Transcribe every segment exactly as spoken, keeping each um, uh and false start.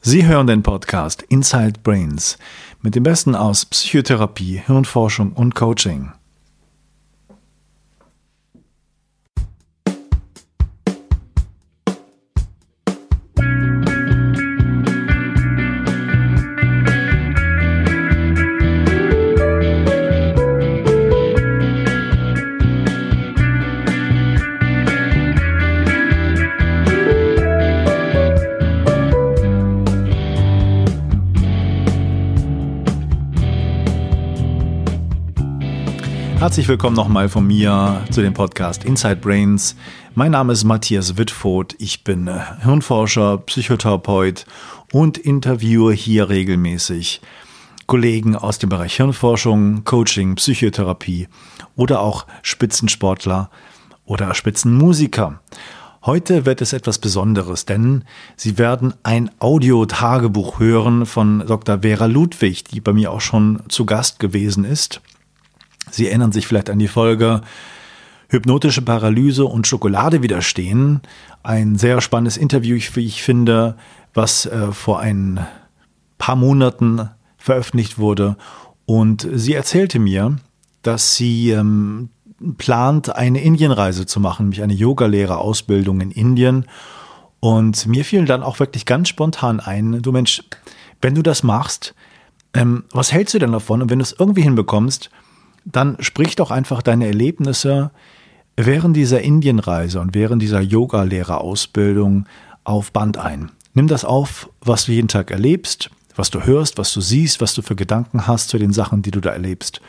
Sie hören den Podcast Inside Brains mit dem Besten aus Psychotherapie, Hirnforschung und Coaching. Herzlich willkommen nochmal von mir zu dem Podcast Inside Brains. Mein Name ist Matthias Wittfoth. Ich bin Hirnforscher, Psychotherapeut und interviewe hier regelmäßig Kollegen aus dem Bereich Hirnforschung, Coaching, Psychotherapie oder auch Spitzensportler oder Spitzenmusiker. Heute wird es etwas Besonderes, denn Sie werden ein Audio-Tagebuch hören von Doktor Vera Ludwig, die bei mir auch schon zu Gast gewesen ist. Sie erinnern sich vielleicht an die Folge Hypnotische Paralyse und Schokolade widerstehen. Ein sehr spannendes Interview, wie ich finde, was äh, vor ein paar Monaten veröffentlicht wurde. Und sie erzählte mir, dass sie ähm, plant, eine Indienreise zu machen, nämlich eine Yogalehrerausbildung in Indien. Und mir fiel dann auch wirklich ganz spontan ein, du Mensch, wenn du das machst, ähm, was hältst du denn davon? Und wenn du es irgendwie hinbekommst, dann sprich doch einfach deine Erlebnisse während dieser Indienreise und während dieser Yogalehrerausbildung auf Band ein. Nimm das auf, was du jeden Tag erlebst, was du hörst, was du siehst, was du für Gedanken hast zu den Sachen, die du da erlebst.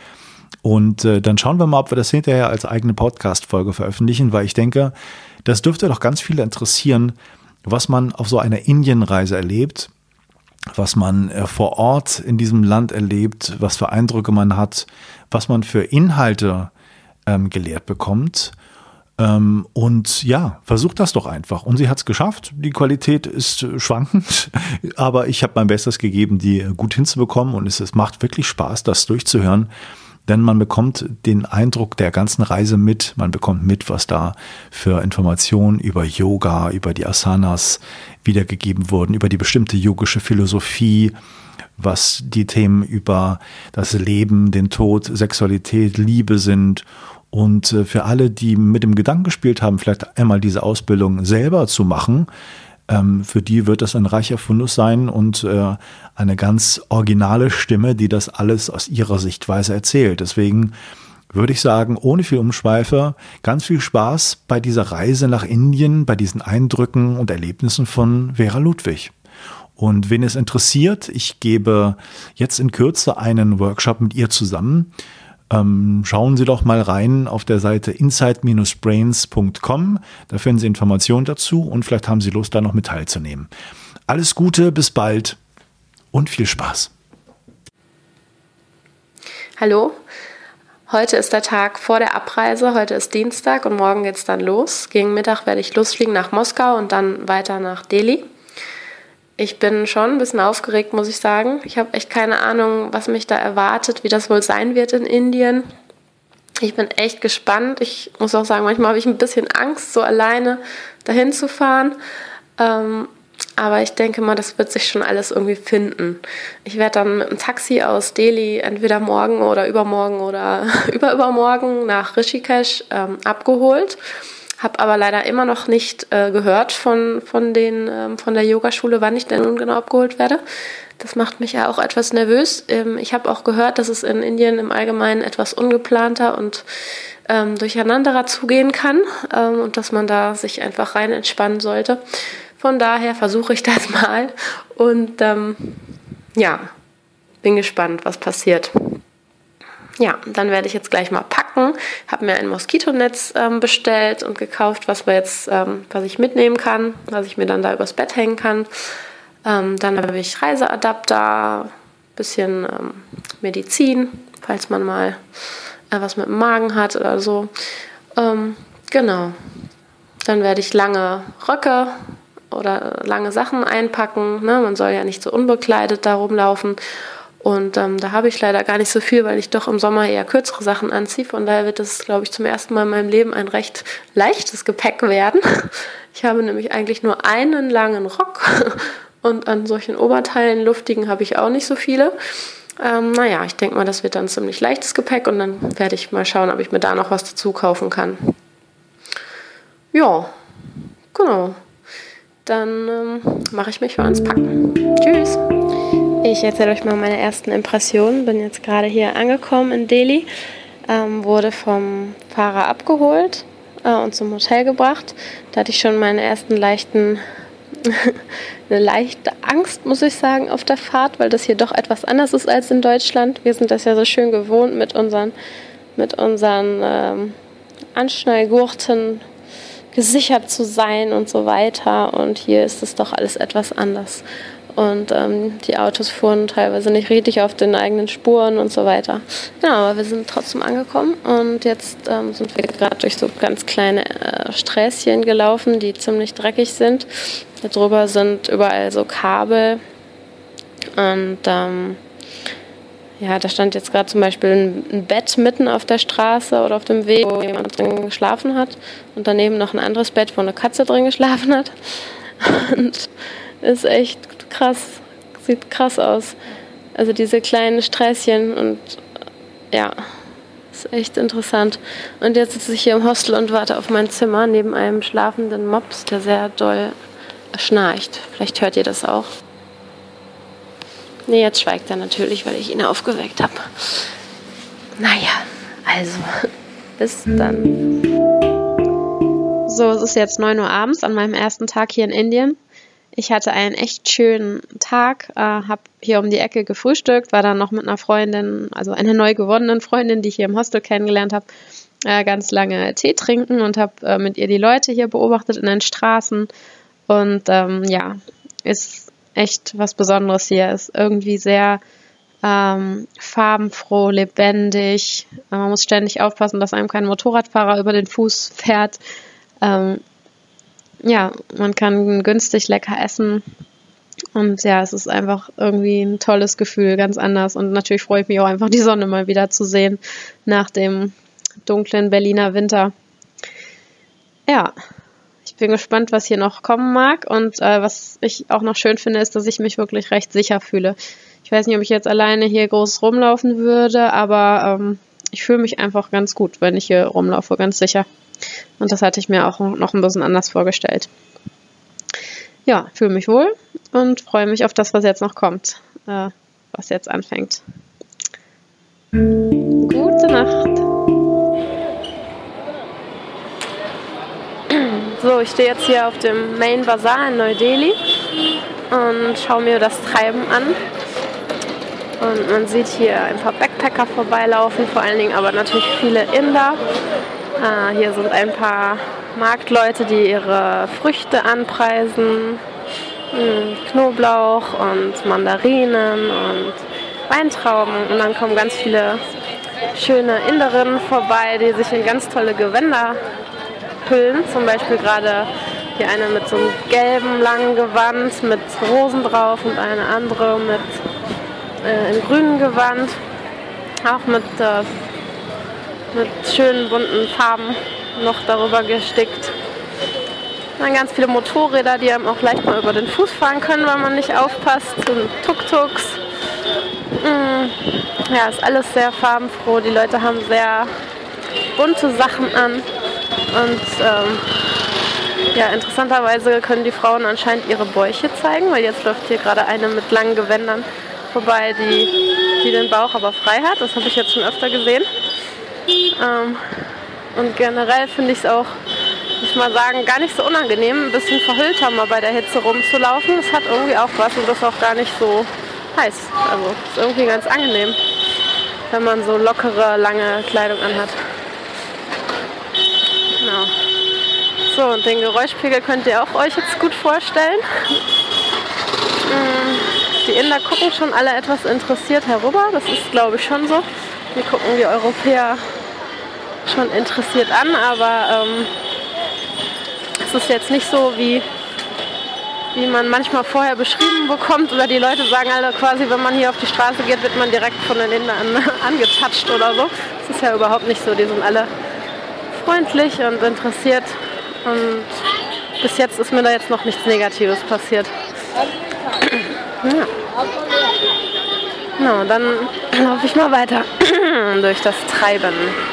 Und äh, dann schauen wir mal, ob wir das hinterher als eigene Podcast-Folge veröffentlichen, weil ich denke, das dürfte doch ganz viele interessieren, was man auf so einer Indienreise erlebt, was man äh, vor Ort in diesem Land erlebt, was für Eindrücke man hat, was man für Inhalte ähm, gelehrt bekommt. Ähm, und ja, versucht das doch einfach. Und sie hat es geschafft. Die Qualität ist äh, schwankend, aber ich habe mein Bestes gegeben, die äh, gut hinzubekommen. Und es, es macht wirklich Spaß, das durchzuhören. Denn man bekommt den Eindruck der ganzen Reise mit. Man bekommt mit, was da für Informationen über Yoga, über die Asanas wiedergegeben wurden, über die bestimmte yogische Philosophie, was die Themen über das Leben, den Tod, Sexualität, Liebe sind. Und für alle, die mit dem Gedanken gespielt haben, vielleicht einmal diese Ausbildung selber zu machen, für die wird das ein reicher Fundus sein und eine ganz originale Stimme, die das alles aus ihrer Sichtweise erzählt. Deswegen würde ich sagen, ohne viel Umschweife, ganz viel Spaß bei dieser Reise nach Indien, bei diesen Eindrücken und Erlebnissen von Vera Ludwig. Und wen es interessiert, ich gebe jetzt in Kürze einen Workshop mit ihr zusammen. Ähm, schauen Sie doch mal rein auf der Seite inside dash brains punkt com. Da finden Sie Informationen dazu und vielleicht haben Sie Lust, da noch mit teilzunehmen. Alles Gute, bis bald und viel Spaß. Hallo, heute ist der Tag vor der Abreise. Heute ist Dienstag und morgen geht's dann los. Gegen Mittag werde ich losfliegen nach Moskau und dann weiter nach Delhi. Ich bin schon ein bisschen aufgeregt, muss ich sagen. Ich habe echt keine Ahnung, was mich da erwartet, wie das wohl sein wird in Indien. Ich bin echt gespannt. Ich muss auch sagen, manchmal habe ich ein bisschen Angst, so alleine dahin zu fahren. Ähm, aber ich denke mal, das wird sich schon alles irgendwie finden. Ich werde dann mit dem Taxi aus Delhi entweder morgen oder übermorgen oder überübermorgen nach Rishikesh ähm, abgeholt. Habe aber leider immer noch nicht äh, gehört von, von, den, ähm, von der Yogaschule, wann ich denn nun genau abgeholt werde. Das macht mich ja auch etwas nervös. Ähm, ich habe auch gehört, dass es in Indien im Allgemeinen etwas ungeplanter und ähm, durcheinanderer zugehen kann ähm, und dass man da sich einfach rein entspannen sollte. Von daher versuche ich das mal und ähm, ja, bin gespannt, was passiert. Ja, dann werde ich jetzt gleich mal packen. Habe mir ein Moskitonetz ähm, bestellt und gekauft, was wir jetzt, ähm, was ich mitnehmen kann, was ich mir dann da übers Bett hängen kann. Ähm, dann habe ich Reiseadapter, bisschen ähm, Medizin, falls man mal äh, was mit dem Magen hat oder so. Ähm, genau. Dann werde ich lange Röcke oder lange Sachen einpacken. Ne? Man soll ja nicht so unbekleidet da rumlaufen. Und ähm, da habe ich leider gar nicht so viel, weil ich doch im Sommer eher kürzere Sachen anziehe. Von daher wird es, glaube ich, zum ersten Mal in meinem Leben ein recht leichtes Gepäck werden. Ich habe nämlich eigentlich nur einen langen Rock Und an solchen Oberteilen, luftigen, habe ich auch nicht so viele. Ähm, naja, ich denke mal, das wird dann ziemlich leichtes Gepäck und dann werde ich mal schauen, ob ich mir da noch was dazu kaufen kann. Ja, genau. Dann ähm, mache ich mich mal ans Packen. Tschüss! Ich erzähle euch mal meine ersten Impressionen. Bin jetzt gerade hier angekommen in Delhi, ähm, wurde vom Fahrer abgeholt äh, und zum Hotel gebracht. Da hatte ich schon meine ersten leichten, eine leichte Angst, muss ich sagen, auf der Fahrt, weil das hier doch etwas anders ist als in Deutschland. Wir sind das ja so schön gewohnt mit unseren, mit unseren ähm, Anschnallgurten gesichert zu sein und so weiter. Und hier ist es doch alles etwas anders. Und ähm, die Autos fuhren teilweise nicht richtig auf den eigenen Spuren und so weiter. Genau, aber wir sind trotzdem angekommen und jetzt ähm, sind wir gerade durch so ganz kleine äh, Sträßchen gelaufen, die ziemlich dreckig sind. Darüber sind überall so Kabel und ähm, ja, da stand jetzt gerade zum Beispiel ein, ein Bett mitten auf der Straße oder auf dem Weg, wo jemand drin geschlafen hat und daneben noch ein anderes Bett, wo eine Katze drin geschlafen hat. Und ist echt krass, sieht krass aus. Also diese kleinen Sträßchen und ja, ist echt interessant. Und jetzt sitze ich hier im Hostel und warte auf mein Zimmer neben einem schlafenden Mops, der sehr doll schnarcht. Vielleicht hört ihr das auch. Nee, jetzt schweigt er natürlich, weil ich ihn aufgeweckt habe. Naja, also, bis dann. So, es ist jetzt neun Uhr abends an meinem ersten Tag hier in Indien. Ich hatte einen echt schönen Tag, äh, habe hier um die Ecke gefrühstückt, war dann noch mit einer Freundin, also einer neu gewonnenen Freundin, die ich hier im Hostel kennengelernt habe, äh, ganz lange Tee trinken und habe äh, mit ihr die Leute hier beobachtet in den Straßen. Und ähm, ja, ist echt was Besonderes hier. Ist irgendwie sehr ähm, farbenfroh, lebendig. Man muss ständig aufpassen, dass einem kein Motorradfahrer über den Fuß fährt. Ähm, ja, man kann günstig lecker essen. Und ja, es ist einfach irgendwie ein tolles Gefühl, ganz anders. Und natürlich freue ich mich auch einfach, die Sonne mal wieder zu sehen nach dem dunklen Berliner Winter. Ja, ich bin gespannt, was hier noch kommen mag. Und äh, was ich auch noch schön finde, ist, dass ich mich wirklich recht sicher fühle. Ich weiß nicht, ob ich jetzt alleine hier groß rumlaufen würde, aber ähm, ich fühle mich einfach ganz gut, wenn ich hier rumlaufe, ganz sicher. Und das hatte ich mir auch noch ein bisschen anders vorgestellt. Ja, fühle mich wohl und freue mich auf das, was jetzt noch kommt, äh, was jetzt anfängt. Gute Nacht. So, ich stehe jetzt hier auf dem Main Bazaar in Neu-Delhi und schaue mir das Treiben an. Und man sieht hier ein paar Backpacker vorbeilaufen, vor allen Dingen aber natürlich viele Inder. Ah, hier sind ein paar Marktleute, die ihre Früchte anpreisen. Knoblauch und Mandarinen und Weintrauben. Und dann kommen ganz viele schöne Inderinnen vorbei, die sich in ganz tolle Gewänder hüllen. Zum Beispiel gerade hier eine mit so einem gelben langen Gewand mit Rosen drauf und eine andere mit äh, im grünen Gewand. Auch mit äh, mit schönen bunten Farben noch darüber gestickt. Dann ganz viele Motorräder, die einem auch leicht mal über den Fuß fahren können, wenn man nicht aufpasst. Und Tuk-Tuks. Mm. Ja, ist alles sehr farbenfroh. Die Leute haben sehr bunte Sachen an. Und ähm, ja, interessanterweise können die Frauen anscheinend ihre Bäuche zeigen, weil jetzt läuft hier gerade eine mit langen Gewändern vorbei, die, die den Bauch aber frei hat. Das habe ich jetzt schon öfter gesehen. Ähm, und generell finde ich es auch, muss ich mal sagen, gar nicht so unangenehm, ein bisschen verhüllter mal bei der Hitze rumzulaufen. Es hat irgendwie auch was und das ist auch gar nicht so heiß. Also ist irgendwie ganz angenehm, wenn man so lockere, lange Kleidung anhat. Genau. So, und den Geräuschpegel könnt ihr auch euch jetzt gut vorstellen. Die Inder gucken schon alle etwas interessiert herüber, das ist glaube ich schon so. Wir gucken die Europäer schon interessiert an, aber ähm, es ist jetzt nicht so, wie, wie man manchmal vorher beschrieben bekommt, oder die Leute sagen alle quasi, wenn man hier auf die Straße geht, wird man direkt von den Indern angetatscht oder so. Das ist ja überhaupt nicht so, die sind alle freundlich und interessiert und bis jetzt ist mir da jetzt noch nichts Negatives passiert. Ja. No, dann laufe ich mal weiter durch das Treiben.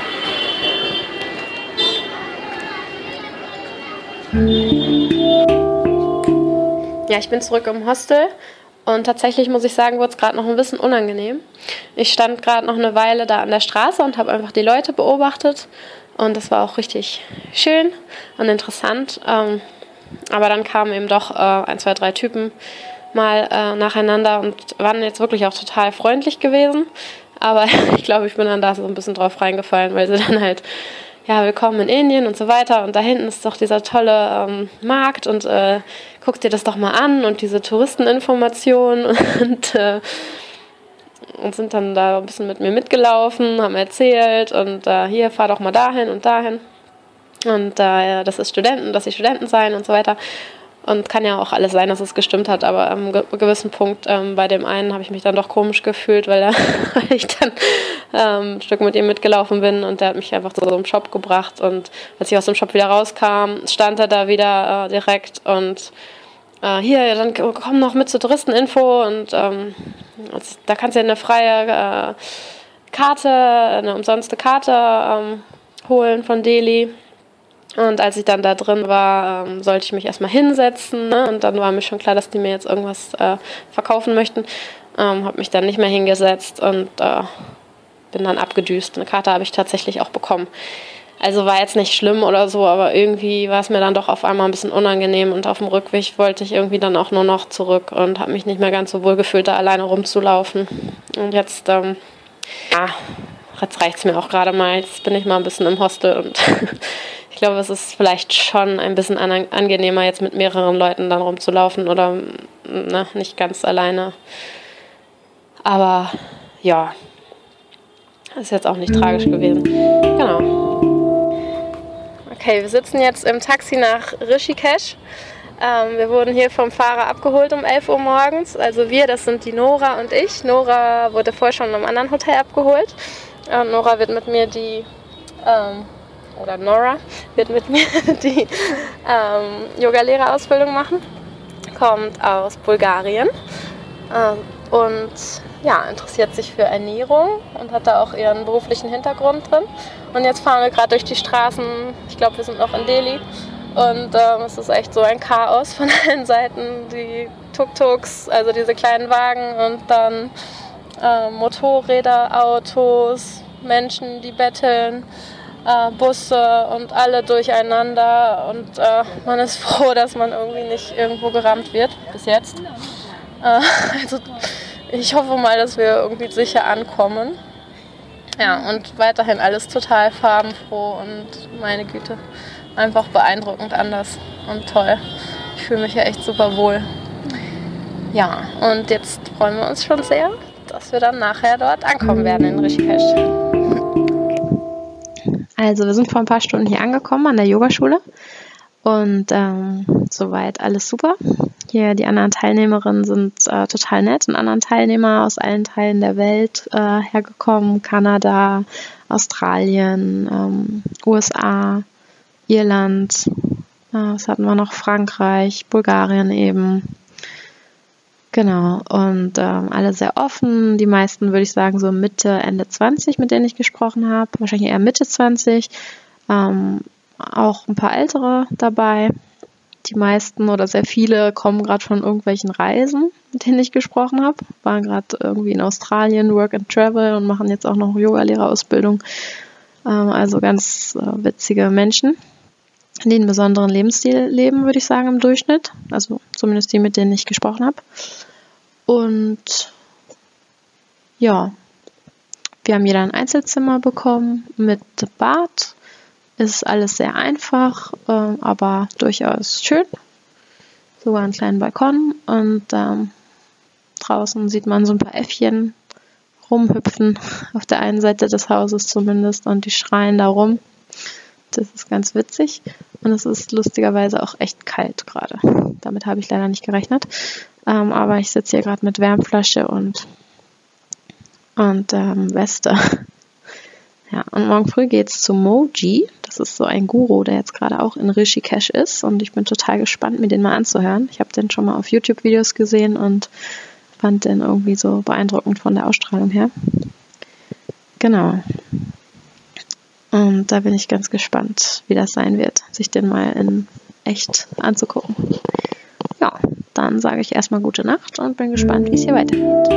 Ja, ich bin zurück im Hostel und tatsächlich muss ich sagen, wurde es gerade noch ein bisschen unangenehm. Ich stand gerade noch eine Weile da an der Straße und habe einfach die Leute beobachtet und das war auch richtig schön und interessant. Ähm, aber dann kamen eben doch äh, ein, zwei, drei Typen mal äh, nacheinander und waren jetzt wirklich auch total freundlich gewesen. Aber ich glaube, ich bin dann da so ein bisschen drauf reingefallen, weil sie dann halt, ja, willkommen in Indien und so weiter. Und da hinten ist doch dieser tolle ähm, Markt und äh, guck dir das doch mal an und diese Touristeninformationen und, äh, und sind dann da ein bisschen mit mir mitgelaufen, haben erzählt und äh, hier, fahr doch mal dahin und dahin. Und äh, das ist Studenten, dass sie Studenten seien und so weiter. Und kann ja auch alles sein, dass es gestimmt hat, aber am ge- gewissen Punkt ähm, bei dem einen habe ich mich dann doch komisch gefühlt, weil, er, weil ich dann ähm, ein Stück mit ihm mitgelaufen bin und der hat mich einfach zu so einem Shop gebracht und als ich aus dem Shop wieder rauskam, stand er da wieder äh, direkt und äh, hier, dann komm noch mit zur Touristeninfo und ähm, also, da kannst du dir eine freie äh, Karte, eine umsonste Karte ähm, holen von Delhi. Und als ich dann da drin war, ähm, sollte ich mich erstmal hinsetzen, ne? Und dann war mir schon klar, dass die mir jetzt irgendwas äh, verkaufen möchten. Ähm, habe mich dann nicht mehr hingesetzt und äh, bin dann abgedüst. Eine Karte habe ich tatsächlich auch bekommen. Also war jetzt nicht schlimm oder so, aber irgendwie war es mir dann doch auf einmal ein bisschen unangenehm. Und auf dem Rückweg wollte ich irgendwie dann auch nur noch zurück und habe mich nicht mehr ganz so wohl gefühlt, da alleine rumzulaufen. Und jetzt, ähm, ja, jetzt reicht es mir auch gerade mal. Jetzt bin ich mal ein bisschen im Hostel und ich glaube, es ist vielleicht schon ein bisschen an- angenehmer, jetzt mit mehreren Leuten dann rumzulaufen oder ne, nicht ganz alleine. Aber ja, ist jetzt auch nicht tragisch gewesen. Genau. Okay, wir sitzen jetzt im Taxi nach Rishikesh. Ähm, wir wurden hier vom Fahrer abgeholt um elf Uhr morgens. Also wir, das sind die Nora und ich. Nora wurde vorher schon in einem anderen Hotel abgeholt. Und Nora wird mit mir die... Ähm, oder Nora wird mit mir die ähm, Yoga-Lehrerausbildung machen, kommt aus Bulgarien ähm, und ja, interessiert sich für Ernährung und hat da auch ihren beruflichen Hintergrund drin. Und jetzt fahren wir gerade durch die Straßen, ich glaube, wir sind noch in Delhi und ähm, es ist echt so ein Chaos von allen Seiten, die Tuk-Tuks, also diese kleinen Wagen und dann äh, Motorräder, Autos, Menschen, die betteln, Äh, Busse und alle durcheinander und äh, man ist froh, dass man irgendwie nicht irgendwo gerammt wird, bis jetzt. Äh, also ich hoffe mal, dass wir irgendwie sicher ankommen. Ja, und weiterhin alles total farbenfroh und meine Güte, einfach beeindruckend anders und toll. Ich fühle mich ja echt super wohl. Ja, und jetzt freuen wir uns schon sehr, dass wir dann nachher dort ankommen werden in Rishikesh. Also wir sind vor ein paar Stunden hier angekommen an der Yogaschule und ähm, soweit alles super. Hier die anderen Teilnehmerinnen sind äh, total nett und anderen Teilnehmer aus allen Teilen der Welt äh, hergekommen. Kanada, Australien, ähm, U S A, Irland, äh, was hatten wir noch? Frankreich, Bulgarien eben. Genau, und ähm, alle sehr offen. Die meisten, würde ich sagen, so Mitte, Ende zwanzig, mit denen ich gesprochen habe. Wahrscheinlich eher Mitte zwanzig. Ähm, auch ein paar Ältere dabei. Die meisten oder sehr viele kommen gerade von irgendwelchen Reisen, mit denen ich gesprochen habe. Waren gerade irgendwie in Australien, Work and Travel und machen jetzt auch noch Yoga-Lehrerausbildung. Ähm, also ganz äh, witzige Menschen, die einen besonderen Lebensstil leben, würde ich sagen, im Durchschnitt. Also zumindest die, mit denen ich gesprochen habe. Und ja, wir haben jeder ein Einzelzimmer bekommen mit Bad. Ist alles sehr einfach, äh, aber durchaus schön. Sogar einen kleinen Balkon und ähm, draußen sieht man so ein paar Äffchen rumhüpfen, auf der einen Seite des Hauses zumindest, und die schreien da rum. Das ist ganz witzig und es ist lustigerweise auch echt kalt gerade. Damit habe ich leider nicht gerechnet. Ähm, aber ich sitze hier gerade mit Wärmflasche und, und ähm, Weste. Ja, und morgen früh geht's zu Moji. Das ist so ein Guru, der jetzt gerade auch in Rishikesh ist. Und ich bin total gespannt, mir den mal anzuhören. Ich habe den schon mal auf YouTube-Videos gesehen und fand den irgendwie so beeindruckend von der Ausstrahlung her. Genau. Und da bin ich ganz gespannt, wie das sein wird, sich den mal in echt anzugucken. Ja, dann sage ich erstmal gute Nacht und bin gespannt, wie es hier weitergeht.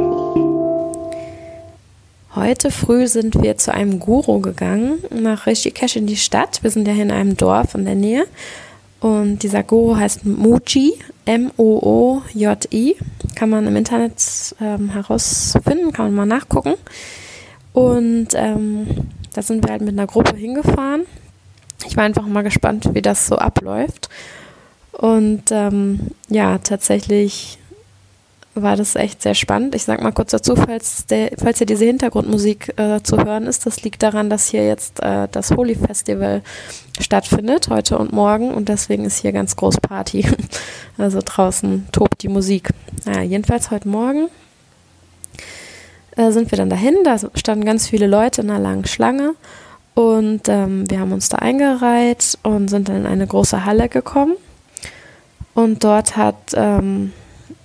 Heute früh sind wir zu einem Guru gegangen, nach Rishikesh in die Stadt. Wir sind ja hier in einem Dorf in der Nähe. Und dieser Guru heißt Mooji, M O O J I. Kann man im Internet ähm, herausfinden, kann man mal nachgucken. Und ähm, da sind wir halt mit einer Gruppe hingefahren. Ich war einfach mal gespannt, wie das so abläuft. Und ähm, ja, tatsächlich war das echt sehr spannend. Ich sag mal kurz dazu, falls, der, falls hier diese Hintergrundmusik äh, zu hören ist, das liegt daran, dass hier jetzt äh, das Holi Festival stattfindet, heute und morgen, und deswegen ist hier ganz groß Party. Also draußen tobt die Musik. Naja, jedenfalls heute Morgen äh, sind wir dann dahin, da standen ganz viele Leute in einer langen Schlange und ähm, wir haben uns da eingereiht und sind dann in eine große Halle gekommen und dort hat ähm,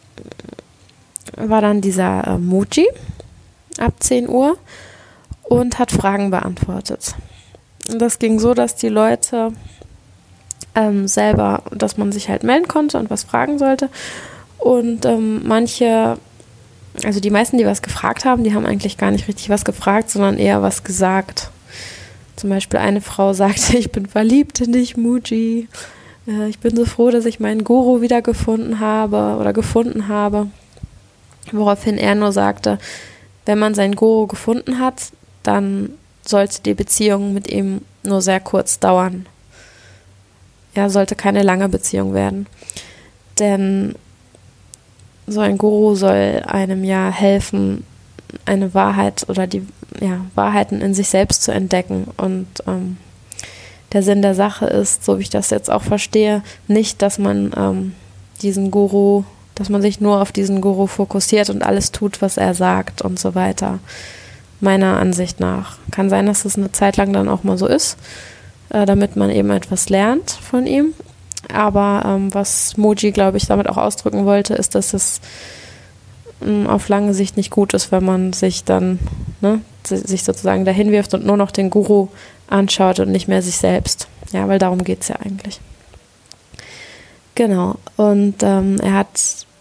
war dann dieser äh, Mooji ab zehn Uhr und hat Fragen beantwortet. Und das ging so, dass die Leute ähm, selber, dass man sich halt melden konnte und was fragen sollte. Und ähm, manche, also die meisten, die was gefragt haben, die haben eigentlich gar nicht richtig was gefragt, sondern eher was gesagt. Zum Beispiel eine Frau sagte, ich bin verliebt in dich, Mooji. Äh, ich bin so froh, dass ich meinen Guru wiedergefunden habe oder gefunden habe. Woraufhin er nur sagte, wenn man seinen Guru gefunden hat, dann sollte die Beziehung mit ihm nur sehr kurz dauern. Ja, sollte keine lange Beziehung werden. Denn so ein Guru soll einem ja helfen, eine Wahrheit oder die ja, Wahrheiten in sich selbst zu entdecken. Und ähm, der Sinn der Sache ist, so wie ich das jetzt auch verstehe, nicht, dass man ähm, diesen Guru dass man sich nur auf diesen Guru fokussiert und alles tut, was er sagt und so weiter. Meiner Ansicht nach. Kann sein, dass es eine Zeit lang dann auch mal so ist, äh, damit man eben etwas lernt von ihm. Aber ähm, was Mooji, glaube ich, damit auch ausdrücken wollte, ist, dass es mh, auf lange Sicht nicht gut ist, wenn man sich dann, ne, sich sozusagen dahin wirft und nur noch den Guru anschaut und nicht mehr sich selbst. Ja, weil darum geht es ja eigentlich. Genau. Und ähm, er hat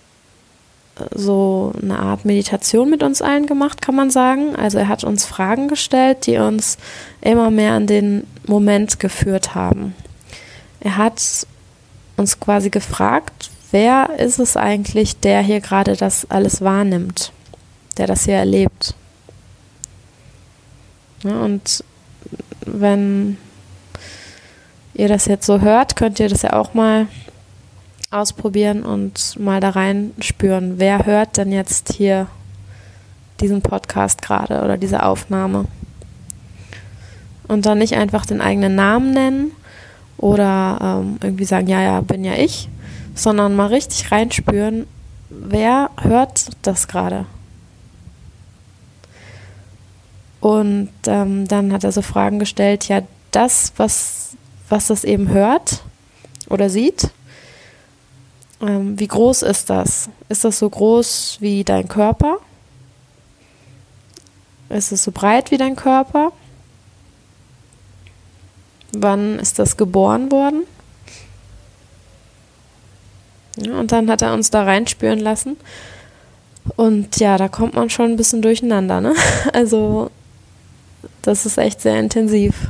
so eine Art Meditation mit uns allen gemacht, kann man sagen. Also er hat uns Fragen gestellt, die uns immer mehr an den Moment geführt haben. Er hat uns quasi gefragt, wer ist es eigentlich, der hier gerade das alles wahrnimmt, der das hier erlebt. Ja, und wenn ihr das jetzt so hört, könnt ihr das ja auch mal ausprobieren und mal da rein spüren, wer hört denn jetzt hier diesen Podcast gerade oder diese Aufnahme. Und dann nicht einfach den eigenen Namen nennen oder ähm, irgendwie sagen, ja, ja, bin ja ich, sondern mal richtig reinspüren, wer hört das gerade. Und ähm, dann hat er so Fragen gestellt, ja, das, was, was das eben hört oder sieht, Ähm, wie groß ist das? Ist das so groß wie dein Körper? Ist es so breit wie dein Körper? Wann ist das geboren worden? Ja, und dann hat er uns da reinspüren lassen. Und ja, da kommt man schon ein bisschen durcheinander, ne? Also, das ist echt sehr intensiv.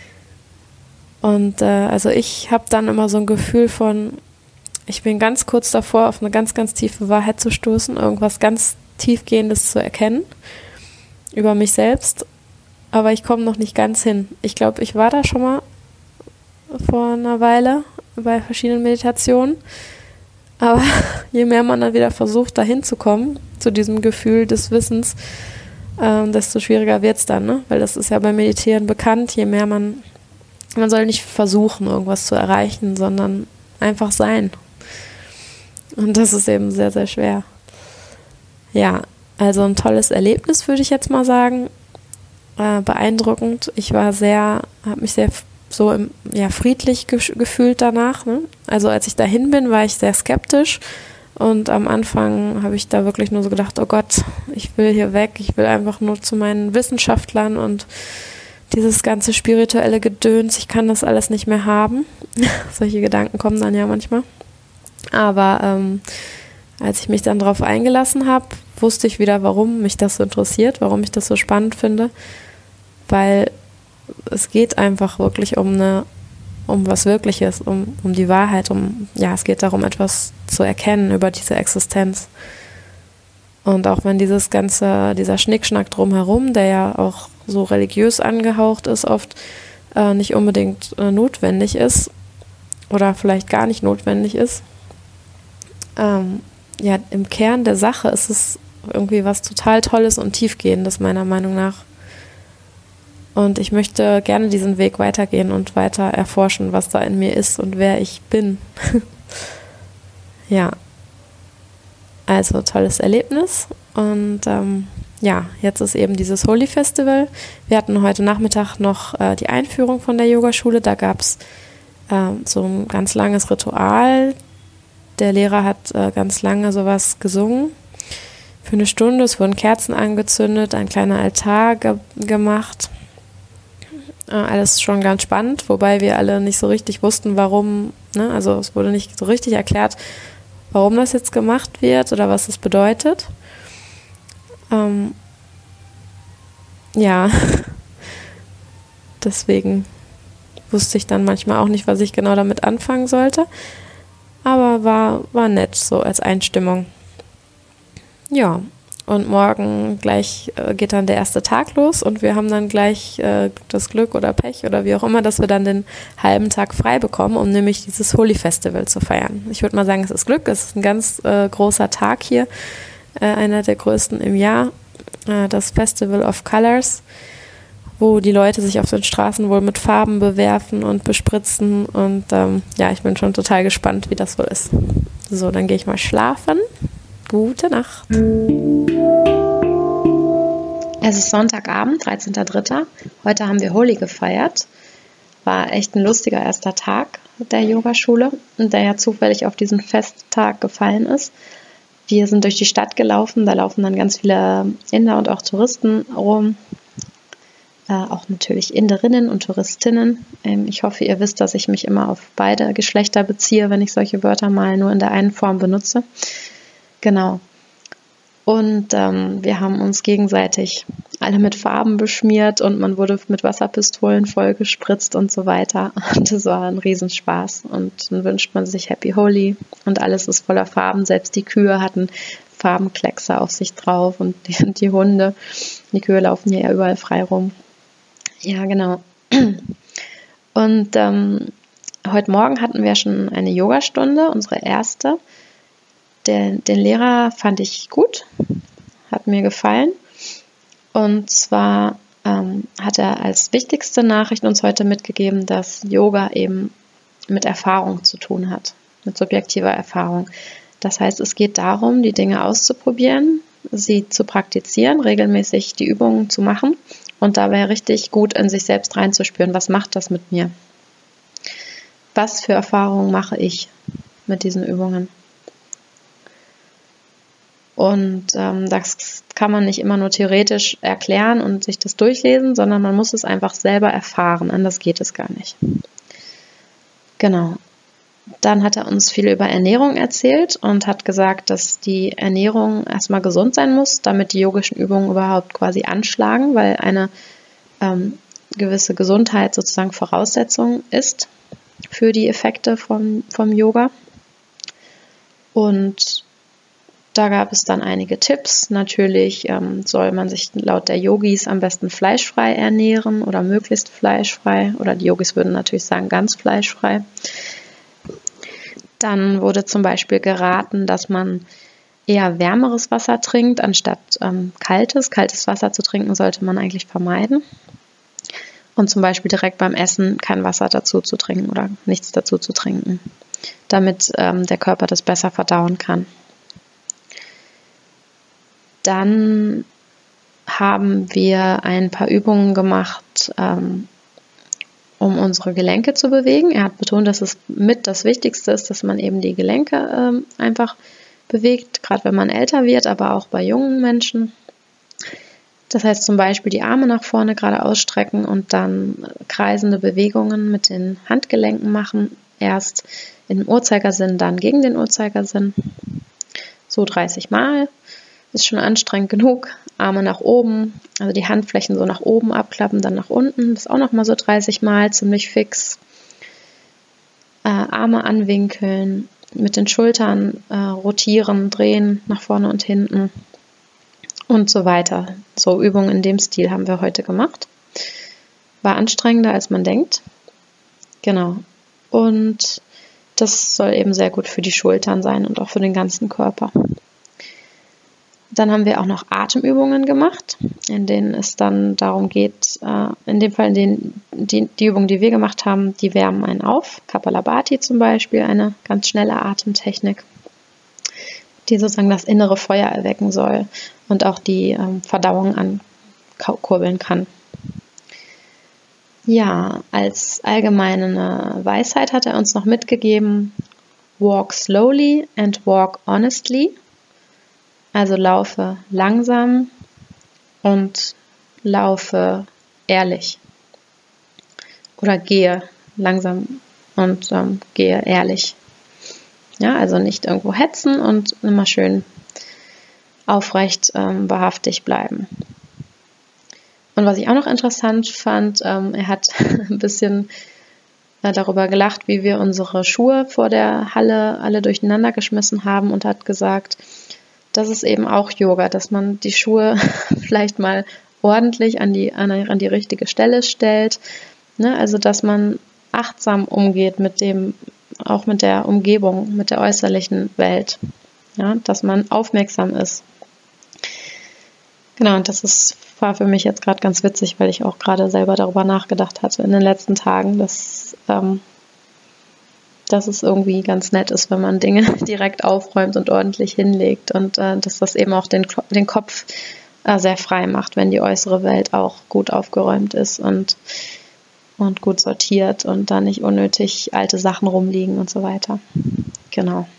Und äh, also ich habe dann immer so ein Gefühl von, ich bin ganz kurz davor, auf eine ganz, ganz tiefe Wahrheit zu stoßen, irgendwas ganz Tiefgehendes zu erkennen über mich selbst, aber ich komme noch nicht ganz hin. Ich glaube, ich war da schon mal vor einer Weile bei verschiedenen Meditationen, aber je mehr man dann wieder versucht, da hinzukommen, zu diesem Gefühl des Wissens, ähm, desto schwieriger wird es dann, ne? Weil das ist ja beim Meditieren bekannt, je mehr man, man soll nicht versuchen, irgendwas zu erreichen, sondern einfach sein. Und das ist eben sehr, sehr schwer. Ja, also ein tolles Erlebnis, würde ich jetzt mal sagen. Äh, beeindruckend. Ich war sehr, habe mich sehr so im, ja, friedlich ge- gefühlt danach. Ne? Also als ich dahin bin, war ich sehr skeptisch. Und am Anfang habe ich da wirklich nur so gedacht, oh Gott, ich will hier weg, ich will einfach nur zu meinen Wissenschaftlern und dieses ganze spirituelle Gedöns, ich kann das alles nicht mehr haben. Solche Gedanken kommen dann ja manchmal. Aber ähm, als ich mich dann darauf eingelassen habe, wusste ich wieder, warum mich das so interessiert, warum ich das so spannend finde, weil es geht einfach wirklich um eine, um was Wirkliches, um, um die Wahrheit, um, ja, es geht darum, etwas zu erkennen über diese Existenz. Und auch wenn dieses ganze, dieser Schnickschnack drumherum, der ja auch so religiös angehaucht ist, oft äh, nicht unbedingt äh, notwendig ist oder vielleicht gar nicht notwendig ist, ähm, ja, im Kern der Sache ist es irgendwie was total Tolles und Tiefgehendes, meiner Meinung nach. Und ich möchte gerne diesen Weg weitergehen und weiter erforschen, was da in mir ist und wer ich bin. Ja, also tolles Erlebnis. Und ähm, ja, jetzt ist eben dieses Holy Festival. Wir hatten heute Nachmittag noch äh, die Einführung von der Yogaschule. Da gab es äh, so ein ganz langes Ritual. Der Lehrer hat äh, ganz lange sowas gesungen. Für eine Stunde, es wurden Kerzen angezündet, ein kleiner Altar ge- gemacht. Äh, alles schon ganz spannend, wobei wir alle nicht so richtig wussten, warum, ne? Also es wurde nicht so richtig erklärt, warum das jetzt gemacht wird oder was das bedeutet. Ähm, ja, deswegen wusste ich dann manchmal auch nicht, was ich genau damit anfangen sollte. Aber war, war nett, so als Einstimmung. Ja, und morgen gleich äh, geht dann der erste Tag los und wir haben dann gleich äh, das Glück oder Pech oder wie auch immer, dass wir dann den halben Tag frei bekommen, um nämlich dieses Holy Festival zu feiern. Ich würde mal sagen, es ist Glück, es ist ein ganz äh, großer Tag hier, äh, einer der größten im Jahr, äh, das Festival of Colors, wo die Leute sich auf den Straßen wohl mit Farben bewerfen und bespritzen. Und ähm, ja, ich bin schon total gespannt, wie das wohl ist. So, dann gehe ich mal schlafen. Gute Nacht. Es ist Sonntagabend, dreizehnter dritter Heute haben wir Holi gefeiert. War echt ein lustiger erster Tag der Yogaschule, der ja zufällig auf diesen Festtag gefallen ist. Wir sind durch die Stadt gelaufen, da laufen dann ganz viele Inder und auch Touristen rum. Äh, auch natürlich Inderinnen und Touristinnen. Ähm, ich hoffe, ihr wisst, dass ich mich immer auf beide Geschlechter beziehe, wenn ich solche Wörter mal nur in der einen Form benutze. Genau. Und ähm, wir haben uns gegenseitig alle mit Farben beschmiert und man wurde mit Wasserpistolen vollgespritzt und so weiter. Und das war ein Riesenspaß. Und dann wünscht man sich Happy Holi und alles ist voller Farben. Selbst die Kühe hatten Farbenkleckse auf sich drauf und die, und die Hunde. Die Kühe laufen hier ja überall frei rum. Ja, genau. Und ähm, heute Morgen hatten wir schon eine Yogastunde, unsere erste. Den, den Lehrer fand ich gut, hat mir gefallen. Und zwar ähm, hat er als wichtigste Nachricht uns heute mitgegeben, dass Yoga eben mit Erfahrung zu tun hat, mit subjektiver Erfahrung. Das heißt, es geht darum, die Dinge auszuprobieren, sie zu praktizieren, regelmäßig die Übungen zu machen und dabei richtig gut in sich selbst reinzuspüren, was macht das mit mir? Was für Erfahrungen mache ich mit diesen Übungen? Und ähm, das kann man nicht immer nur theoretisch erklären und sich das durchlesen, sondern man muss es einfach selber erfahren, anders geht es gar nicht. Genau. Dann hat er uns viel über Ernährung erzählt und hat gesagt, dass die Ernährung erstmal gesund sein muss, damit die yogischen Übungen überhaupt quasi anschlagen, weil eine ähm, gewisse Gesundheit sozusagen Voraussetzung ist für die Effekte vom, vom Yoga. Und da gab es dann einige Tipps. Natürlich ähm, soll man sich laut der Yogis am besten fleischfrei ernähren oder möglichst fleischfrei. Oder die Yogis würden natürlich sagen, ganz fleischfrei. Dann wurde zum Beispiel geraten, dass man eher wärmeres Wasser trinkt, anstatt ähm, kaltes. Kaltes Wasser zu trinken sollte man eigentlich vermeiden. Und zum Beispiel direkt beim Essen kein Wasser dazu zu trinken oder nichts dazu zu trinken, damit ähm, der Körper das besser verdauen kann. Dann haben wir ein paar Übungen gemacht, ähm, um unsere Gelenke zu bewegen. Er hat betont, dass es mit das Wichtigste ist, dass man eben die Gelenke ähm, einfach bewegt, gerade wenn man älter wird, aber auch bei jungen Menschen. Das heißt zum Beispiel die Arme nach vorne gerade ausstrecken und dann kreisende Bewegungen mit den Handgelenken machen. Erst im Uhrzeigersinn, dann gegen den Uhrzeigersinn. So dreißig Mal. Ist schon anstrengend genug. Arme nach oben, also die Handflächen so nach oben abklappen, dann nach unten. Das ist auch nochmal so dreißig Mal, ziemlich fix. Äh, Arme anwinkeln, mit den Schultern äh, rotieren, drehen, nach vorne und hinten. Und so weiter. So Übungen in dem Stil haben wir heute gemacht. War anstrengender, als man denkt. Genau. Und das soll eben sehr gut für die Schultern sein und auch für den ganzen Körper. Dann haben wir auch noch Atemübungen gemacht, in denen es dann darum geht, äh, in dem Fall, in denen die, die Übungen, die wir gemacht haben, die wärmen einen auf. Kapalabhati zum Beispiel, eine ganz schnelle Atemtechnik, die sozusagen das innere Feuer erwecken soll und auch die ähm, Verdauung ankurbeln kann. Ja, als allgemeine Weisheit hat er uns noch mitgegeben, walk slowly and walk honestly. Also laufe langsam und laufe ehrlich. Oder gehe langsam und ähm, gehe ehrlich. Ja, also nicht irgendwo hetzen und immer schön aufrecht ähm, wahrhaftig bleiben. Und was ich auch noch interessant fand, ähm, er hat ein bisschen äh, darüber gelacht, wie wir unsere Schuhe vor der Halle alle durcheinander geschmissen haben und hat gesagt, das ist eben auch Yoga, dass man die Schuhe vielleicht mal ordentlich an die, an, an die richtige Stelle stellt. Ne? Also dass man achtsam umgeht mit dem, auch mit der Umgebung, mit der äußerlichen Welt. Ja? Dass man aufmerksam ist. Genau, und das ist, war für mich jetzt gerade ganz witzig, weil ich auch gerade selber darüber nachgedacht hatte in den letzten Tagen, dass, ähm, dass es irgendwie ganz nett ist, wenn man Dinge direkt aufräumt und ordentlich hinlegt und äh, dass das eben auch den, den Kopf äh, sehr frei macht, wenn die äußere Welt auch gut aufgeräumt ist und, und gut sortiert und da nicht unnötig alte Sachen rumliegen und so weiter. Genau.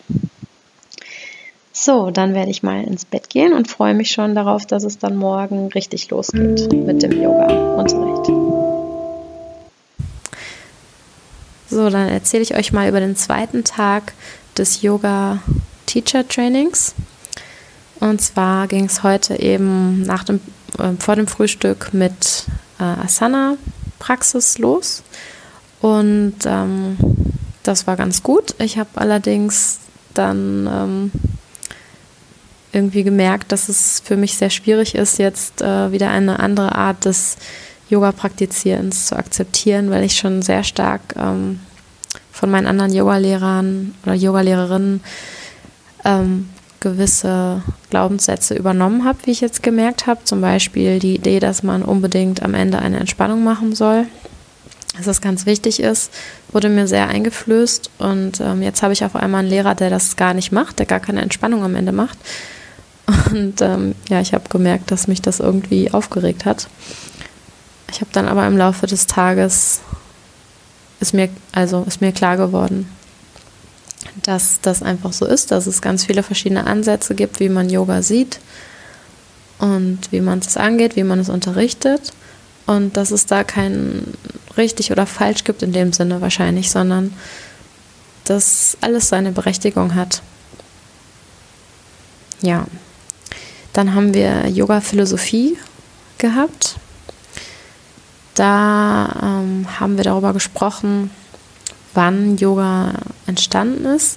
So, dann werde ich mal ins Bett gehen und freue mich schon darauf, dass es dann morgen richtig losgeht mit dem Yoga-Unterricht. So, dann erzähle ich euch mal über den zweiten Tag des Yoga-Teacher-Trainings. Und zwar ging es heute eben nach dem, äh, vor dem Frühstück mit äh, Asana-Praxis los. Und ähm, das war ganz gut. Ich habe allerdings dann ähm, irgendwie gemerkt, dass es für mich sehr schwierig ist, jetzt äh, wieder eine andere Art des Yoga-Praktizierens zu akzeptieren, weil ich schon sehr stark ähm, von meinen anderen Yogalehrern oder Yogalehrerinnen ähm, gewisse Glaubenssätze übernommen habe, wie ich jetzt gemerkt habe. Zum Beispiel die Idee, dass man unbedingt am Ende eine Entspannung machen soll. Dass das ganz wichtig ist, wurde mir sehr eingeflößt. Und ähm, jetzt habe ich auf einmal einen Lehrer, der das gar nicht macht, der gar keine Entspannung am Ende macht. Und ähm, ja, ich habe gemerkt, dass mich das irgendwie aufgeregt hat. Ich habe dann aber im Laufe des Tages, ist mir, also ist mir klar geworden, dass das einfach so ist, dass es ganz viele verschiedene Ansätze gibt, wie man Yoga sieht und wie man es angeht, wie man es unterrichtet und dass es da kein richtig oder falsch gibt in dem Sinne wahrscheinlich, sondern dass alles seine Berechtigung hat. Ja, dann haben wir Yoga-Philosophie gehabt. Da ähm, haben wir darüber gesprochen, wann Yoga entstanden ist.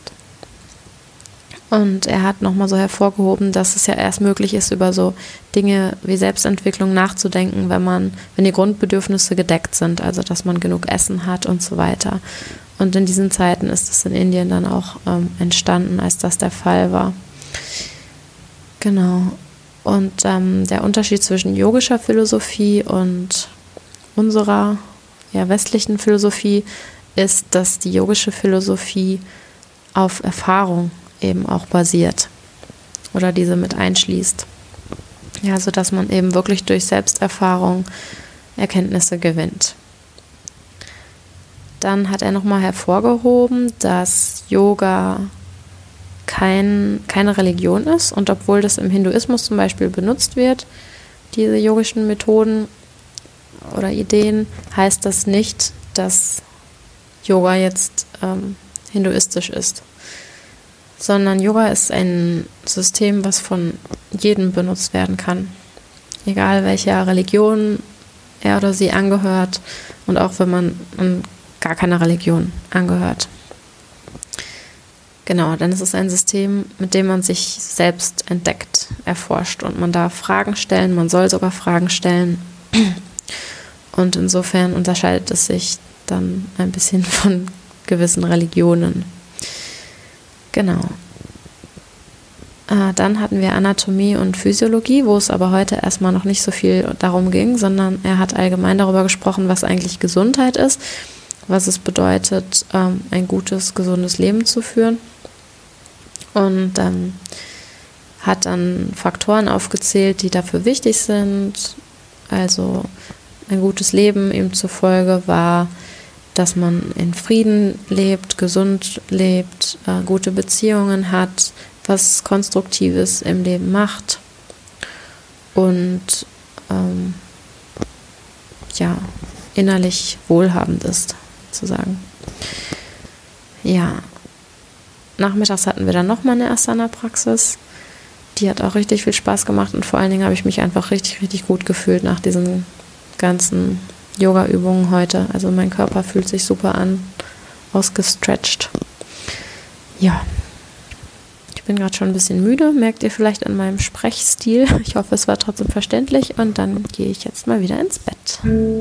Und er hat nochmal so hervorgehoben, dass es ja erst möglich ist, über so Dinge wie Selbstentwicklung nachzudenken, wenn man, wenn die Grundbedürfnisse gedeckt sind, also dass man genug Essen hat und so weiter. Und in diesen Zeiten ist es in Indien dann auch ähm, entstanden, als das der Fall war. Genau. Und ähm, der Unterschied zwischen yogischer Philosophie und unserer ja, westlichen Philosophie ist, dass die yogische Philosophie auf Erfahrung eben auch basiert oder diese mit einschließt. Ja, sodass man eben wirklich durch Selbsterfahrung Erkenntnisse gewinnt. Dann hat er nochmal hervorgehoben, dass Yoga kein, keine Religion ist und obwohl das im Hinduismus zum Beispiel benutzt wird, diese yogischen Methoden oder Ideen, heißt das nicht, dass Yoga jetzt ähm, hinduistisch ist, sondern Yoga ist ein System, was von jedem benutzt werden kann, egal welcher Religion er oder sie angehört und auch wenn man an gar keiner Religion angehört. Genau, dann ist es ein System, mit dem man sich selbst entdeckt, erforscht und man darf Fragen stellen, man soll sogar Fragen stellen und insofern unterscheidet es sich dann ein bisschen von gewissen Religionen. Genau. Äh, dann hatten wir Anatomie und Physiologie, wo es aber heute erstmal noch nicht so viel darum ging, sondern er hat allgemein darüber gesprochen, was eigentlich Gesundheit ist, was es bedeutet, ähm, ein gutes, gesundes Leben zu führen. Und ähm, hat dann Faktoren aufgezählt, die dafür wichtig sind. Also ein gutes Leben ihm zufolge war, dass man in Frieden lebt, gesund lebt, äh, gute Beziehungen hat, was Konstruktives im Leben macht und ähm, ja, innerlich wohlhabend ist, sozusagen. Ja. Nachmittags hatten wir dann nochmal eine Asana-Praxis. Die hat auch richtig viel Spaß gemacht und vor allen Dingen habe ich mich einfach richtig, richtig gut gefühlt nach diesen ganzen Yoga-Übungen heute. Also mein Körper fühlt sich super an, ausgestretcht. Ja, ich bin gerade schon ein bisschen müde, merkt ihr vielleicht an meinem Sprechstil. Ich hoffe, es war trotzdem verständlich und dann gehe ich jetzt mal wieder ins Bett.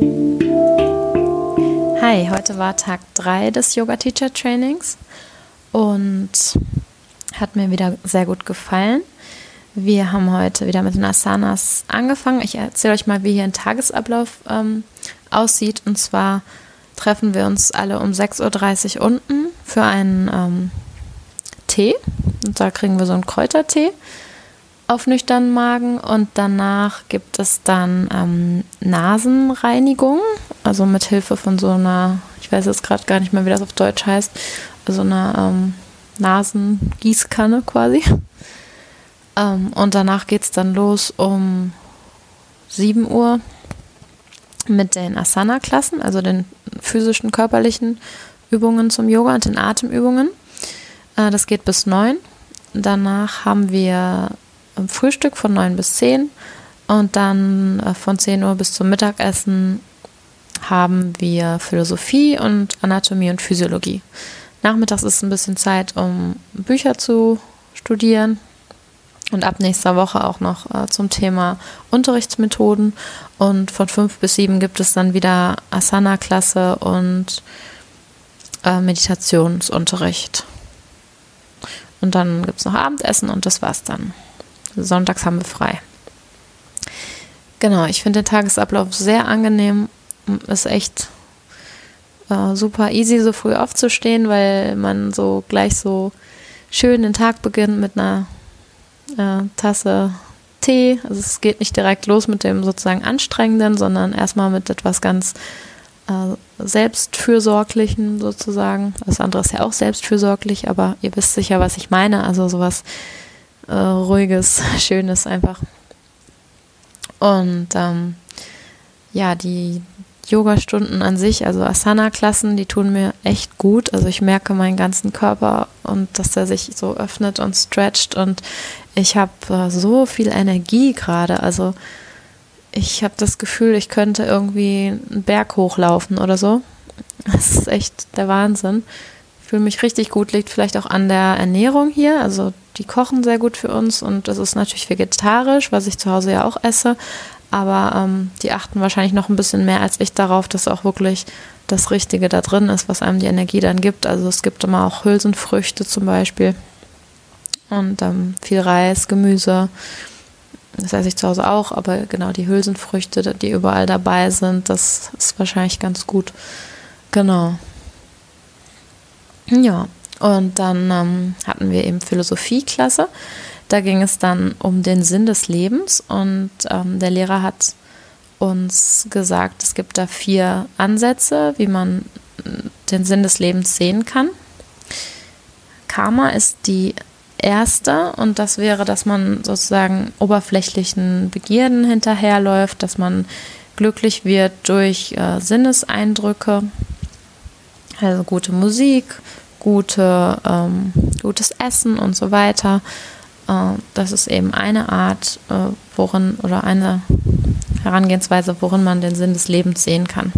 Hi, heute war Tag drei des Yoga-Teacher-Trainings. Und hat mir wieder sehr gut gefallen. Wir haben heute wieder mit den Asanas angefangen. Ich erzähle euch mal, wie hier ein Tagesablauf ähm, aussieht. Und zwar treffen wir uns alle um sechs Uhr dreißig unten für einen ähm, Tee. Und da kriegen wir so einen Kräutertee auf nüchternen Magen. Und danach gibt es dann ähm, Nasenreinigung. Also mit Hilfe von so einer, ich weiß jetzt gerade gar nicht mehr, wie das auf Deutsch heißt, so eine ähm, Nasengießkanne quasi. Ähm, und danach geht es dann los um sieben Uhr mit den Asana-Klassen, also den physischen, körperlichen Übungen zum Yoga und den Atemübungen. Äh, das geht bis neun. Danach haben wir ein Frühstück von neun bis zehn und dann äh, von zehn Uhr bis zum Mittagessen haben wir Philosophie und Anatomie und Physiologie. Nachmittags ist ein bisschen Zeit, um Bücher zu studieren und ab nächster Woche auch noch äh, zum Thema Unterrichtsmethoden. Und von fünf bis sieben gibt es dann wieder Asana-Klasse und äh, Meditationsunterricht. Und dann gibt es noch Abendessen und das war's dann. Sonntags haben wir frei. Genau, ich finde den Tagesablauf sehr angenehm. Ist echt super easy, so früh aufzustehen, weil man so gleich so schön den Tag beginnt mit einer äh, Tasse Tee. Also es geht nicht direkt los mit dem sozusagen Anstrengenden, sondern erstmal mit etwas ganz äh, Selbstfürsorglichen sozusagen. Das andere ist ja auch selbstfürsorglich, aber ihr wisst sicher, was ich meine. Also sowas äh, Ruhiges, Schönes einfach. Und ähm, ja, die Yoga-Stunden an sich, also Asana-Klassen, die tun mir echt gut. Also ich merke meinen ganzen Körper und dass er sich so öffnet und stretcht und ich habe äh, so viel Energie gerade. Also ich habe das Gefühl, ich könnte irgendwie einen Berg hochlaufen oder so. Das ist echt der Wahnsinn. Ich fühle mich richtig gut, liegt vielleicht auch an der Ernährung hier. Also die kochen sehr gut für uns und es ist natürlich vegetarisch, was ich zu Hause ja auch esse. Aber ähm, die achten wahrscheinlich noch ein bisschen mehr als ich darauf, dass auch wirklich das Richtige da drin ist, was einem die Energie dann gibt. Also es gibt immer auch Hülsenfrüchte zum Beispiel und ähm, viel Reis, Gemüse. Das esse ich zu Hause auch, aber genau die Hülsenfrüchte, die überall dabei sind, das ist wahrscheinlich ganz gut. Genau. Ja, und dann ähm, hatten wir eben Philosophieklasse. Da ging es dann um den Sinn des Lebens und ähm, der Lehrer hat uns gesagt, es gibt da vier Ansätze, wie man den Sinn des Lebens sehen kann. Karma ist die erste, und das wäre, dass man sozusagen oberflächlichen Begierden hinterherläuft, dass man glücklich wird durch äh, Sinneseindrücke, also gute Musik, gute, ähm, gutes Essen und so weiter. Äh, das ist eben eine Art, äh, worin oder eine Herangehensweise, worin man den Sinn des Lebens sehen kann.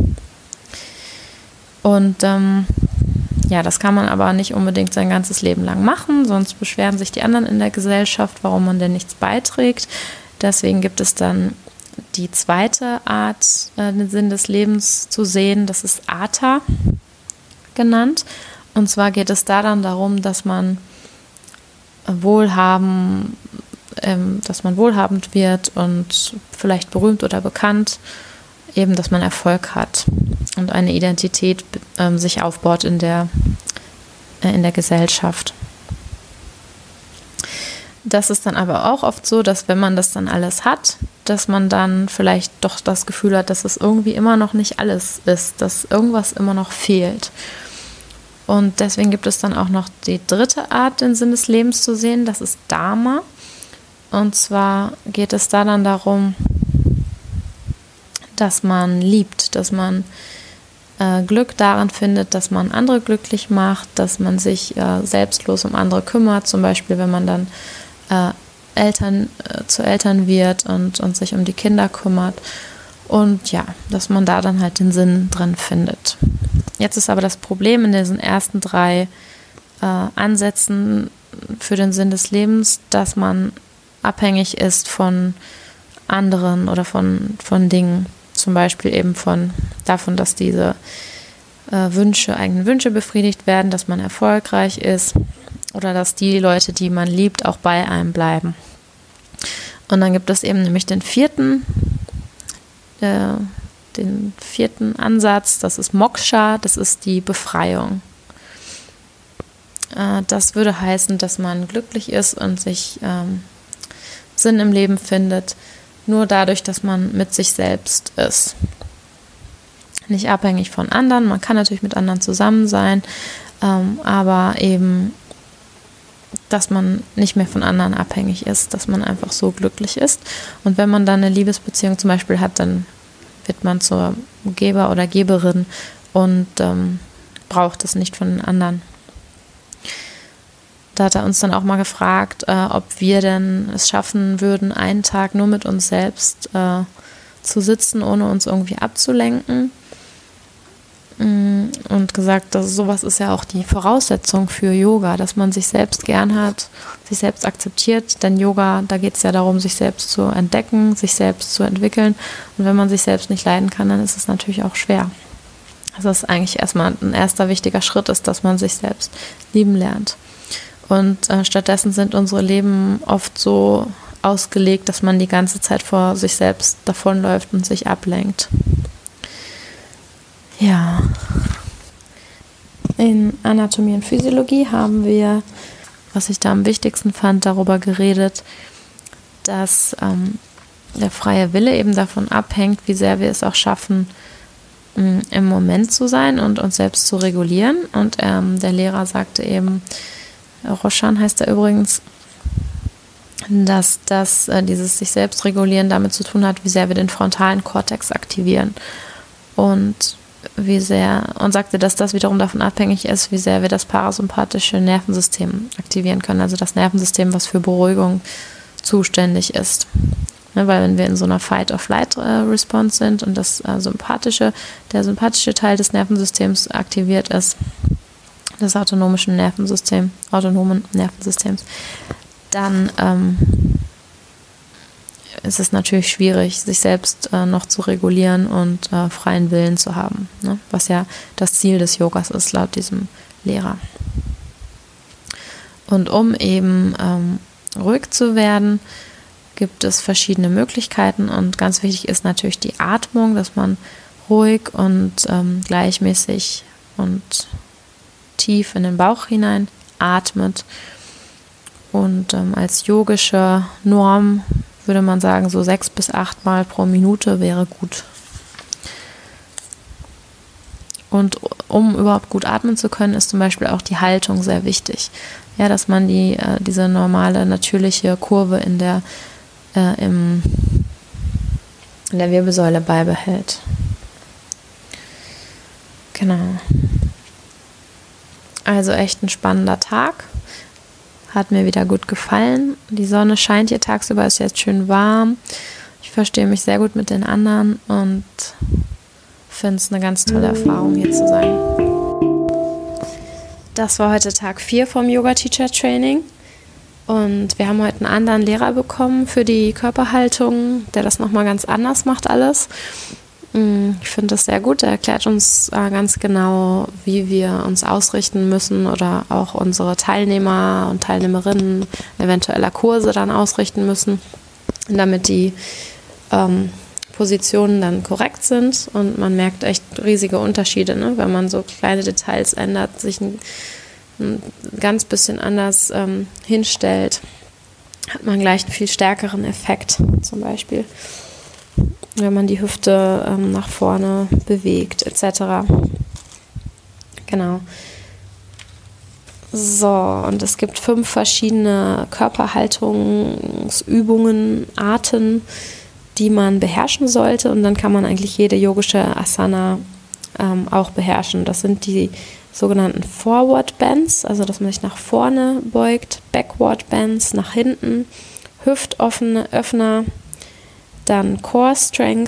Und ähm, ja, das kann man aber nicht unbedingt sein ganzes Leben lang machen, sonst beschweren sich die anderen in der Gesellschaft, warum man denn nichts beiträgt. Deswegen gibt es dann die zweite Art, äh, den Sinn des Lebens zu sehen, das ist Artha genannt. Und zwar geht es da dann darum, dass man wohlhaben, ähm, dass man wohlhabend wird und vielleicht berühmt oder bekannt, eben, dass man Erfolg hat und eine Identität ähm, sich aufbaut in der, äh, in der Gesellschaft. Das ist dann aber auch oft so, dass wenn man das dann alles hat, dass man dann vielleicht doch das Gefühl hat, dass es irgendwie immer noch nicht alles ist, dass irgendwas immer noch fehlt. Und deswegen gibt es dann auch noch die dritte Art, den Sinn des Lebens zu sehen, das ist Dharma. Und zwar geht es da dann darum, dass man liebt, dass man äh, Glück darin findet, dass man andere glücklich macht, dass man sich äh, selbstlos um andere kümmert, zum Beispiel wenn man dann äh, Eltern äh, zu Eltern wird und, und sich um die Kinder kümmert und ja, dass man da dann halt den Sinn drin findet. Jetzt ist aber das Problem in diesen ersten drei äh, Ansätzen für den Sinn des Lebens, dass man abhängig ist von anderen oder von, von Dingen. Zum Beispiel eben von davon, dass diese äh, Wünsche, eigenen Wünsche befriedigt werden, dass man erfolgreich ist oder dass die Leute, die man liebt, auch bei einem bleiben. Und dann gibt es eben nämlich den vierten, äh, den vierten Ansatz, das ist Moksha, das ist die Befreiung. Äh, das würde heißen, dass man glücklich ist und sich ähm, Sinn im Leben findet, nur dadurch, dass man mit sich selbst ist. Nicht abhängig von anderen, man kann natürlich mit anderen zusammen sein, ähm, aber eben, dass man nicht mehr von anderen abhängig ist, dass man einfach so glücklich ist. Und wenn man dann eine Liebesbeziehung zum Beispiel hat, dann wird man zur Geber oder Geberin und ähm, braucht es nicht von den anderen. Da hat er uns dann auch mal gefragt, äh, ob wir denn es schaffen würden, einen Tag nur mit uns selbst äh, zu sitzen, ohne uns irgendwie abzulenken. Und gesagt, dass sowas ist ja auch die Voraussetzung für Yoga, dass man sich selbst gern hat, sich selbst akzeptiert. Denn Yoga, da geht es ja darum, sich selbst zu entdecken, sich selbst zu entwickeln. Und wenn man sich selbst nicht leiden kann, dann ist es natürlich auch schwer. Also das ist eigentlich erstmal ein erster wichtiger Schritt ist, dass man sich selbst lieben lernt. Und äh, stattdessen sind unsere Leben oft so ausgelegt, dass man die ganze Zeit vor sich selbst davonläuft und sich ablenkt. Ja. In Anatomie und Physiologie haben wir, was ich da am wichtigsten fand, darüber geredet, dass ähm, der freie Wille eben davon abhängt, wie sehr wir es auch schaffen, mh, im Moment zu sein und uns selbst zu regulieren. Und ähm, der Lehrer sagte eben, Roshan heißt er übrigens, dass das, äh, dieses sich selbst regulieren damit zu tun hat, wie sehr wir den frontalen Kortex aktivieren und wie sehr, und sagte, dass das wiederum davon abhängig ist, wie sehr wir das parasympathische Nervensystem aktivieren können, also das Nervensystem, was für Beruhigung zuständig ist. Ne, weil wenn wir in so einer Fight-or-Flight-Response sind und das äh, sympathische, der sympathische Teil des Nervensystems aktiviert ist, des autonomischen Nervensystems, autonomen Nervensystems, dann ähm, ist es natürlich schwierig, sich selbst äh, noch zu regulieren und äh, freien Willen zu haben, ne? Was ja das Ziel des Yogas ist, laut diesem Lehrer. Und um eben ähm, ruhig zu werden, gibt es verschiedene Möglichkeiten und ganz wichtig ist natürlich die Atmung, dass man ruhig und ähm, gleichmäßig und tief in den Bauch hinein atmet. Und ähm, als yogische Norm würde man sagen, so sechs bis acht Mal pro Minute wäre gut. Und um überhaupt gut atmen zu können, ist zum Beispiel auch die Haltung sehr wichtig. ja, dass man die, äh, diese normale, natürliche Kurve in der, äh, im, in der Wirbelsäule beibehält. Genau. Also echt ein spannender Tag. Hat mir wieder gut gefallen. Die Sonne scheint hier tagsüber, ist jetzt schön warm. Ich verstehe mich sehr gut mit den anderen und finde es eine ganz tolle Erfahrung, hier zu sein. Das war heute Tag vier vom Yoga-Teacher-Training. Und wir haben heute einen anderen Lehrer bekommen für die Körperhaltung, der das nochmal ganz anders macht alles. Ich finde das sehr gut. Er erklärt uns äh, ganz genau, wie wir uns ausrichten müssen oder auch unsere Teilnehmer und Teilnehmerinnen eventueller Kurse dann ausrichten müssen, damit die ähm, Positionen dann korrekt sind. Und man merkt echt riesige Unterschiede, ne? Wenn man so kleine Details ändert, sich ein, ein ganz bisschen anders ähm, hinstellt, hat man gleich einen viel stärkeren Effekt zum Beispiel, wenn man die Hüfte ähm, nach vorne bewegt, et cetera. Genau. So, und es gibt fünf verschiedene Körperhaltungsübungen, Arten, die man beherrschen sollte. Und dann kann man eigentlich jede yogische Asana ähm, auch beherrschen. Das sind die sogenannten Forward Bends, also dass man sich nach vorne beugt, Backward Bends nach hinten, Hüftoffene Öffner, dann Core Strength,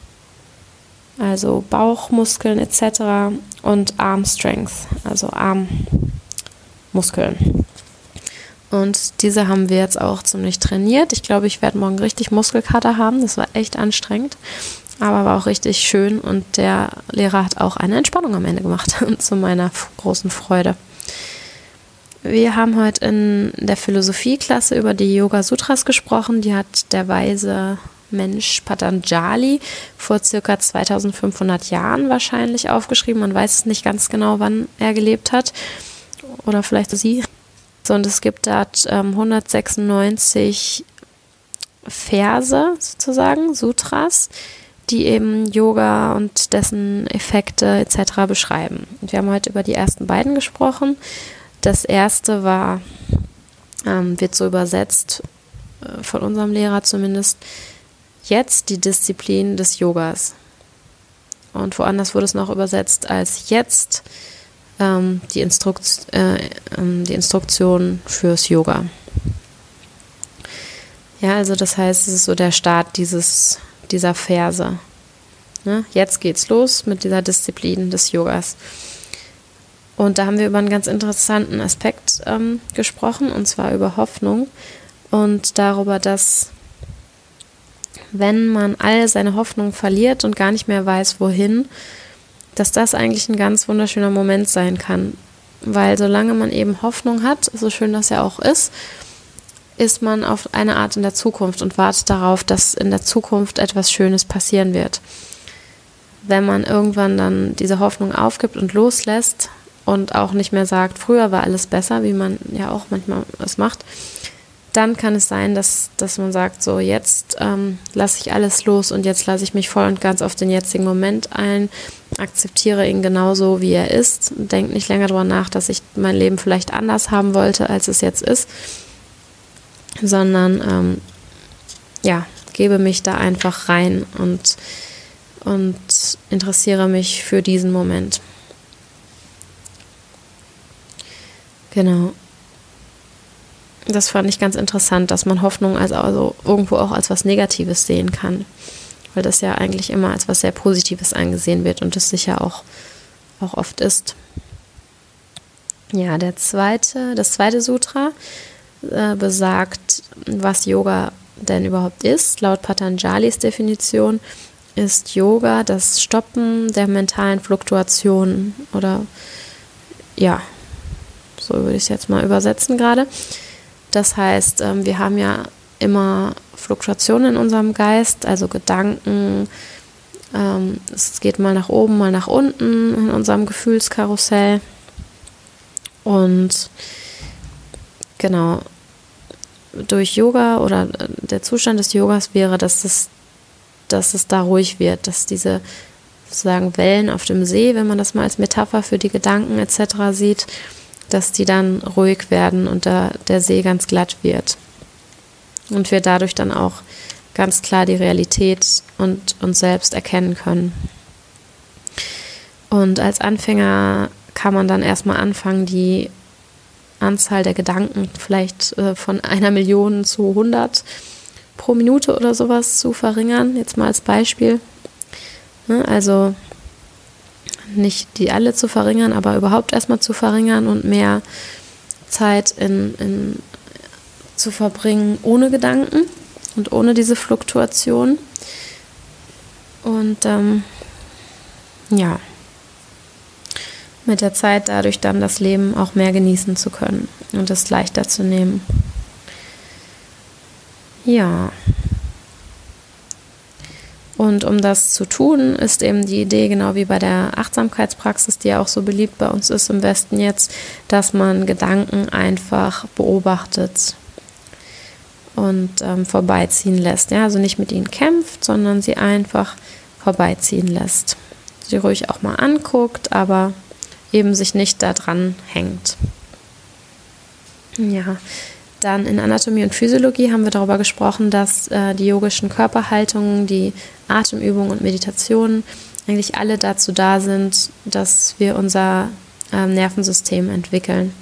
also Bauchmuskeln et cetera und Arm Strength, also Armmuskeln. Und diese haben wir jetzt auch ziemlich trainiert. Ich glaube, ich werde morgen richtig Muskelkater haben. Das war echt anstrengend, aber war auch richtig schön. Und der Lehrer hat auch eine Entspannung am Ende gemacht, zu meiner großen Freude. Wir haben heute in der Philosophieklasse über die Yoga Sutras gesprochen. Die hat der weise Mensch Patanjali vor circa zweitausendfünfhundert Jahren wahrscheinlich aufgeschrieben. Man weiß es nicht ganz genau, wann er gelebt hat. Oder vielleicht sie. So, und es gibt da ähm, hundertsechsundneunzig Verse sozusagen, Sutras, die eben Yoga und dessen Effekte et cetera beschreiben. Und wir haben heute über die ersten beiden gesprochen. Das erste war, ähm, wird so übersetzt, äh, von unserem Lehrer zumindest, jetzt die Disziplin des Yogas. Und woanders wurde es noch übersetzt als jetzt ähm, die, Instrukt, äh, ähm, die Instruktion fürs Yoga. Ja, also das heißt, es ist so der Start dieses, dieser Verse. Ne? Jetzt geht's los mit dieser Disziplin des Yogas. Und da haben wir über einen ganz interessanten Aspekt ähm, gesprochen, und zwar über Hoffnung und darüber, dass wenn man all seine Hoffnung verliert und gar nicht mehr weiß, wohin, dass das eigentlich ein ganz wunderschöner Moment sein kann. Weil solange man eben Hoffnung hat, so schön das ja auch ist, ist man auf eine Art in der Zukunft und wartet darauf, dass in der Zukunft etwas Schönes passieren wird. Wenn man irgendwann dann diese Hoffnung aufgibt und loslässt und auch nicht mehr sagt, früher war alles besser, wie man ja auch manchmal es macht, dann kann es sein, dass, dass man sagt, so jetzt ähm, lasse ich alles los und jetzt lasse ich mich voll und ganz auf den jetzigen Moment ein, akzeptiere ihn genauso, wie er ist, denke nicht länger darüber nach, dass ich mein Leben vielleicht anders haben wollte, als es jetzt ist, sondern ähm, ja, gebe mich da einfach rein und, und interessiere mich für diesen Moment. Genau. Das fand ich ganz interessant, dass man Hoffnung als also irgendwo auch als was Negatives sehen kann, weil das ja eigentlich immer als was sehr Positives angesehen wird und das sicher auch, auch oft ist. Ja, der zweite, das zweite Sutra äh, besagt, was Yoga denn überhaupt ist. Laut Patanjalis Definition ist Yoga das Stoppen der mentalen Fluktuationen oder ja, so würde ich es jetzt mal übersetzen gerade. Das heißt, wir haben ja immer Fluktuationen in unserem Geist, also Gedanken. Es geht mal nach oben, mal nach unten in unserem Gefühlskarussell. Und genau, durch Yoga oder der Zustand des Yogas wäre, dass es, dass es da ruhig wird, dass diese sozusagen Wellen auf dem See, wenn man das mal als Metapher für die Gedanken et cetera sieht, dass die dann ruhig werden und der, der See ganz glatt wird. Und wir dadurch dann auch ganz klar die Realität und uns selbst erkennen können. Und als Anfänger kann man dann erstmal anfangen, die Anzahl der Gedanken vielleicht äh, von einer Million zu hundert pro Minute oder sowas zu verringern. Jetzt mal als Beispiel. Ne, also nicht die alle zu verringern, aber überhaupt erstmal zu verringern und mehr Zeit in, in, zu verbringen ohne Gedanken und ohne diese Fluktuation. Und ähm, ja, mit der Zeit dadurch dann das Leben auch mehr genießen zu können und es leichter zu nehmen. Ja. Und um das zu tun, ist eben die Idee, genau wie bei der Achtsamkeitspraxis, die ja auch so beliebt bei uns ist im Westen jetzt, dass man Gedanken einfach beobachtet und ähm, vorbeiziehen lässt. Ja, also nicht mit ihnen kämpft, sondern sie einfach vorbeiziehen lässt. Sie ruhig auch mal anguckt, aber eben sich nicht da dran hängt. Ja. Dann in Anatomie und Physiologie haben wir darüber gesprochen, dass äh, die yogischen Körperhaltungen, die Atemübungen und Meditationen eigentlich alle dazu da sind, dass wir unser äh, Nervensystem entwickeln.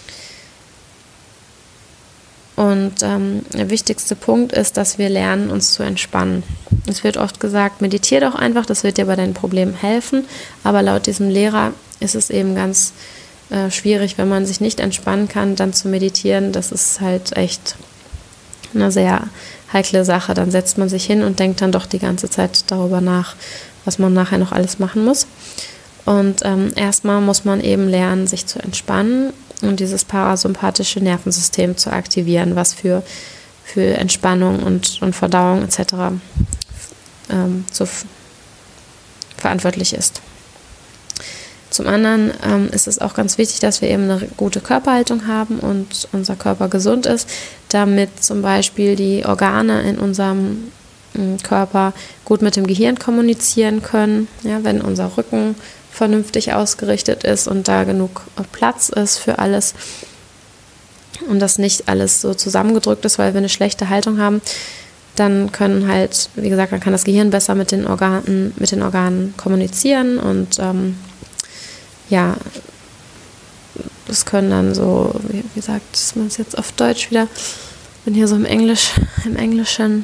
Und ähm, der wichtigste Punkt ist, dass wir lernen, uns zu entspannen. Es wird oft gesagt, meditiere doch einfach, das wird dir bei deinen Problemen helfen. Aber laut diesem Lehrer ist es eben ganz Äh, schwierig, wenn man sich nicht entspannen kann, dann zu meditieren. Das ist halt echt eine sehr heikle Sache. Dann setzt man sich hin und denkt dann doch die ganze Zeit darüber nach, was man nachher noch alles machen muss. Und ähm, erstmal muss man eben lernen, sich zu entspannen und dieses parasympathische Nervensystem zu aktivieren, was für, für Entspannung und, und Verdauung et cetera ähm, so f- verantwortlich ist. Zum anderen ähm, ist es auch ganz wichtig, dass wir eben eine gute Körperhaltung haben und unser Körper gesund ist, damit zum Beispiel die Organe in unserem äh, Körper gut mit dem Gehirn kommunizieren können. Ja, wenn unser Rücken vernünftig ausgerichtet ist und da genug Platz ist für alles und das nicht alles so zusammengedrückt ist, weil wir eine schlechte Haltung haben, dann können halt, wie gesagt, dann kann das Gehirn besser mit den Organen, mit den Organen kommunizieren und ähm, ja, das können dann so, wie, wie sagt man es jetzt auf Deutsch wieder, bin hier so im Englisch, im Englischen,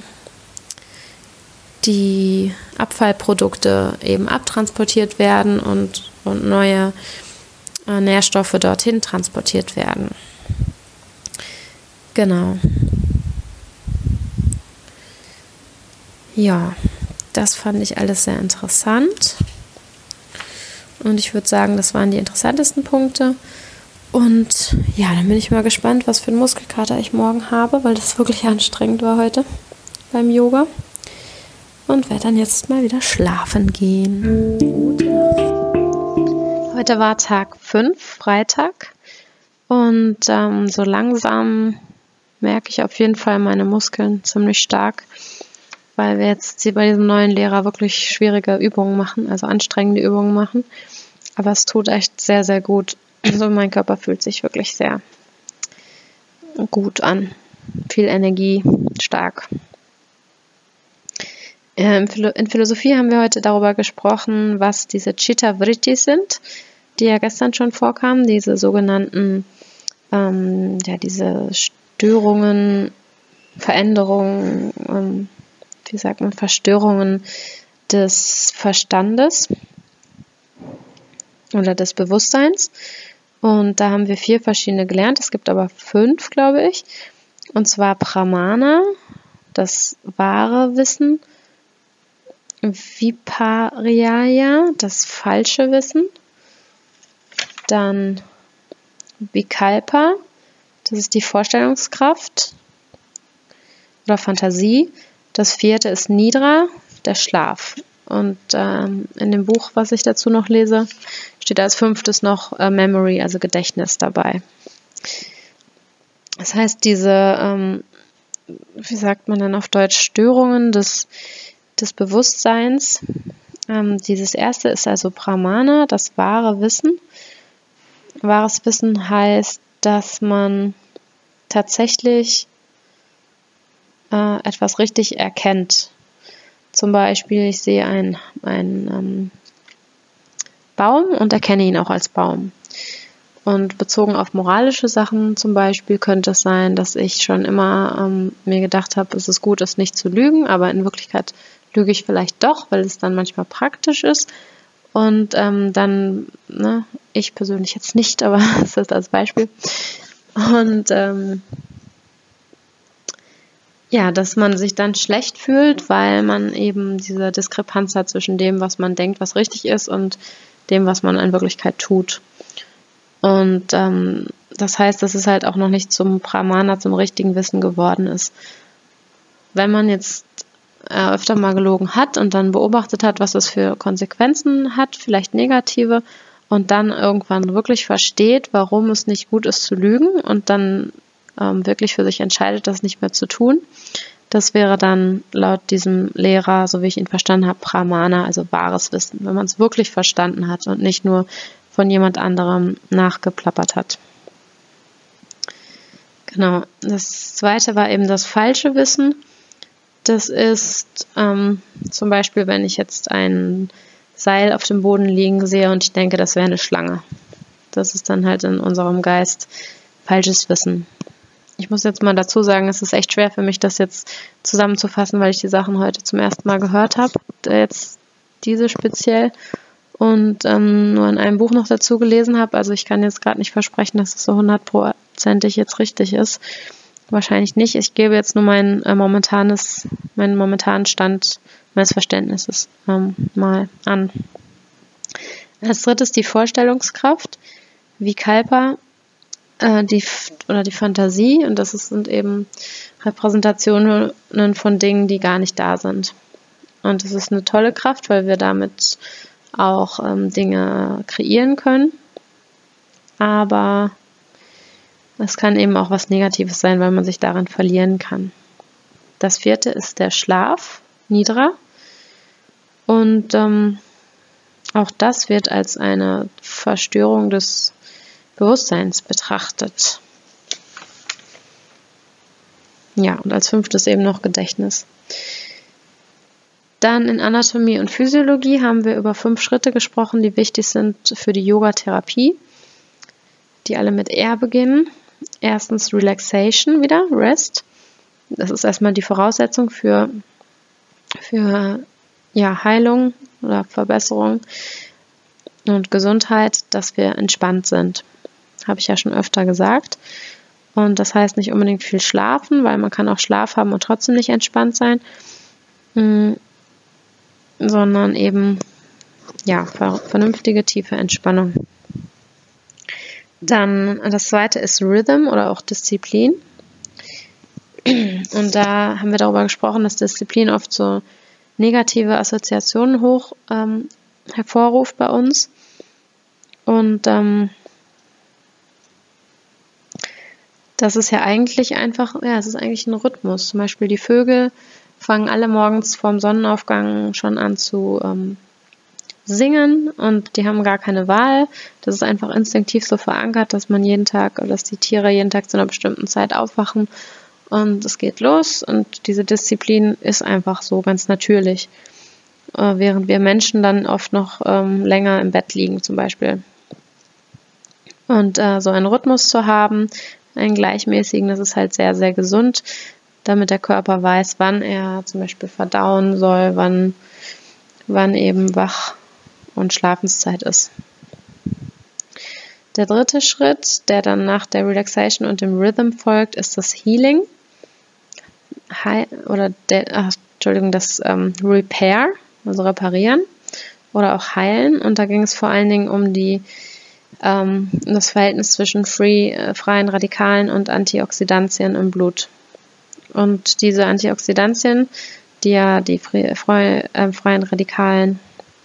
die Abfallprodukte eben abtransportiert werden und, und neue äh, Nährstoffe dorthin transportiert werden. Genau. Ja, das fand ich alles sehr interessant. Und ich würde sagen, das waren die interessantesten Punkte. Und ja, dann bin ich mal gespannt, was für einen Muskelkater ich morgen habe, weil das wirklich anstrengend war heute beim Yoga. Und werde dann jetzt mal wieder schlafen gehen. Gute Nacht. Heute war Tag fünf, Freitag. Und ähm, so langsam merke ich auf jeden Fall meine Muskeln ziemlich stark, weil wir jetzt hier bei diesem neuen Lehrer wirklich schwierige Übungen machen, also anstrengende Übungen machen. Aber es tut echt sehr, sehr gut. Also mein Körper fühlt sich wirklich sehr gut an. Viel Energie, stark. In Philosophie haben wir heute darüber gesprochen, was diese Chitta-Vrittis sind, die ja gestern schon vorkamen, diese sogenannten, ähm, ja, diese Störungen, Veränderungen, ähm, wie sagt man, Verstörungen des Verstandes oder des Bewusstseins. Und da haben wir vier verschiedene gelernt. Es gibt aber fünf, glaube ich. Und zwar Pramana, das wahre Wissen, Vipariyaya, das falsche Wissen, dann Vikalpa, das ist die Vorstellungskraft oder Fantasie. Das vierte ist Nidra, der Schlaf. Und ähm, in dem Buch, was ich dazu noch lese, steht als fünftes noch äh, Memory, also Gedächtnis dabei. Das heißt, diese, ähm, wie sagt man dann auf Deutsch, Störungen des, des Bewusstseins. Ähm, dieses erste ist also Pramana, das wahre Wissen. Wahres Wissen heißt, dass man tatsächlich äh, etwas richtig erkennt. Zum Beispiel, ich sehe einen, einen ähm, Baum und erkenne ihn auch als Baum. Und bezogen auf moralische Sachen zum Beispiel könnte es sein, dass ich schon immer ähm, mir gedacht habe, es ist gut, es nicht zu lügen, aber in Wirklichkeit lüge ich vielleicht doch, weil es dann manchmal praktisch ist. Und ähm, dann, ne, ich persönlich jetzt nicht, aber das ist als Beispiel. Und ähm, ja, dass man sich dann schlecht fühlt, weil man eben diese Diskrepanz hat zwischen dem, was man denkt, was richtig ist, und dem, was man in Wirklichkeit tut. Und ähm, das heißt, dass es halt auch noch nicht zum Pramana, zum richtigen Wissen geworden ist. Wenn man jetzt äh, öfter mal gelogen hat und dann beobachtet hat, was das für Konsequenzen hat, vielleicht negative, und dann irgendwann wirklich versteht, warum es nicht gut ist zu lügen und dann ähm, wirklich für sich entscheidet, das nicht mehr zu tun, das wäre dann laut diesem Lehrer, so wie ich ihn verstanden habe, Pramana, also wahres Wissen, wenn man es wirklich verstanden hat und nicht nur von jemand anderem nachgeplappert hat. Genau, das zweite war eben das falsche Wissen. Das ist ähm, zum Beispiel, wenn ich jetzt ein Seil auf dem Boden liegen sehe und ich denke, das wäre eine Schlange. Das ist dann halt in unserem Geist falsches Wissen. Ich muss jetzt mal dazu sagen, es ist echt schwer für mich, das jetzt zusammenzufassen, weil ich die Sachen heute zum ersten Mal gehört habe. Jetzt diese speziell. Und ähm, nur in einem Buch noch dazu gelesen habe. Also ich kann jetzt gerade nicht versprechen, dass es so hundertprozentig jetzt richtig ist. Wahrscheinlich nicht. Ich gebe jetzt nur mein äh, momentanes, meinen momentanen Stand meines Verständnisses ähm, mal an. Als drittes die Vorstellungskraft, Vikalpa, äh, die oder die Fantasie. Und das ist, sind eben Repräsentationen von Dingen, die gar nicht da sind. Und das ist eine tolle Kraft, weil wir damit auch ähm, Dinge kreieren können, aber es kann eben auch was Negatives sein, weil man sich darin verlieren kann. Das vierte ist der Schlaf, Nidra, und ähm, auch das wird als eine Verstörung des Bewusstseins betrachtet. Ja, und als fünftes eben noch Gedächtnis. Dann in Anatomie und Physiologie haben wir über fünf Schritte gesprochen, die wichtig sind für die Yoga-Therapie, die alle mit R beginnen. Erstens Relaxation wieder, Rest. Das ist erstmal die Voraussetzung für, für ja, Heilung oder Verbesserung und Gesundheit, dass wir entspannt sind. Habe ich ja schon öfter gesagt. Und das heißt nicht unbedingt viel schlafen, weil man kann auch Schlaf haben und trotzdem nicht entspannt sein. Sondern eben ja, vernünftige, tiefe Entspannung. Dann das zweite ist Rhythm oder auch Disziplin. Und da haben wir darüber gesprochen, dass Disziplin oft so negative Assoziationen hoch ähm, hervorruft bei uns. Und ähm, das ist ja eigentlich einfach, ja, es ist eigentlich ein Rhythmus. Zum Beispiel die Vögel fangen alle morgens vorm Sonnenaufgang schon an zu ähm, singen und die haben gar keine Wahl. Das ist einfach instinktiv so verankert, dass man jeden Tag, oder dass die Tiere jeden Tag zu einer bestimmten Zeit aufwachen und es geht los, und diese Disziplin ist einfach so ganz natürlich. Äh, während wir Menschen dann oft noch ähm, länger im Bett liegen zum Beispiel. Und äh, so einen Rhythmus zu haben, einen gleichmäßigen, das ist halt sehr, sehr gesund, damit der Körper weiß, wann er zum Beispiel verdauen soll, wann, wann eben Wach- und Schlafenszeit ist. Der dritte Schritt, der dann nach der Relaxation und dem Rhythm folgt, ist das Healing. Heil, oder der, ach, Entschuldigung, das ähm, Repair, also reparieren oder auch heilen. Und da ging es vor allen Dingen um die ähm, das Verhältnis zwischen free, äh, freien Radikalen und Antioxidantien im Blut. Und diese Antioxidantien, die ja die fre- frei, äh, freien Radikalen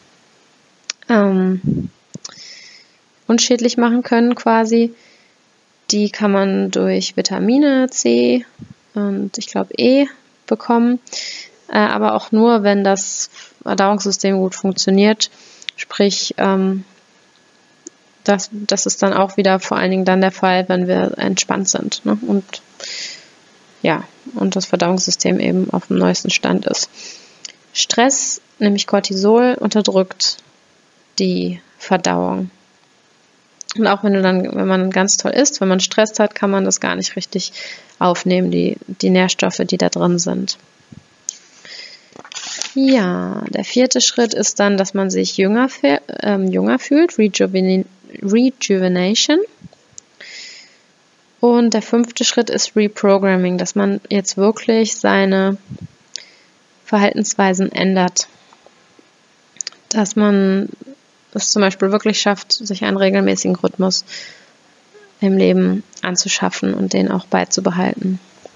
ähm, unschädlich machen können quasi, die kann man durch Vitamine C und ich glaube E bekommen, äh, aber auch nur, wenn das Verdauungssystem gut funktioniert, sprich ähm, das, das ist dann auch wieder vor allen Dingen dann der Fall, wenn wir entspannt sind, ne? Und ja, und das Verdauungssystem eben auf dem neuesten Stand ist. Stress, nämlich Cortisol, unterdrückt die Verdauung. Und auch wenn du dann, wenn man ganz toll isst, wenn man Stress hat, kann man das gar nicht richtig aufnehmen, die, die Nährstoffe, die da drin sind. Ja, der vierte Schritt ist dann, dass man sich jünger, ähm, jünger fühlt, Rejuven- Rejuvenation. Und der fünfte Schritt ist Reprogramming, dass man jetzt wirklich seine Verhaltensweisen ändert. Dass man es zum Beispiel wirklich schafft, sich einen regelmäßigen Rhythmus im Leben anzuschaffen und den auch beizubehalten.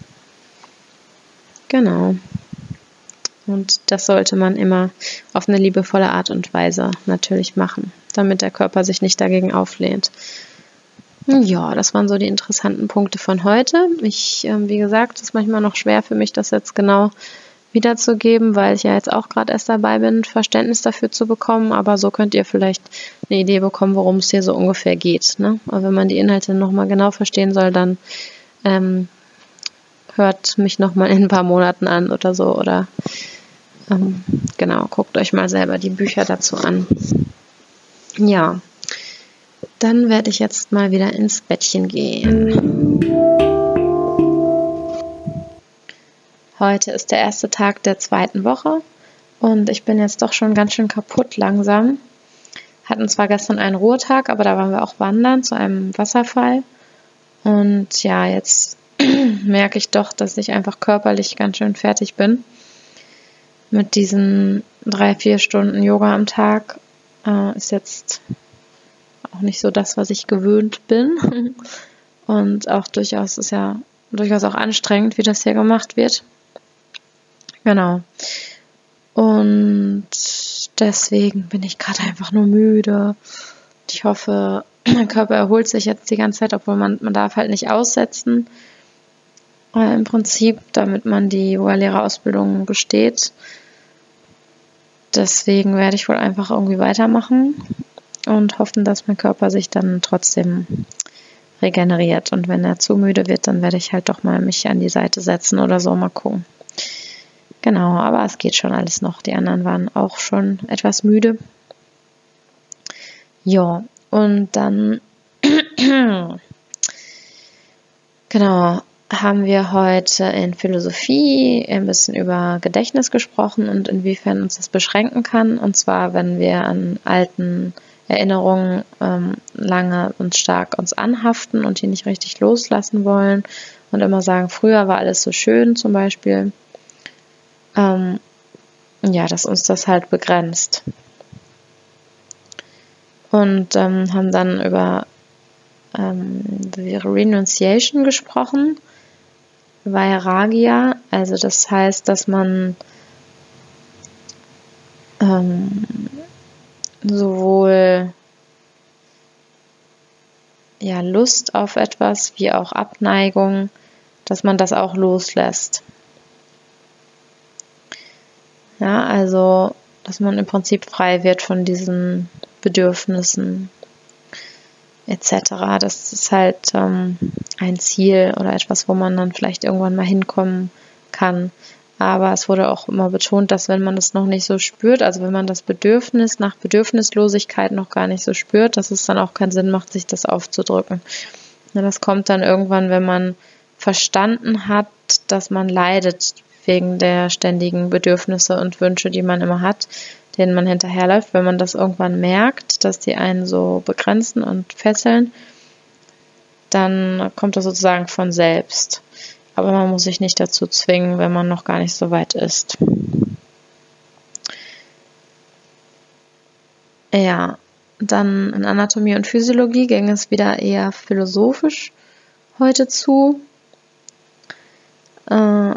Genau. Und das sollte man immer auf eine liebevolle Art und Weise natürlich machen, damit der Körper sich nicht dagegen auflehnt. Ja, das waren so die interessanten Punkte von heute. Ich, äh, wie gesagt, es ist manchmal noch schwer für mich, das jetzt genau wiederzugeben, weil ich ja jetzt auch gerade erst dabei bin, Verständnis dafür zu bekommen, aber so könnt ihr vielleicht eine Idee bekommen, worum es hier so ungefähr geht, ne? Aber wenn man die Inhalte nochmal genau verstehen soll, dann ähm, hört mich nochmal in ein paar Monaten an oder so, oder ähm, genau, guckt euch mal selber die Bücher dazu an. Ja, dann werde ich jetzt mal wieder ins Bettchen gehen. Heute ist der erste Tag der zweiten Woche und ich bin jetzt doch schon ganz schön kaputt langsam. Hatten zwar gestern einen Ruhetag, aber da waren wir auch wandern zu einem Wasserfall. Und ja, jetzt merke ich doch, dass ich einfach körperlich ganz schön fertig bin. Mit diesen drei, vier Stunden Yoga am Tag äh, ist jetzt auch nicht so das, was ich gewöhnt bin. Und auch durchaus ist ja durchaus auch anstrengend, wie das hier gemacht wird. Genau. Und deswegen bin ich gerade einfach nur müde. Ich hoffe, mein Körper erholt sich jetzt die ganze Zeit, obwohl man, man darf halt nicht aussetzen. Äh, Im Prinzip, damit man die Yoga-Lehrerausbildung besteht. Deswegen werde ich wohl einfach irgendwie weitermachen und hoffen, dass mein Körper sich dann trotzdem regeneriert. Und wenn er zu müde wird, dann werde ich halt doch mal mich an die Seite setzen oder so, mal gucken. Genau, aber es geht schon alles noch. Die anderen waren auch schon etwas müde. Ja, und dann genau, haben wir heute in Philosophie ein bisschen über Gedächtnis gesprochen und inwiefern uns das beschränken kann. Und zwar, wenn wir an alten Erinnerungen ähm, lange und stark uns anhaften und die nicht richtig loslassen wollen und immer sagen, früher war alles so schön zum Beispiel. Ähm, ja, dass uns das halt begrenzt. Und ähm, haben dann über ähm, Renunciation gesprochen, Vairagya, also das heißt, dass man ähm, sowohl ja, Lust auf etwas wie auch Abneigung, dass man das auch loslässt. Ja, also, dass man im Prinzip frei wird von diesen Bedürfnissen et cetera. Das ist halt ähm, ein Ziel oder etwas, wo man dann vielleicht irgendwann mal hinkommen kann. Aber es wurde auch immer betont, dass wenn man das noch nicht so spürt, also wenn man das Bedürfnis nach Bedürfnislosigkeit noch gar nicht so spürt, dass es dann auch keinen Sinn macht, sich das aufzudrücken. Ja, das kommt dann irgendwann, wenn man verstanden hat, dass man leidet wegen der ständigen Bedürfnisse und Wünsche, die man immer hat, denen man hinterherläuft. Wenn man das irgendwann merkt, dass die einen so begrenzen und fesseln, dann kommt das sozusagen von selbst. Aber man muss sich nicht dazu zwingen, wenn man noch gar nicht so weit ist. Ja, dann in Anatomie und Physiologie ging es wieder eher philosophisch heute zu. Äh,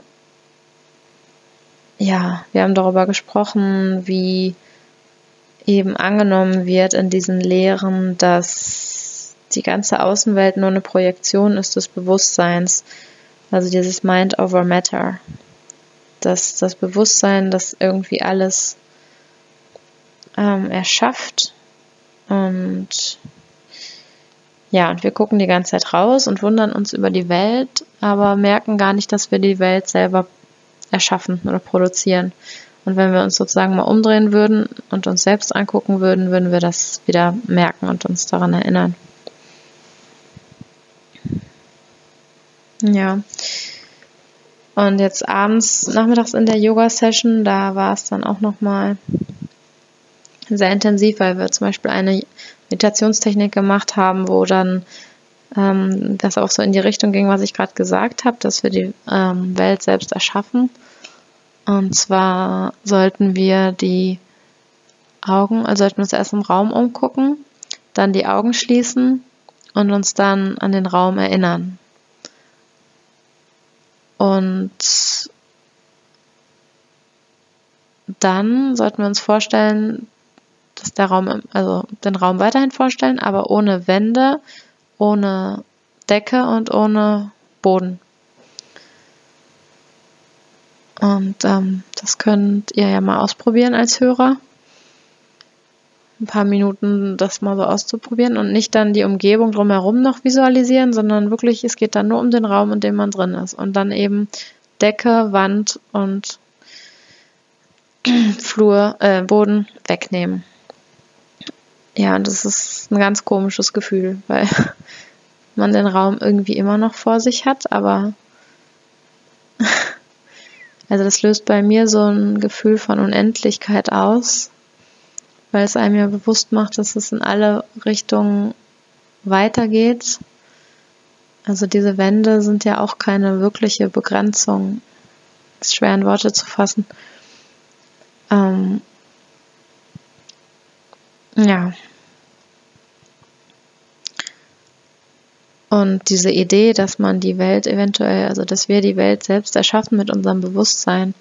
ja, wir haben darüber gesprochen, wie eben angenommen wird in diesen Lehren, dass die ganze Außenwelt nur eine Projektion ist des Bewusstseins. Also dieses Mind over Matter. Dass das Bewusstsein, das irgendwie alles ähm, erschafft und Ja, und wir gucken die ganze Zeit raus und wundern uns über die Welt, aber merken gar nicht, dass wir die Welt selber erschaffen oder produzieren. Und wenn wir uns sozusagen mal umdrehen würden und uns selbst angucken würden, würden wir das wieder merken und uns daran erinnern. Ja. Und jetzt abends, nachmittags in der Yoga-Session, da war es dann auch nochmal sehr intensiv, weil wir zum Beispiel eine Meditationstechnik gemacht haben, wo dann ähm, das auch so in die Richtung ging, was ich gerade gesagt habe, dass wir die ähm, Welt selbst erschaffen. Und zwar sollten wir die Augen, also sollten wir uns erst im Raum umgucken, dann die Augen schließen und uns dann an den Raum erinnern. Und dann sollten wir uns vorstellen, dass der Raum, also den Raum weiterhin vorstellen, aber ohne Wände, ohne Decke und ohne Boden. Und ähm, das könnt ihr ja mal ausprobieren als Hörer. Ein paar Minuten das mal so auszuprobieren und nicht dann die Umgebung drumherum noch visualisieren, sondern wirklich, es geht dann nur um den Raum, in dem man drin ist. Und dann eben Decke, Wand und Flur, äh, Boden wegnehmen. Ja, und das ist ein ganz komisches Gefühl, weil man den Raum irgendwie immer noch vor sich hat, aber also das löst bei mir so ein Gefühl von Unendlichkeit aus, weil es einem ja bewusst macht, dass es in alle Richtungen weitergeht. Also diese Wände sind ja auch keine wirkliche Begrenzung. Ist schwer in Worte zu fassen. Ähm, ja. Und diese Idee, dass man die Welt eventuell, also dass wir die Welt selbst erschaffen mit unserem Bewusstsein,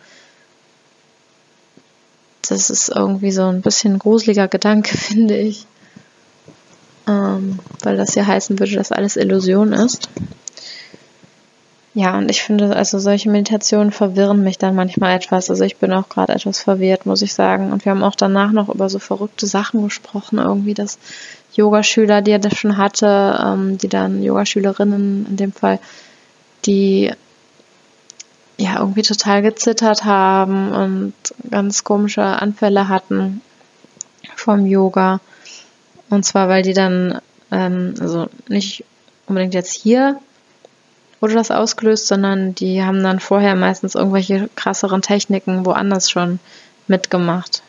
das ist irgendwie so ein bisschen ein gruseliger Gedanke, finde ich. Ähm, weil das ja heißen würde, dass alles Illusion ist. Ja, und ich finde, also solche Meditationen verwirren mich dann manchmal etwas. Also ich bin auch gerade etwas verwirrt, muss ich sagen. Und wir haben auch danach noch über so verrückte Sachen gesprochen, irgendwie, dass Yogaschüler, die er das schon hatte, ähm, die dann Yogaschülerinnen in dem Fall, die ja irgendwie total gezittert haben und ganz komische Anfälle hatten vom Yoga. Und zwar, weil die dann, ähm, also nicht unbedingt jetzt hier wurde das ausgelöst, sondern die haben dann vorher meistens irgendwelche krasseren Techniken woanders schon mitgemacht.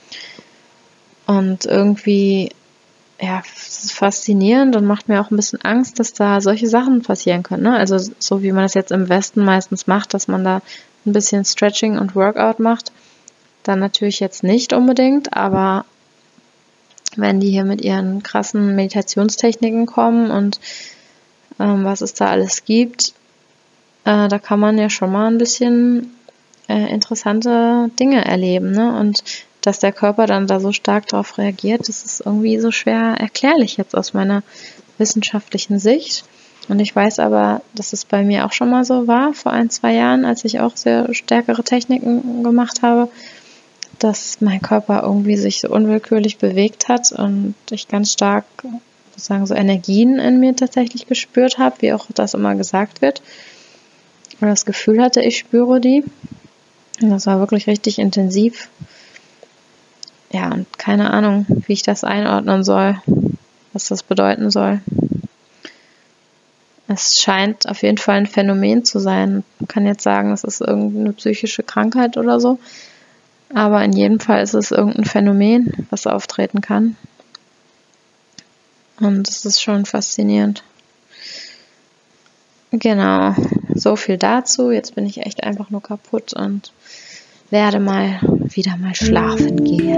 Und irgendwie, ja, das ist faszinierend und macht mir auch ein bisschen Angst, dass da solche Sachen passieren können. Ne? Also so wie man das jetzt im Westen meistens macht, dass man da ein bisschen Stretching und Workout macht, dann natürlich jetzt nicht unbedingt, aber wenn die hier mit ihren krassen Meditationstechniken kommen und ähm, was es da alles gibt, äh, da kann man ja schon mal ein bisschen äh, interessante Dinge erleben, ne? Und dass der Körper dann da so stark darauf reagiert, das ist irgendwie so schwer erklärlich jetzt aus meiner wissenschaftlichen Sicht. Und ich weiß aber, dass es bei mir auch schon mal so war, vor ein, zwei Jahren, als ich auch sehr stärkere Techniken gemacht habe, dass mein Körper irgendwie sich so unwillkürlich bewegt hat und ich ganz stark sozusagen so Energien in mir tatsächlich gespürt habe, wie auch das immer gesagt wird. Oder das Gefühl hatte, ich spüre die. Und das war wirklich richtig intensiv. Ja, und keine Ahnung, wie ich das einordnen soll, was das bedeuten soll. Es scheint auf jeden Fall ein Phänomen zu sein. Man kann jetzt sagen, es ist irgendeine psychische Krankheit oder so. Aber in jedem Fall ist es irgendein Phänomen, was auftreten kann. Und es ist schon faszinierend. Genau, so viel dazu. Jetzt bin ich echt einfach nur kaputt und werde mal wieder mal schlafen gehen.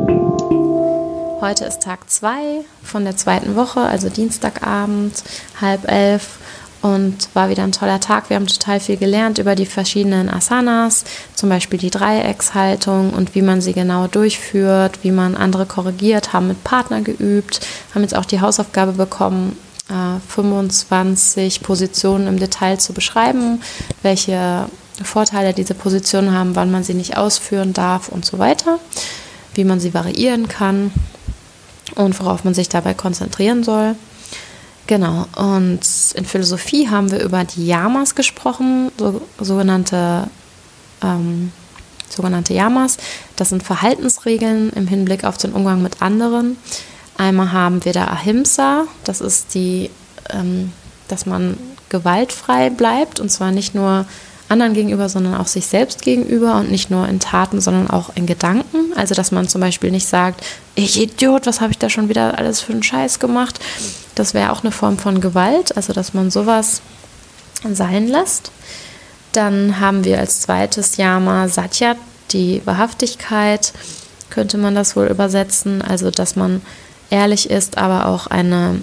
Heute ist Tag zwei von der zweiten Woche, also Dienstagabend, halb elf. Und war wieder ein toller Tag. Wir haben total viel gelernt über die verschiedenen Asanas, zum Beispiel die Dreieckshaltung und wie man sie genau durchführt, wie man andere korrigiert, haben mit Partner geübt, haben jetzt auch die Hausaufgabe bekommen, äh, fünfundzwanzig Positionen im Detail zu beschreiben, welche Vorteile diese Positionen haben, wann man sie nicht ausführen darf und so weiter, wie man sie variieren kann und worauf man sich dabei konzentrieren soll. Genau, und in Philosophie haben wir über die Yamas gesprochen, so, sogenannte, ähm, sogenannte Yamas. Das sind Verhaltensregeln im Hinblick auf den Umgang mit anderen. Einmal haben wir da Ahimsa, das ist die, ähm, dass man gewaltfrei bleibt, und zwar nicht nur anderen gegenüber, sondern auch sich selbst gegenüber und nicht nur in Taten, sondern auch in Gedanken. Also, dass man zum Beispiel nicht sagt, ich Idiot, was habe ich da schon wieder alles für einen Scheiß gemacht? Das wäre auch eine Form von Gewalt, also dass man sowas sein lässt. Dann haben wir als zweites Yama Satya, die Wahrhaftigkeit, könnte man das wohl übersetzen. Also, dass man ehrlich ist, aber auch eine,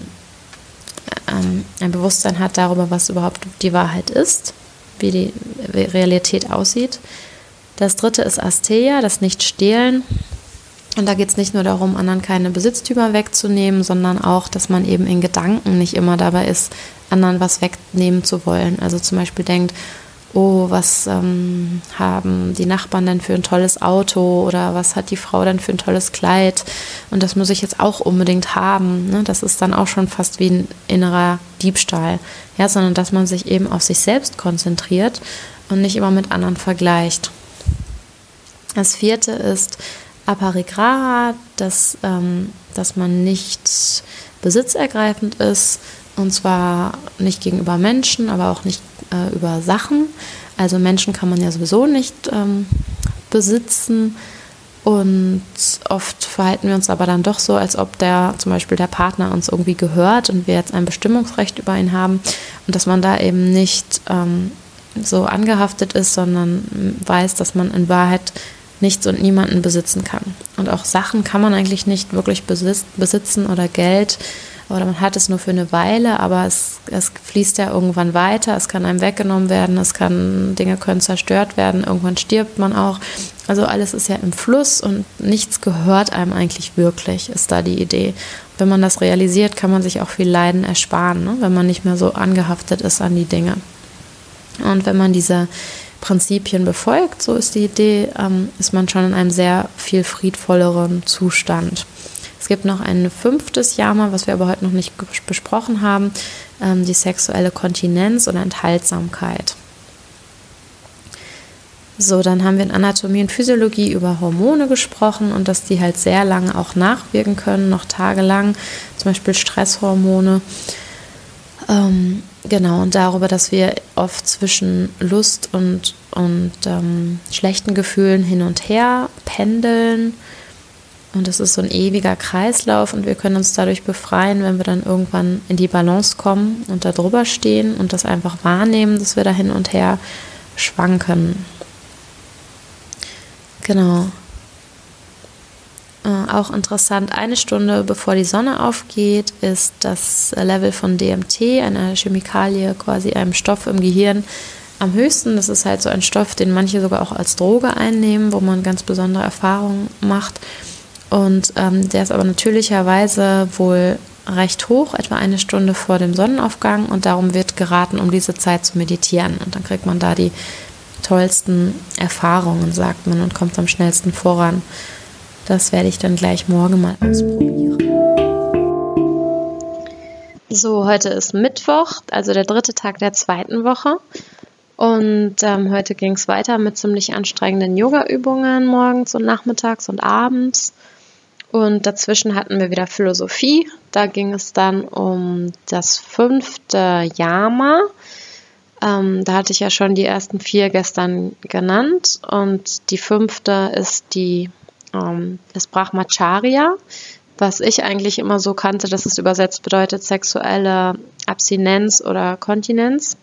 ähm, ein Bewusstsein hat darüber, was überhaupt die Wahrheit ist, wie die Realität aussieht. Das dritte ist Asteya, das Nicht-Stehlen. Und da geht es nicht nur darum, anderen keine Besitztümer wegzunehmen, sondern auch, dass man eben in Gedanken nicht immer dabei ist, anderen was wegnehmen zu wollen. Also zum Beispiel denkt, oh, was ähm, haben die Nachbarn denn für ein tolles Auto oder was hat die Frau denn für ein tolles Kleid und das muss ich jetzt auch unbedingt haben. Ne? Das ist dann auch schon fast wie ein innerer Diebstahl, ja, sondern dass man sich eben auf sich selbst konzentriert und nicht immer mit anderen vergleicht. Das vierte ist Aparigraha, dass, ähm, dass man nicht besitzergreifend ist, und zwar nicht gegenüber Menschen, aber auch nicht äh, über Sachen. Also Menschen kann man ja sowieso nicht ähm, besitzen, und oft verhalten wir uns aber dann doch so, als ob der zum Beispiel der Partner uns irgendwie gehört und wir jetzt ein Bestimmungsrecht über ihn haben, und dass man da eben nicht ähm, so angehaftet ist, sondern weiß, dass man in Wahrheit nichts und niemanden besitzen kann. Und auch Sachen kann man eigentlich nicht wirklich besitzen oder Geld, oder man hat es nur für eine Weile, aber es, es fließt ja irgendwann weiter, es kann einem weggenommen werden, es kann, Dinge können zerstört werden, irgendwann stirbt man auch. Also alles ist ja im Fluss und nichts gehört einem eigentlich wirklich, ist da die Idee. Wenn man das realisiert, kann man sich auch viel Leiden ersparen, ne? Wenn man nicht mehr so angehaftet ist an die Dinge. Und wenn man diese Prinzipien befolgt, so ist die Idee, ähm, ist man schon in einem sehr viel friedvolleren Zustand. Es gibt noch ein fünftes Yama, was wir aber heute noch nicht besprochen haben, ähm, die sexuelle Kontinenz oder Enthaltsamkeit. So, dann haben wir in Anatomie und Physiologie über Hormone gesprochen und dass die halt sehr lange auch nachwirken können, noch tagelang, zum Beispiel Stresshormone. Ähm, genau, und darüber, dass wir oft zwischen Lust und, und ähm, schlechten Gefühlen hin und her pendeln. Und das ist so ein ewiger Kreislauf und wir können uns dadurch befreien, wenn wir dann irgendwann in die Balance kommen und da drüber stehen und das einfach wahrnehmen, dass wir da hin und her schwanken. Genau. Äh, auch interessant, eine Stunde bevor die Sonne aufgeht, ist das Level von D M T, einer Chemikalie, quasi einem Stoff im Gehirn, am höchsten. Das ist halt so ein Stoff, den manche sogar auch als Droge einnehmen, wo man ganz besondere Erfahrungen macht. Und ähm, der ist aber natürlicherweise wohl recht hoch, etwa eine Stunde vor dem Sonnenaufgang, und darum wird geraten, um diese Zeit zu meditieren. Und dann kriegt man da die tollsten Erfahrungen, sagt man, und kommt am schnellsten voran. Das werde ich dann gleich morgen mal ausprobieren. So, heute ist Mittwoch, also der dritte Tag der zweiten Woche. Und ähm, heute ging es weiter mit ziemlich anstrengenden Yoga-Übungen morgens und nachmittags und abends. Und dazwischen hatten wir wieder Philosophie. Da ging es dann um das fünfte Yama. Ähm, da hatte ich ja schon die ersten vier gestern genannt. Und die fünfte ist die ähm, ist Brahmacharya, was ich eigentlich immer so kannte, dass es übersetzt bedeutet sexuelle Abstinenz oder Kontinenz.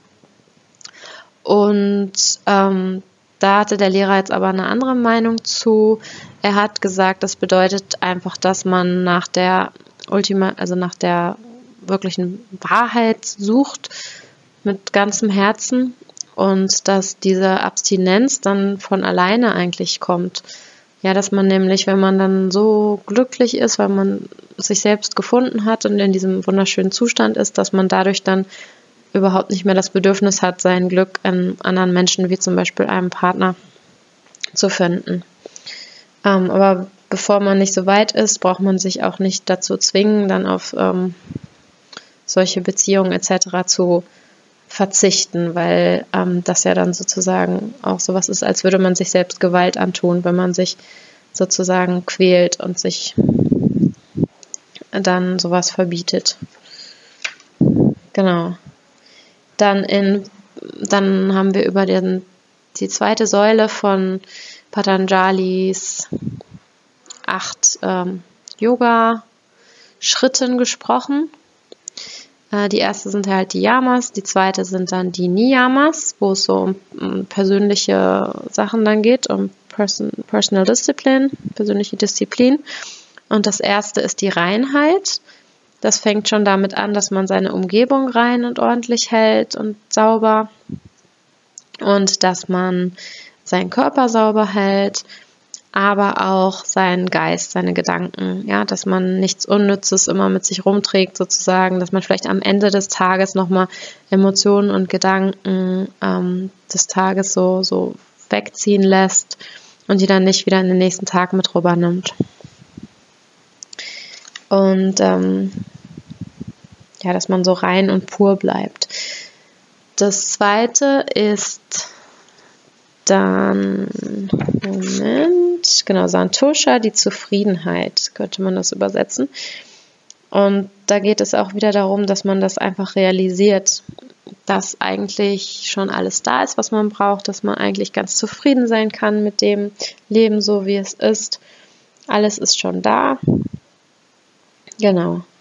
Und ähm, da hatte der Lehrer jetzt aber eine andere Meinung zu. Er hat gesagt, das bedeutet einfach, dass man nach der Ultima, also nach der wirklichen Wahrheit sucht mit ganzem Herzen und dass diese Abstinenz dann von alleine eigentlich kommt. Ja, dass man nämlich, wenn man dann so glücklich ist, weil man sich selbst gefunden hat und in diesem wunderschönen Zustand ist, dass man dadurch dann überhaupt nicht mehr das Bedürfnis hat, sein Glück in anderen Menschen, wie zum Beispiel einem Partner, zu finden. Ähm, aber bevor man nicht so weit ist, braucht man sich auch nicht dazu zwingen, dann auf ähm, solche Beziehungen et cetera zu verzichten, weil ähm, das ja dann sozusagen auch sowas ist, als würde man sich selbst Gewalt antun, wenn man sich sozusagen quält und sich dann sowas verbietet. Genau. Dann in, dann haben wir über den, die zweite Säule von Patanjalis acht ähm, Yoga-Schritten gesprochen. Äh, die erste sind halt die Yamas, die zweite sind dann die Niyamas, wo es so um, um persönliche Sachen dann geht, um Person, Personal Discipline, persönliche Disziplin. Und das erste ist die Reinheit. Das fängt schon damit an, dass man seine Umgebung rein und ordentlich hält und sauber und dass man seinen Körper sauber hält, aber auch seinen Geist, seine Gedanken, ja, dass man nichts Unnützes immer mit sich rumträgt sozusagen, dass man vielleicht am Ende des Tages nochmal Emotionen und Gedanken ähm, des Tages so, so wegziehen lässt und die dann nicht wieder in den nächsten Tag mit rüber nimmt. Und ähm, ja, dass man so rein und pur bleibt. Das zweite ist dann, Moment, genau, Santosha, die Zufriedenheit, könnte man das übersetzen. Und da geht es auch wieder darum, dass man das einfach realisiert, dass eigentlich schon alles da ist, was man braucht, dass man eigentlich ganz zufrieden sein kann mit dem Leben, so wie es ist. Alles ist schon da. Genau.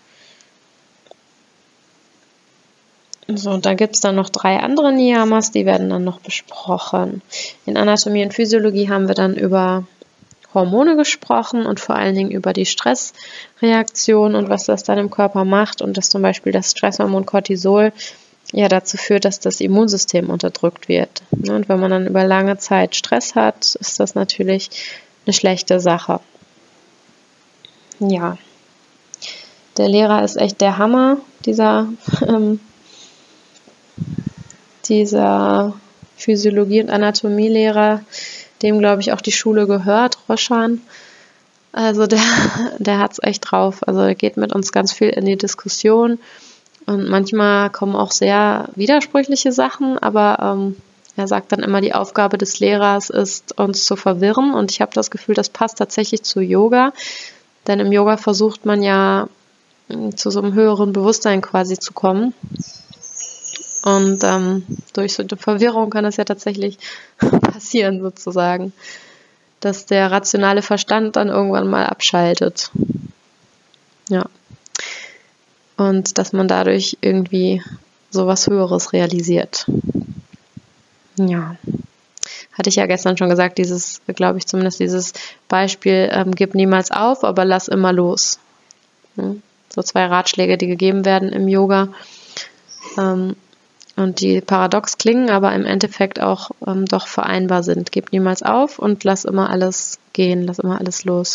So, und dann gibt es dann noch drei andere Niyamas, die werden dann noch besprochen. In Anatomie und Physiologie haben wir dann über Hormone gesprochen und vor allen Dingen über die Stressreaktion und was das dann im Körper macht und dass zum Beispiel das Stresshormon Cortisol ja dazu führt, dass das Immunsystem unterdrückt wird. Und wenn man dann über lange Zeit Stress hat, ist das natürlich eine schlechte Sache. Ja. Der Lehrer ist echt der Hammer, dieser, ähm, dieser Physiologie- und Anatomielehrer, dem, glaube ich, auch die Schule gehört, Roshan. Also der, der hat es echt drauf. Also er geht mit uns ganz viel in die Diskussion und manchmal kommen auch sehr widersprüchliche Sachen, aber ähm, er sagt dann immer, die Aufgabe des Lehrers ist, uns zu verwirren und ich habe das Gefühl, das passt tatsächlich zu Yoga, denn im Yoga versucht man ja zu so einem höheren Bewusstsein quasi zu kommen. Und ähm, durch so eine Verwirrung kann das ja tatsächlich passieren sozusagen, dass der rationale Verstand dann irgendwann mal abschaltet. Ja. Und dass man dadurch irgendwie sowas Höheres realisiert. Ja. Hatte ich ja gestern schon gesagt, dieses, glaube ich zumindest dieses Beispiel, ähm, gib niemals auf, aber lass immer los. Hm? So zwei Ratschläge, die gegeben werden im Yoga ähm, und die paradox klingen, aber im Endeffekt auch ähm, doch vereinbar sind. Gib niemals auf und lass immer alles gehen, lass immer alles los.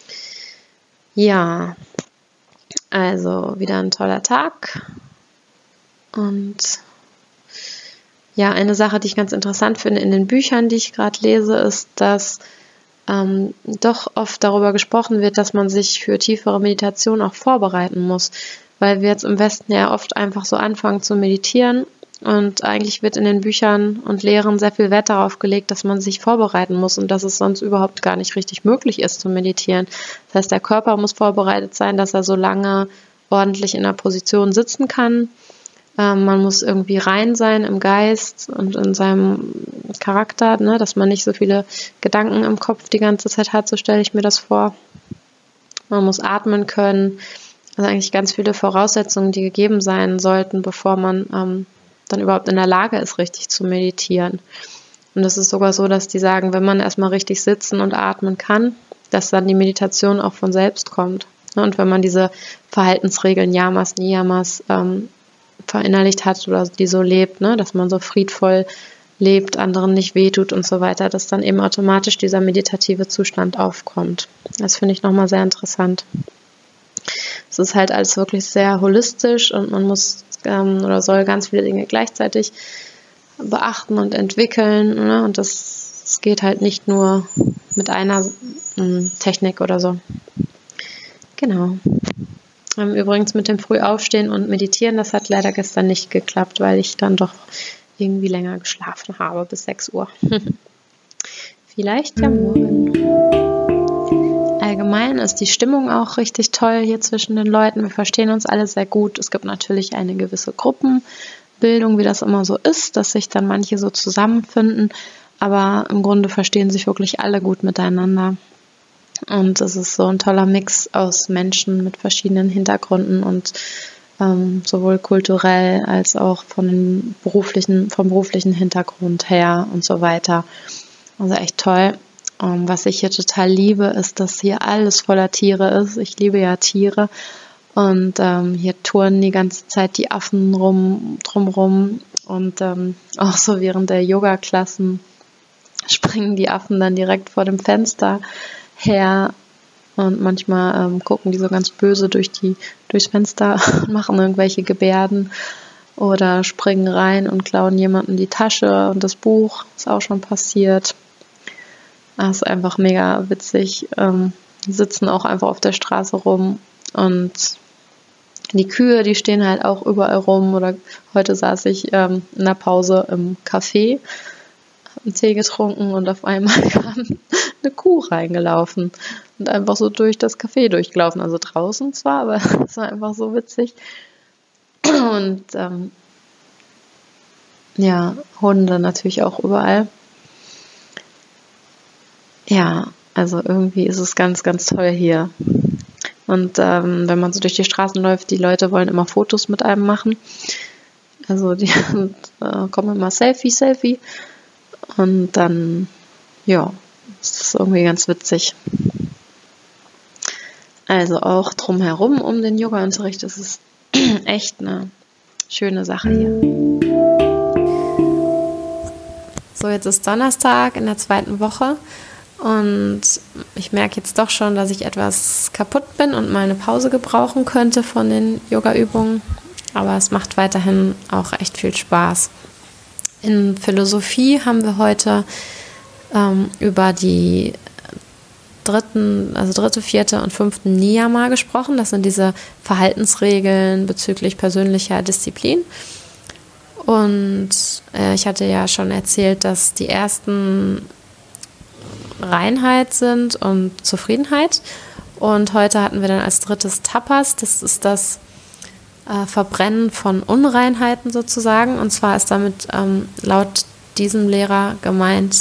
Ja, also wieder ein toller Tag. Und ja, eine Sache, die ich ganz interessant finde in den Büchern, die ich gerade lese, ist, dass Ähm, doch oft darüber gesprochen wird, dass man sich für tiefere Meditation auch vorbereiten muss, weil wir jetzt im Westen ja oft einfach so anfangen zu meditieren und eigentlich wird in den Büchern und Lehren sehr viel Wert darauf gelegt, dass man sich vorbereiten muss und dass es sonst überhaupt gar nicht richtig möglich ist zu meditieren. Das heißt, der Körper muss vorbereitet sein, dass er so lange ordentlich in der Position sitzen kann. Man muss irgendwie rein sein im Geist und in seinem Charakter, ne, dass man nicht so viele Gedanken im Kopf die ganze Zeit hat, so stelle ich mir das vor. Man muss atmen können. Also eigentlich ganz viele Voraussetzungen, die gegeben sein sollten, bevor man ähm, dann überhaupt in der Lage ist, richtig zu meditieren. Und es ist sogar so, dass die sagen, wenn man erstmal richtig sitzen und atmen kann, dass dann die Meditation auch von selbst kommt. Und wenn man diese Verhaltensregeln, Yamas, Niyamas, ähm, verinnerlicht hat oder die so lebt, ne, dass man so friedvoll lebt, anderen nicht wehtut und so weiter, dass dann eben automatisch dieser meditative Zustand aufkommt. Das finde ich nochmal sehr interessant. Es ist halt alles wirklich sehr holistisch und man muss ähm, oder soll ganz viele Dinge gleichzeitig beachten und entwickeln, ne, und das, das geht halt nicht nur mit einer ähm, Technik oder so. Genau. Ähm, übrigens mit dem Frühaufstehen und Meditieren, das hat leider gestern nicht geklappt, weil ich dann doch irgendwie länger geschlafen habe, bis sechs Uhr. Vielleicht ja morgen. Allgemein ist die Stimmung auch richtig toll hier zwischen den Leuten. Wir verstehen uns alle sehr gut. Es gibt natürlich eine gewisse Gruppenbildung, wie das immer so ist, dass sich dann manche so zusammenfinden. Aber im Grunde verstehen sich wirklich alle gut miteinander. Und es ist so ein toller Mix aus Menschen mit verschiedenen Hintergründen und ähm, sowohl kulturell als auch von den beruflichen, vom beruflichen Hintergrund her und so weiter. Also echt toll. Um, was ich hier total liebe, ist, dass hier alles voller Tiere ist. Ich liebe ja Tiere. Und ähm, hier turnen die ganze Zeit die Affen rum, drumrum. Und ähm, auch so während der Yoga-Klassen springen die Affen dann direkt vor dem Fenster her. Und manchmal ähm, gucken die so ganz böse durch die, durchs Fenster und machen irgendwelche Gebärden. Oder springen rein und klauen jemandem die Tasche und das Buch. Ist auch schon passiert. Das ist einfach mega witzig. Ähm, die sitzen auch einfach auf der Straße rum und die Kühe, die stehen halt auch überall rum. Oder heute saß ich ähm, in der Pause im Café, habe einen Tee getrunken und auf einmal kam eine Kuh reingelaufen und einfach so durch das Café durchgelaufen. Also draußen zwar, aber es war einfach so witzig. Und ähm, ja, Hunde natürlich auch überall. Ja, also irgendwie ist es ganz, ganz toll hier. Und ähm, wenn man so durch die Straßen läuft, die Leute wollen immer Fotos mit einem machen. Also die äh, kommen immer Selfie, Selfie. Und dann, ja, ist das irgendwie ganz witzig. Also auch drumherum um den Yoga-Unterricht ist es echt eine schöne Sache hier. So, jetzt ist Donnerstag in der zweiten Woche. Und ich merke jetzt doch schon, dass ich etwas kaputt bin und mal eine Pause gebrauchen könnte von den Yoga-Übungen. Aber es macht weiterhin auch echt viel Spaß. In Philosophie haben wir heute ähm, über die dritten, also dritte, vierte und fünften Niyama gesprochen. Das sind diese Verhaltensregeln bezüglich persönlicher Disziplin. Und äh, ich hatte ja schon erzählt, dass die ersten Reinheit sind und Zufriedenheit. Und heute hatten wir dann als drittes Tapas. Das ist das äh, Verbrennen von Unreinheiten sozusagen. Und zwar ist damit ähm, laut diesem Lehrer gemeint,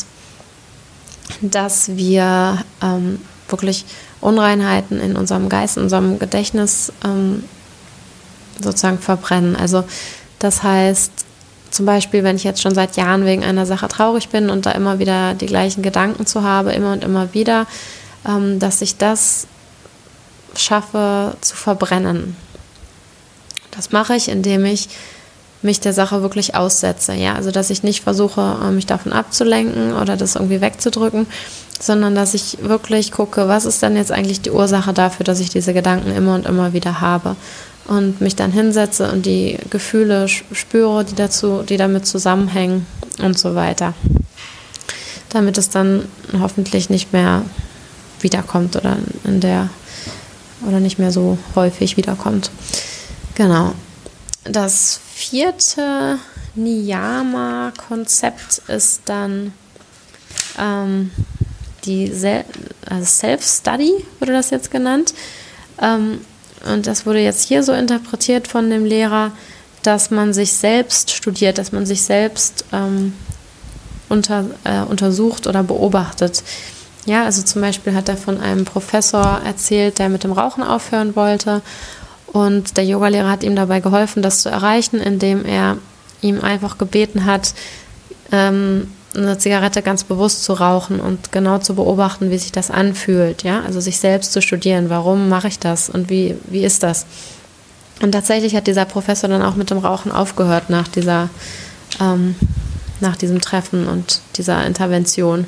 dass wir ähm, wirklich Unreinheiten in unserem Geist, in unserem Gedächtnis ähm, sozusagen verbrennen. Also das heißt, zum Beispiel, wenn ich jetzt schon seit Jahren wegen einer Sache traurig bin und da immer wieder die gleichen Gedanken zu habe, immer und immer wieder, ähm, dass ich das schaffe zu verbrennen. Das mache ich, indem ich mich der Sache wirklich aussetze. Ja? Also, dass ich nicht versuche, mich davon abzulenken oder das irgendwie wegzudrücken, sondern dass ich wirklich gucke, was ist denn jetzt eigentlich die Ursache dafür, dass ich diese Gedanken immer und immer wieder habe. Und mich dann hinsetze und die Gefühle spüre, die dazu, die damit zusammenhängen und so weiter. Damit es dann hoffentlich nicht mehr wiederkommt oder in der oder nicht mehr so häufig wiederkommt. Genau. Das vierte Niyama-Konzept ist dann ähm, die Sel- also Self-Study, wurde das jetzt genannt. Ähm, Und das wurde jetzt hier so interpretiert von dem Lehrer, dass man sich selbst studiert, dass man sich selbst ähm, unter, äh, untersucht oder beobachtet. Ja, also zum Beispiel hat er von einem Professor erzählt, der mit dem Rauchen aufhören wollte. Und der Yogalehrer hat ihm dabei geholfen, das zu erreichen, indem er ihm einfach gebeten hat, ähm, eine Zigarette ganz bewusst zu rauchen und genau zu beobachten, wie sich das anfühlt, ja, also sich selbst zu studieren, warum mache ich das und wie, wie ist das? Und tatsächlich hat dieser Professor dann auch mit dem Rauchen aufgehört nach dieser, ähm, nach diesem Treffen und dieser Intervention.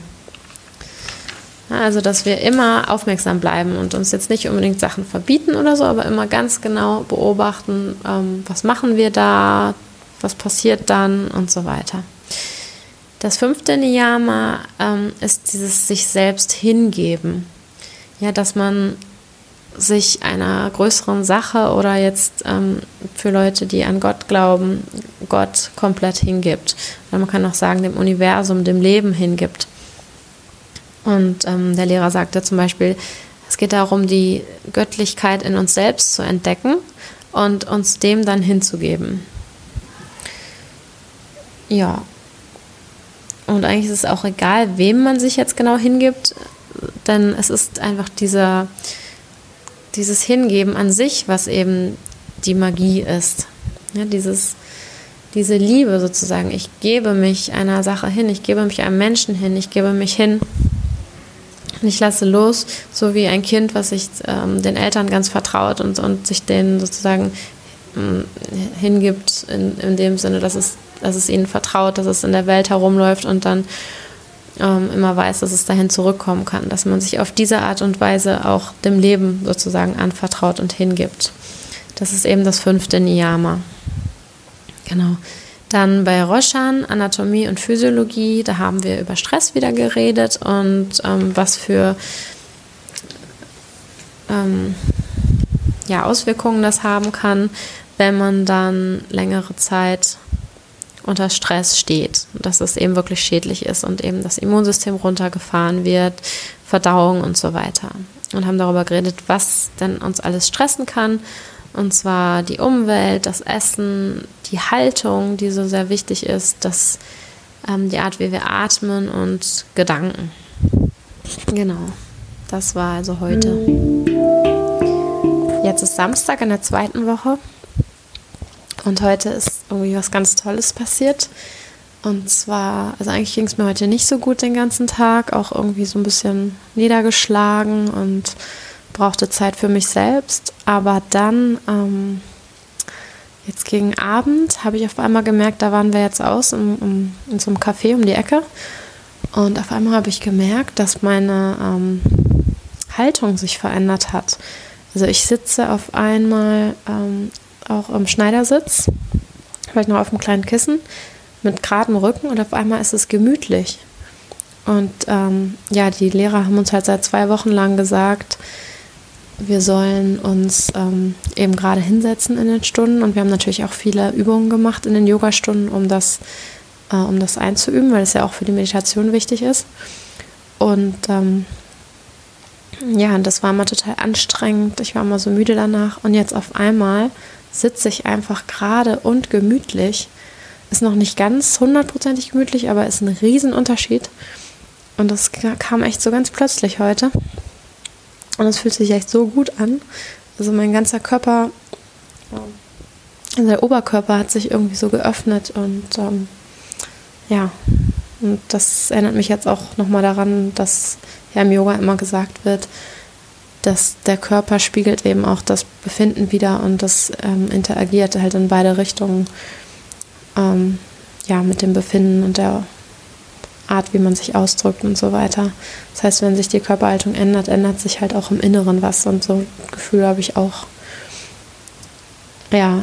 Ja, also, dass wir immer aufmerksam bleiben und uns jetzt nicht unbedingt Sachen verbieten oder so, aber immer ganz genau beobachten, ähm, was machen wir da, was passiert dann und so weiter. Das fünfte Niyama ähm, ist dieses sich selbst hingeben. Ja, dass man sich einer größeren Sache oder jetzt ähm, für Leute, die an Gott glauben, Gott komplett hingibt. Oder man kann auch sagen, dem Universum, dem Leben hingibt. Und ähm, der Lehrer sagte zum Beispiel, es geht darum, die Göttlichkeit in uns selbst zu entdecken und uns dem dann hinzugeben. Ja. Und eigentlich ist es auch egal, wem man sich jetzt genau hingibt, denn es ist einfach dieser, dieses Hingeben an sich, was eben die Magie ist. Ja, dieses, diese Liebe sozusagen. Ich gebe mich einer Sache hin, ich gebe mich einem Menschen hin, ich gebe mich hin. Und ich lasse los, so wie ein Kind, was sich ähm, den Eltern ganz vertraut und, und sich denen sozusagen ähm, hingibt, in, in dem Sinne, dass es, dass es ihnen vertraut, dass es in der Welt herumläuft und dann ähm, immer weiß, dass es dahin zurückkommen kann. Dass man sich auf diese Art und Weise auch dem Leben sozusagen anvertraut und hingibt. Das ist eben das fünfte Niyama. Genau. Dann bei Roshan, Anatomie und Physiologie, da haben wir über Stress wieder geredet und ähm, was für ähm, ja, Auswirkungen das haben kann, wenn man dann längere Zeit unter Stress steht. Dass es eben wirklich schädlich ist und eben das Immunsystem runtergefahren wird, Verdauung und so weiter. Und haben darüber geredet, was denn uns alles stressen kann. Und zwar die Umwelt, das Essen, die Haltung, die so sehr wichtig ist, das, ähm, die Art, wie wir atmen und Gedanken. Genau, das war also heute. Jetzt ist Samstag in der zweiten Woche und heute ist irgendwie was ganz Tolles passiert. Und zwar, also eigentlich ging es mir heute nicht so gut den ganzen Tag, auch irgendwie so ein bisschen niedergeschlagen und brauchte Zeit für mich selbst, aber dann ähm, jetzt gegen Abend habe ich auf einmal gemerkt, da waren wir jetzt aus in, in, in so einem Café um die Ecke und auf einmal habe ich gemerkt, dass meine ähm, Haltung sich verändert hat. Also ich sitze auf einmal ähm, auch im Schneidersitz, vielleicht noch auf einem kleinen Kissen mit geradem Rücken und auf einmal ist es gemütlich. Und ähm, ja, die Lehrer haben uns halt seit zwei Wochen lang gesagt, wir sollen uns ähm, eben gerade hinsetzen in den Stunden und wir haben natürlich auch viele Übungen gemacht in den Yogastunden, um das, äh, um das einzuüben, weil es ja auch für die Meditation wichtig ist. Und ähm, ja, und das war immer total anstrengend. Ich war immer so müde danach und jetzt auf einmal sitze ich einfach gerade und gemütlich. Ist noch nicht ganz hundertprozentig gemütlich, aber ist ein Riesenunterschied. Und das kam echt so ganz plötzlich heute. Und es fühlt sich echt so gut an. Also mein ganzer Körper, also der Oberkörper hat sich irgendwie so geöffnet und ähm, ja, und das erinnert mich jetzt auch nochmal daran, dass ja im Yoga immer gesagt wird, dass der Körper spiegelt eben auch das Befinden wider und das ähm, interagiert halt in beide Richtungen, ähm, ja, mit dem Befinden und der Art, wie man sich ausdrückt und so weiter. Das heißt, wenn sich die Körperhaltung ändert, ändert sich halt auch im Inneren was und so ein Gefühl habe ich auch. Ja.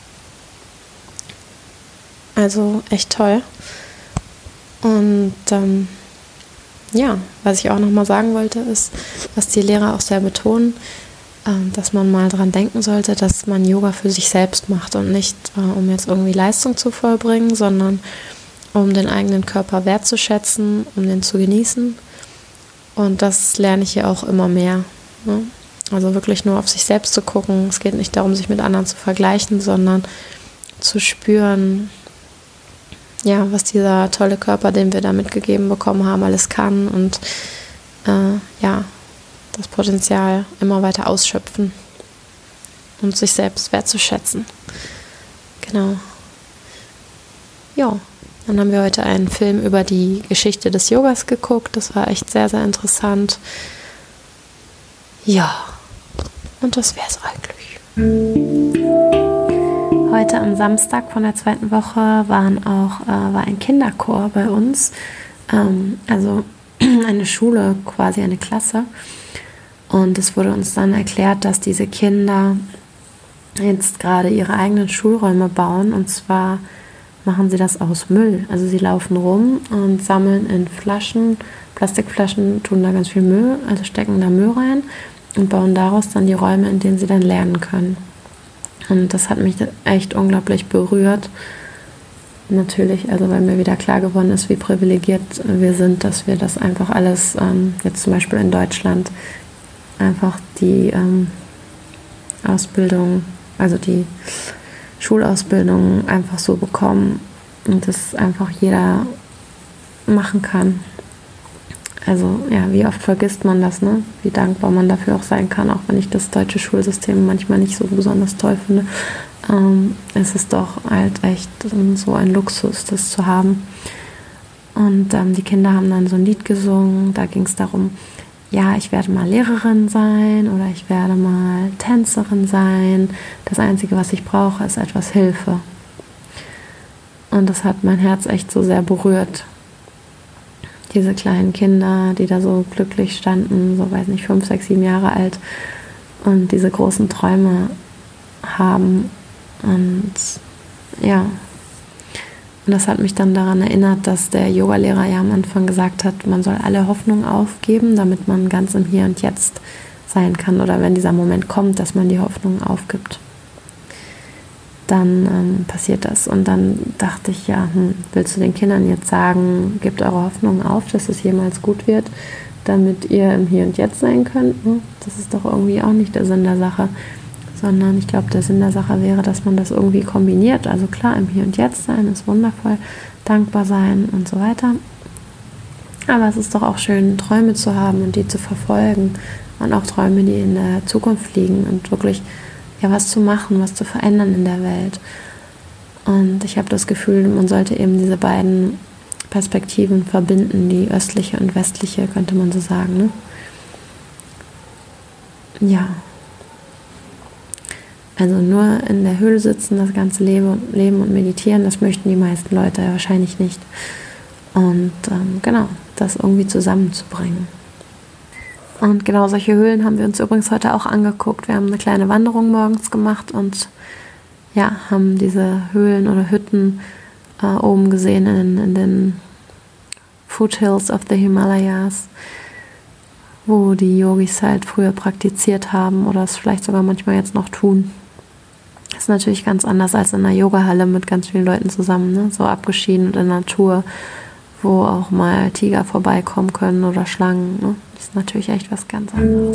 Also echt toll. Und ähm, ja, was ich auch nochmal sagen wollte, ist, was die Lehrer auch sehr betonen, äh, dass man mal dran denken sollte, dass man Yoga für sich selbst macht und nicht, äh, um jetzt irgendwie Leistung zu vollbringen, sondern um den eigenen Körper wertzuschätzen, um den zu genießen. Und das lerne ich hier auch immer mehr. Ne? Also wirklich nur auf sich selbst zu gucken. Es geht nicht darum, sich mit anderen zu vergleichen, sondern zu spüren, ja, was dieser tolle Körper, den wir da mitgegeben bekommen haben, alles kann und äh, ja, das Potenzial immer weiter ausschöpfen und sich selbst wertzuschätzen. Genau. Ja. Dann haben wir heute einen Film über die Geschichte des Yogas geguckt. Das war echt sehr, sehr interessant. Ja, und das wäre es eigentlich. Heute am Samstag von der zweiten Woche waren auch, äh, war ein Kinderchor bei uns. Ähm, also eine Schule, quasi eine Klasse. Und es wurde uns dann erklärt, dass diese Kinder jetzt gerade ihre eigenen Schulräume bauen. Und zwar machen sie das aus Müll. Also sie laufen rum und sammeln in Flaschen, Plastikflaschen, tun da ganz viel Müll, also stecken da Müll rein und bauen daraus dann die Räume, in denen sie dann lernen können. Und das hat mich echt unglaublich berührt. Natürlich, also weil mir wieder klar geworden ist, wie privilegiert wir sind, dass wir das einfach alles, ähm, jetzt zum Beispiel in Deutschland, einfach die ähm, Ausbildung, also die Schulausbildung einfach so bekommen und das einfach jeder machen kann. Also ja, wie oft vergisst man das, ne? Wie dankbar man dafür auch sein kann, auch wenn ich das deutsche Schulsystem manchmal nicht so besonders toll finde. Ähm, es ist doch halt echt so ein Luxus, das zu haben. Und ähm, die Kinder haben dann so ein Lied gesungen, da ging es darum, ja, ich werde mal Lehrerin sein oder ich werde mal Tänzerin sein. Das Einzige, was ich brauche, ist etwas Hilfe. Und das hat mein Herz echt so sehr berührt. Diese kleinen Kinder, die da so glücklich standen, so weiß nicht, fünf, sechs, sieben Jahre alt und diese großen Träume haben. Und ja, und das hat mich dann daran erinnert, dass der Yogalehrer ja am Anfang gesagt hat, man soll alle Hoffnung aufgeben, damit man ganz im Hier und Jetzt sein kann. Oder wenn dieser Moment kommt, dass man die Hoffnung aufgibt, dann ähm, passiert das. Und dann dachte ich, ja, hm, willst du den Kindern jetzt sagen, gebt eure Hoffnung auf, dass es jemals gut wird, damit ihr im Hier und Jetzt sein könnt? Das ist doch irgendwie auch nicht der Sinn der Sache. Sondern ich glaube, der Sinn der Sache wäre, dass man das irgendwie kombiniert. Also klar, im Hier und Jetzt sein ist wundervoll, dankbar sein und so weiter. Aber es ist doch auch schön, Träume zu haben und die zu verfolgen. Und auch Träume, die in der Zukunft liegen und wirklich ja was zu machen, was zu verändern in der Welt. Und ich habe das Gefühl, man sollte eben diese beiden Perspektiven verbinden, die östliche und westliche, könnte man so sagen, ne? Ja. Also nur in der Höhle sitzen, das ganze Leben und meditieren, das möchten die meisten Leute ja wahrscheinlich nicht. Und ähm, genau, das irgendwie zusammenzubringen. Und genau solche Höhlen haben wir uns übrigens heute auch angeguckt. Wir haben eine kleine Wanderung morgens gemacht und ja, haben diese Höhlen oder Hütten äh, oben gesehen in, in den Foothills of the Himalayas, wo die Yogis halt früher praktiziert haben oder es vielleicht sogar manchmal jetzt noch tun. Das ist natürlich ganz anders als in einer Yogahalle mit ganz vielen Leuten zusammen, ne? So abgeschieden und in der Natur, wo auch mal Tiger vorbeikommen können oder Schlangen. Ne? Das ist natürlich echt was ganz anderes.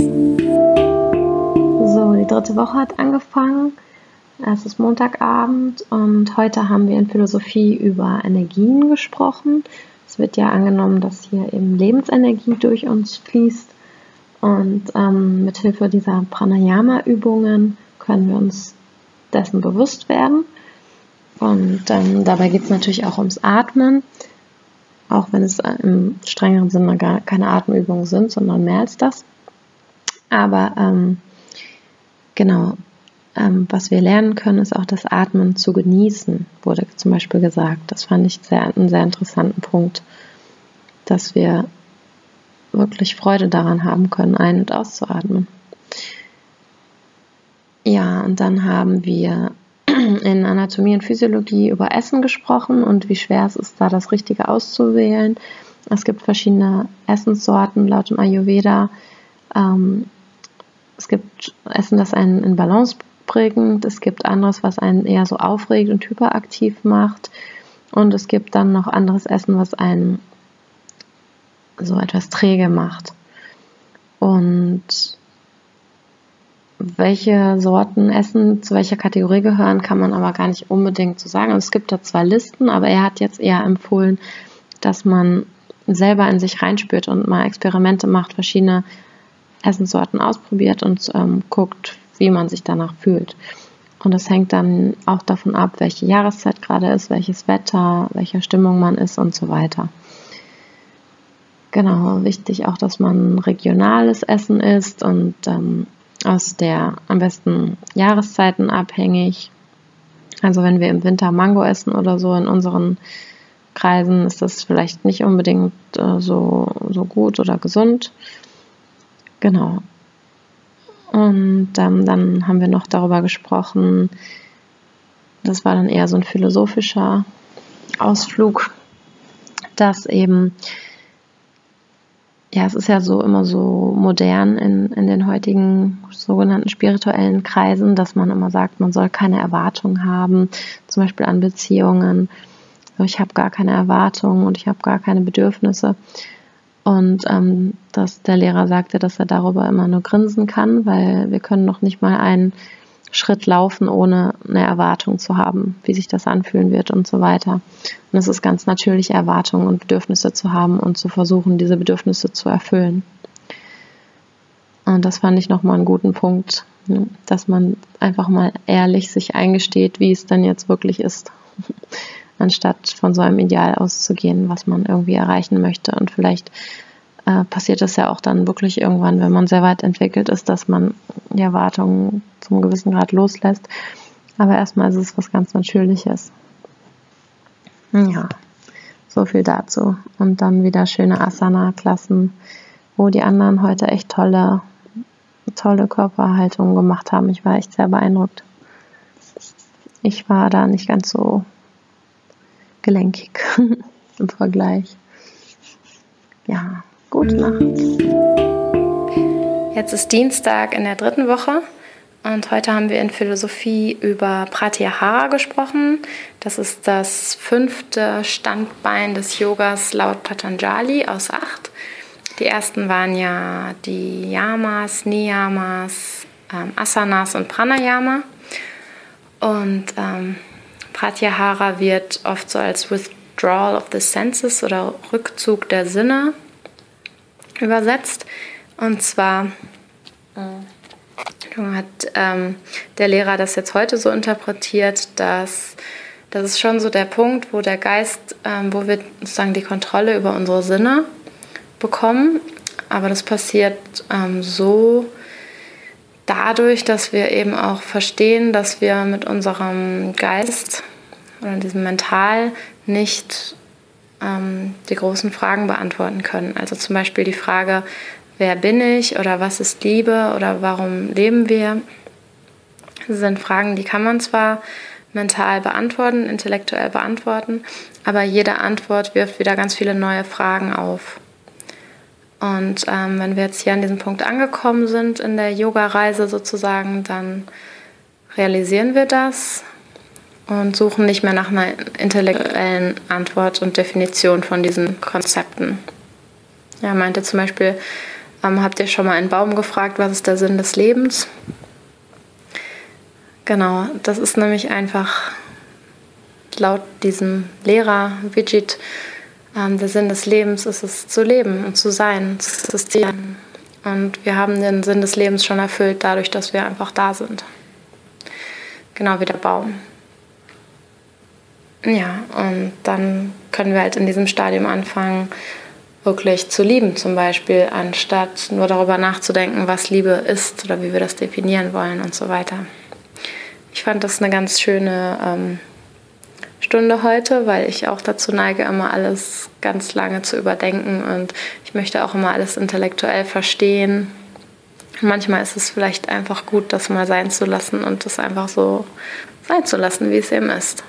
So, die dritte Woche hat angefangen. Es ist Montagabend und heute haben wir in Philosophie über Energien gesprochen. Es wird ja angenommen, dass hier eben Lebensenergie durch uns fließt und ähm, mit Hilfe dieser Pranayama-Übungen können wir uns dessen bewusst werden. Und ähm, dabei geht es natürlich auch ums Atmen, auch wenn es im strengeren Sinne gar keine Atemübungen sind, sondern mehr als das. Aber ähm, genau, ähm, was wir lernen können, ist auch das Atmen zu genießen, wurde zum Beispiel gesagt. Das fand ich sehr, einen sehr interessanten Punkt, dass wir wirklich Freude daran haben können, ein- und auszuatmen. Ja, und dann haben wir in Anatomie und Physiologie über Essen gesprochen und wie schwer es ist, da das Richtige auszuwählen. Es gibt verschiedene Essenssorten laut dem Ayurveda. Ähm, es gibt Essen, das einen in Balance bringt. Es gibt anderes, was einen eher so aufregt und hyperaktiv macht. Und es gibt dann noch anderes Essen, was einen so etwas träge macht. Und welche Sorten Essen zu welcher Kategorie gehören, kann man aber gar nicht unbedingt so sagen. Es gibt da zwei Listen, aber er hat jetzt eher empfohlen, dass man selber in sich reinspürt und mal Experimente macht, verschiedene Essenssorten ausprobiert und ähm, guckt, wie man sich danach fühlt. Und das hängt dann auch davon ab, welche Jahreszeit gerade ist, welches Wetter, welcher Stimmung man ist und so weiter. Genau, wichtig auch, dass man regionales Essen isst und ähm, aus der am besten Jahreszeiten abhängig. Also wenn wir im Winter Mango essen oder so in unseren Kreisen, ist das vielleicht nicht unbedingt äh, so, so gut oder gesund. Genau. Und ähm, dann haben wir noch darüber gesprochen, das war dann eher so ein philosophischer Ausflug, dass eben ja, es ist ja so immer so modern in, in den heutigen sogenannten spirituellen Kreisen, dass man immer sagt, man soll keine Erwartungen haben, zum Beispiel an Beziehungen. Ich habe gar keine Erwartungen und ich habe gar keine Bedürfnisse. Und ähm, dass der Lehrer sagte, dass er darüber immer nur grinsen kann, weil wir können noch nicht mal einen Schritt laufen, ohne eine Erwartung zu haben, wie sich das anfühlen wird und so weiter. Und es ist ganz natürlich, Erwartungen und Bedürfnisse zu haben und zu versuchen, diese Bedürfnisse zu erfüllen. Und das fand ich nochmal einen guten Punkt, dass man einfach mal ehrlich sich eingesteht, wie es dann jetzt wirklich ist, anstatt von so einem Ideal auszugehen, was man irgendwie erreichen möchte. Und vielleicht äh, passiert das ja auch dann wirklich irgendwann, wenn man sehr weit entwickelt ist, dass man die Erwartungen zum gewissen Grad loslässt. Aber erstmal ist es was ganz Natürliches. Ja, so viel dazu. Und dann wieder schöne Asana-Klassen, wo die anderen heute echt tolle, tolle Körperhaltungen gemacht haben. Ich war echt sehr beeindruckt. Ich war da nicht ganz so gelenkig im Vergleich. Ja, gute Nacht. Jetzt ist Dienstag in der dritten Woche und heute haben wir in Philosophie über Pratyahara gesprochen. Das ist das fünfte Standbein des Yogas laut Patanjali aus acht. Die ersten waren ja die Yamas, Niyamas, ähm, Asanas und Pranayama. Und ähm, Pratyahara wird oft so als Withdrawal of the Senses oder Rückzug der Sinne übersetzt. Und zwar äh, hat ähm, der Lehrer das jetzt heute so interpretiert, dass das ist schon so der Punkt, wo der Geist, ähm, wo wir sozusagen die Kontrolle über unsere Sinne bekommen. Aber das passiert ähm, so dadurch, dass wir eben auch verstehen, dass wir mit unserem Geist oder diesem Mental nicht ähm, die großen Fragen beantworten können. Also zum Beispiel die Frage, wer bin ich oder was ist Liebe oder warum leben wir? Das sind Fragen, die kann man zwar mental beantworten, intellektuell beantworten, aber jede Antwort wirft wieder ganz viele neue Fragen auf. Und ähm, wenn wir jetzt hier an diesem Punkt angekommen sind in der Yoga-Reise sozusagen, dann realisieren wir das und suchen nicht mehr nach einer intellektuellen Antwort und Definition von diesen Konzepten. Er meinte zum Beispiel, ähm, habt ihr schon mal einen Baum gefragt, was ist der Sinn des Lebens? Genau, das ist nämlich einfach laut diesem Lehrer Vijit, ähm, der Sinn des Lebens ist es zu leben und zu sein, zu existieren. Und wir haben den Sinn des Lebens schon erfüllt, dadurch, dass wir einfach da sind. Genau wie der Baum. Ja, und dann können wir halt in diesem Stadium anfangen, wirklich zu lieben zum Beispiel, anstatt nur darüber nachzudenken, was Liebe ist oder wie wir das definieren wollen und so weiter. Ich fand das eine ganz schöne ähm, Stunde heute, weil ich auch dazu neige, immer alles ganz lange zu überdenken und ich möchte auch immer alles intellektuell verstehen. Manchmal ist es vielleicht einfach gut, das mal sein zu lassen und das einfach so sein zu lassen, wie es eben ist.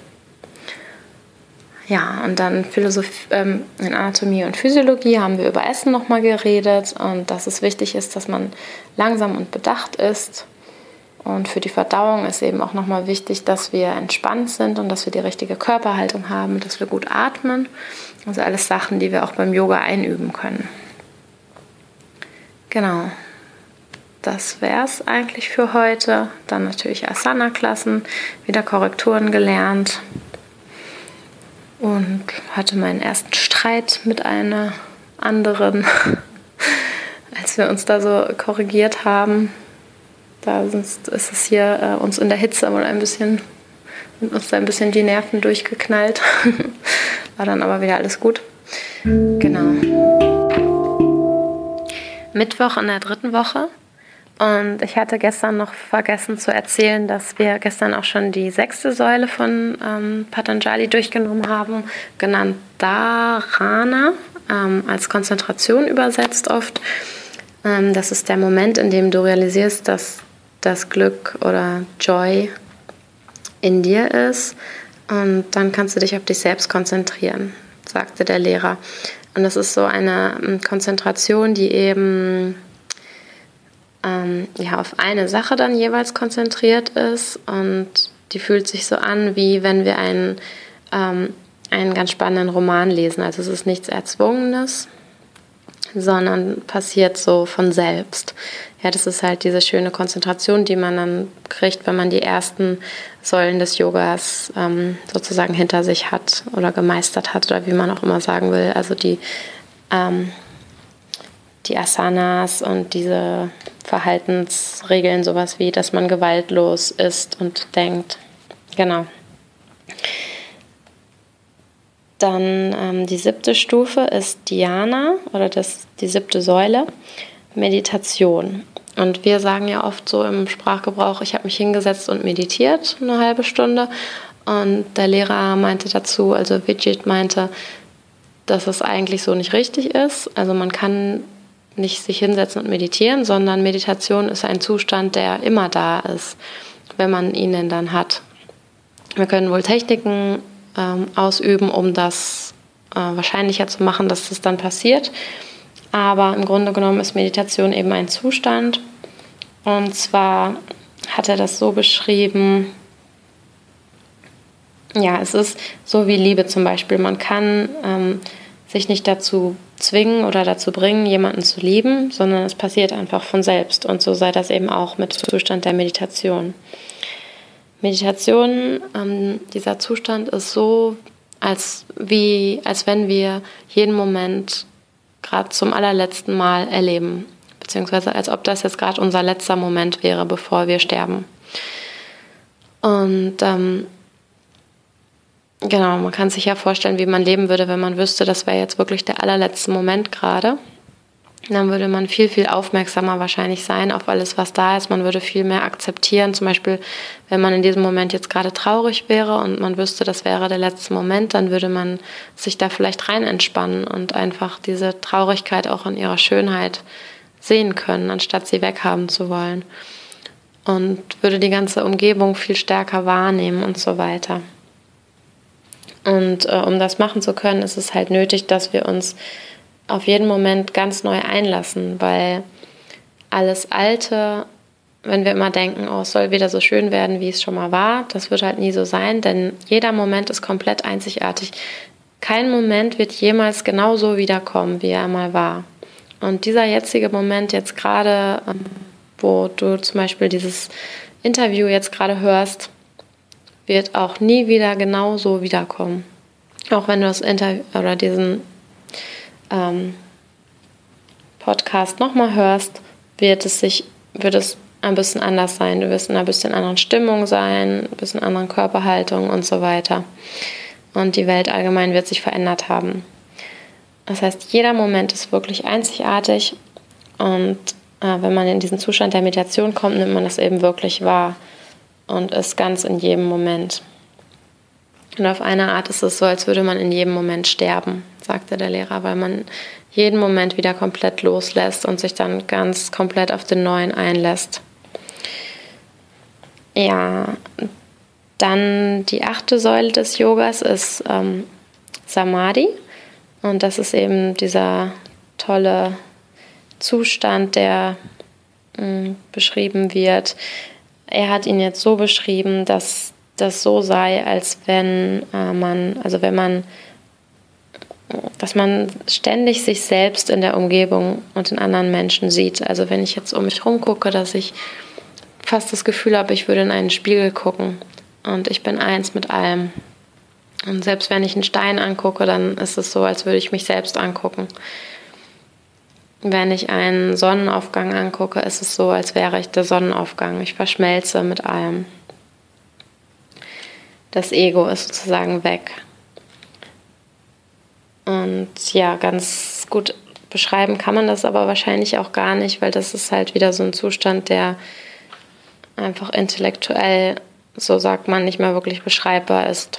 Ja, und dann Philosophie, ähm, in Anatomie und Physiologie haben wir über Essen nochmal geredet und dass es wichtig ist, dass man langsam und bedacht isst. Und für die Verdauung ist eben auch nochmal wichtig, dass wir entspannt sind und dass wir die richtige Körperhaltung haben, dass wir gut atmen. Also alles Sachen, die wir auch beim Yoga einüben können. Genau, das wäre es eigentlich für heute. Dann natürlich Asana-Klassen, wieder Korrekturen gelernt. Und hatte meinen ersten Streit mit einer anderen, als wir uns da so korrigiert haben. Da ist es hier äh, uns in der Hitze wohl ein bisschen, sind uns da ein bisschen die Nerven durchgeknallt. War dann aber wieder alles gut. Genau. Mittwoch in der dritten Woche. Und ich hatte gestern noch vergessen zu erzählen, dass wir gestern auch schon die sechste Säule von ähm, Patanjali durchgenommen haben, genannt Dharana, ähm, als Konzentration übersetzt oft. Ähm, das ist der Moment, in dem du realisierst, dass das Glück oder Joy in dir ist. Und dann kannst du dich auf dich selbst konzentrieren, sagte der Lehrer. Und das ist so eine Konzentration, die eben ähm, ja, auf eine Sache dann jeweils konzentriert ist. Und die fühlt sich so an, wie wenn wir einen, ähm, einen ganz spannenden Roman lesen. Also es ist nichts Erzwungenes, sondern passiert so von selbst. Ja, das ist halt diese schöne Konzentration, die man dann kriegt, wenn man die ersten Säulen des Yogas ähm, sozusagen hinter sich hat oder gemeistert hat oder wie man auch immer sagen will. Also die, ähm, die Asanas und diese Verhaltensregeln, sowas wie, dass man gewaltlos ist und denkt. Genau. Dann ähm, die siebte Stufe ist Dhyana oder das, die siebte Säule, Meditation. Und wir sagen ja oft so im Sprachgebrauch, ich habe mich hingesetzt und meditiert eine halbe Stunde. Und der Lehrer meinte dazu, also Vijit meinte, dass es eigentlich so nicht richtig ist. Also man kann nicht sich hinsetzen und meditieren, sondern Meditation ist ein Zustand, der immer da ist, wenn man ihn denn dann hat. Wir können wohl Techniken ähm, ausüben, um das äh, wahrscheinlicher zu machen, dass das dann passiert. Aber im Grunde genommen ist Meditation eben ein Zustand. Und zwar hat er das so beschrieben, ja, es ist so wie Liebe zum Beispiel. Man kann ähm, sich nicht dazu zwingen oder dazu bringen, jemanden zu lieben, sondern es passiert einfach von selbst. Und so sei das eben auch mit dem Zustand der Meditation. Meditation, ähm, dieser Zustand ist so, als, wie, als wenn wir jeden Moment gerade zum allerletzten Mal erleben, beziehungsweise als ob das jetzt gerade unser letzter Moment wäre, bevor wir sterben. Und ähm, genau, man kann sich ja vorstellen, wie man leben würde, wenn man wüsste, das wäre jetzt wirklich der allerletzte Moment gerade. Dann würde man viel, viel aufmerksamer wahrscheinlich sein auf alles, was da ist. Man würde viel mehr akzeptieren. Zum Beispiel, wenn man in diesem Moment jetzt gerade traurig wäre und man wüsste, das wäre der letzte Moment, dann würde man sich da vielleicht rein entspannen und einfach diese Traurigkeit auch in ihrer Schönheit sehen können, anstatt sie weghaben zu wollen. Und würde die ganze Umgebung viel stärker wahrnehmen und so weiter. Und äh, um das machen zu können, ist es halt nötig, dass wir uns auf jeden Moment ganz neu einlassen, weil alles Alte, wenn wir immer denken, oh, es soll wieder so schön werden, wie es schon mal war, das wird halt nie so sein, denn jeder Moment ist komplett einzigartig. Kein Moment wird jemals genauso wiederkommen, wie er mal war. Und dieser jetzige Moment jetzt gerade, wo du zum Beispiel dieses Interview jetzt gerade hörst, wird auch nie wieder genauso wiederkommen. Auch wenn du das Interview oder diesen ähm, Podcast nochmal hörst, wird es sich, wird es ein bisschen anders sein. Du wirst in einer bisschen anderen Stimmung sein, ein bisschen anderen Körperhaltung und so weiter. Und die Welt allgemein wird sich verändert haben. Das heißt, jeder Moment ist wirklich einzigartig und äh, wenn man in diesen Zustand der Meditation kommt, nimmt man das eben wirklich wahr und ist ganz in jedem Moment. Und auf eine Art ist es so, als würde man in jedem Moment sterben, sagte der Lehrer, weil man jeden Moment wieder komplett loslässt und sich dann ganz komplett auf den Neuen einlässt. Ja, dann die achte Säule des Yogas ist ähm, Samadhi. Und das ist eben dieser tolle Zustand, der mh, beschrieben wird. Er hat ihn jetzt so beschrieben, dass das so sei, als wenn äh, man, also wenn man, dass man ständig sich selbst in der Umgebung und in anderen Menschen sieht. Also wenn ich jetzt um mich herum gucke, dass ich fast das Gefühl habe, ich würde in einen Spiegel gucken und ich bin eins mit allem. Und selbst wenn ich einen Stein angucke, dann ist es so, als würde ich mich selbst angucken. Wenn ich einen Sonnenaufgang angucke, ist es so, als wäre ich der Sonnenaufgang. Ich verschmelze mit allem. Das Ego ist sozusagen weg. Und ja, ganz gut beschreiben kann man das aber wahrscheinlich auch gar nicht, weil das ist halt wieder so ein Zustand, der einfach intellektuell, so sagt man, nicht mehr wirklich beschreibbar ist.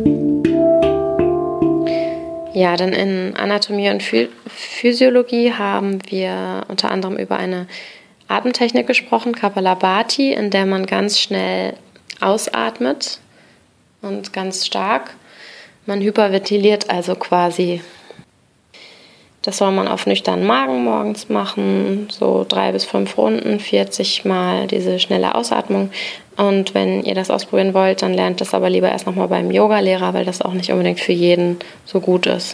Ja, denn in Anatomie und Physiologie haben wir unter anderem über eine Atemtechnik gesprochen, Kapalabhati, in der man ganz schnell ausatmet und ganz stark. Man hyperventiliert also quasi. Das soll man auf nüchternen Magen morgens machen, so drei bis fünf Runden, vierzig Mal diese schnelle Ausatmung. Und wenn ihr das ausprobieren wollt, dann lernt das aber lieber erst nochmal beim Yoga-Lehrer, weil das auch nicht unbedingt für jeden so gut ist.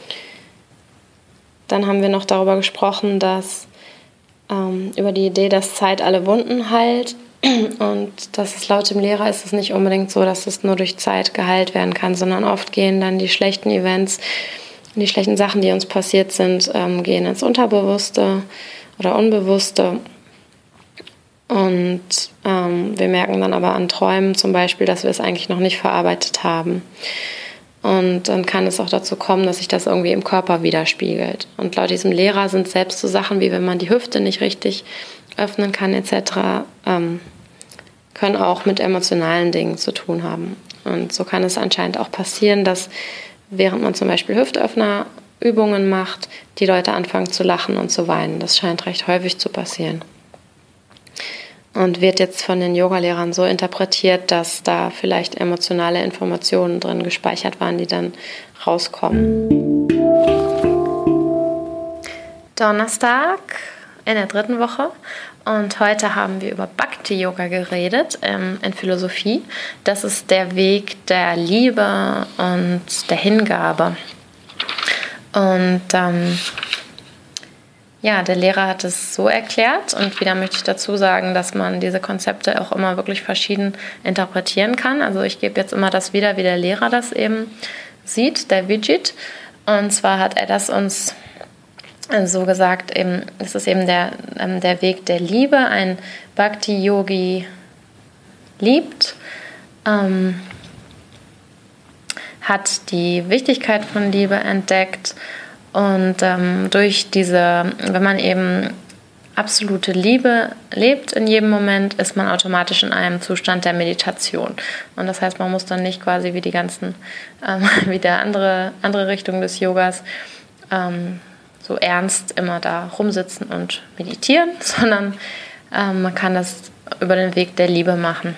Dann haben wir noch darüber gesprochen, dass ähm, über die Idee, dass Zeit alle Wunden heilt. Und das ist laut dem Lehrer ist es nicht unbedingt so, dass es nur durch Zeit geheilt werden kann, sondern oft gehen dann die schlechten Events, die schlechten Sachen, die uns passiert sind, ähm, gehen ins Unterbewusste oder Unbewusste. Und ähm, wir merken dann aber an Träumen zum Beispiel, dass wir es eigentlich noch nicht verarbeitet haben. Und dann kann es auch dazu kommen, dass sich das irgendwie im Körper widerspiegelt. Und laut diesem Lehrer sind selbst so Sachen, wie wenn man die Hüfte nicht richtig öffnen kann et cetera, ähm, können auch mit emotionalen Dingen zu tun haben. Und so kann es anscheinend auch passieren, dass während man zum Beispiel Hüftöffnerübungen macht, die Leute anfangen zu lachen und zu weinen. Das scheint recht häufig zu passieren. Und wird jetzt von den Yogalehrern so interpretiert, dass da vielleicht emotionale Informationen drin gespeichert waren, die dann rauskommen. Donnerstag in der dritten Woche. Und heute haben wir über Bhakti-Yoga geredet ähm, in Philosophie. Das ist der Weg der Liebe und der Hingabe. Und ähm, ja, der Lehrer hat es so erklärt. Und wieder möchte ich dazu sagen, dass man diese Konzepte auch immer wirklich verschieden interpretieren kann. Also ich gebe jetzt immer das wieder, wie der Lehrer das eben sieht, der Vijit. Und zwar hat er das uns so gesagt, eben, es ist eben der, ähm, der Weg der Liebe. Ein Bhakti-Yogi liebt, ähm, hat die Wichtigkeit von Liebe entdeckt und ähm, durch diese, wenn man eben absolute Liebe lebt in jedem Moment, ist man automatisch in einem Zustand der Meditation. Und das heißt, man muss dann nicht quasi wie die ganzen, ähm, wie der andere, andere Richtung des Yogas, ähm, so ernst immer da rumsitzen und meditieren, sondern ähm, man kann das über den Weg der Liebe machen.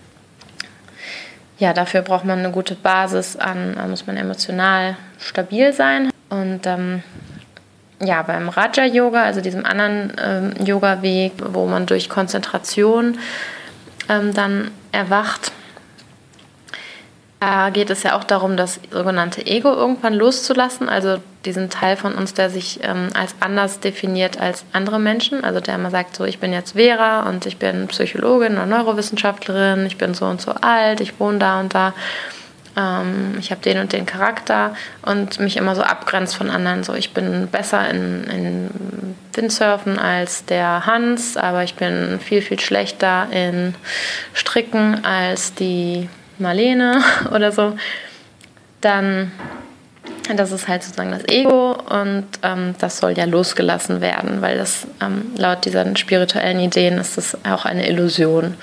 Ja, dafür braucht man eine gute Basis an, da muss man emotional stabil sein. Und ähm, ja, beim Raja-Yoga, also diesem anderen ähm, Yoga-Weg, wo man durch Konzentration ähm, dann erwacht, da geht es ja auch darum, das sogenannte Ego irgendwann loszulassen, also diesen Teil von uns, der sich ähm, als anders definiert als andere Menschen, also der immer sagt, so ich bin jetzt Vera und ich bin Psychologin oder Neurowissenschaftlerin, ich bin so und so alt, ich wohne da und da, ähm, ich habe den und den Charakter und mich immer so abgrenzt von anderen, so ich bin besser in, in Windsurfen als der Hans, aber ich bin viel, viel schlechter in Stricken als die Marlene oder so, dann, das ist halt sozusagen das Ego und ähm, das soll ja losgelassen werden, weil das ähm, laut diesen spirituellen Ideen ist das auch eine Illusion.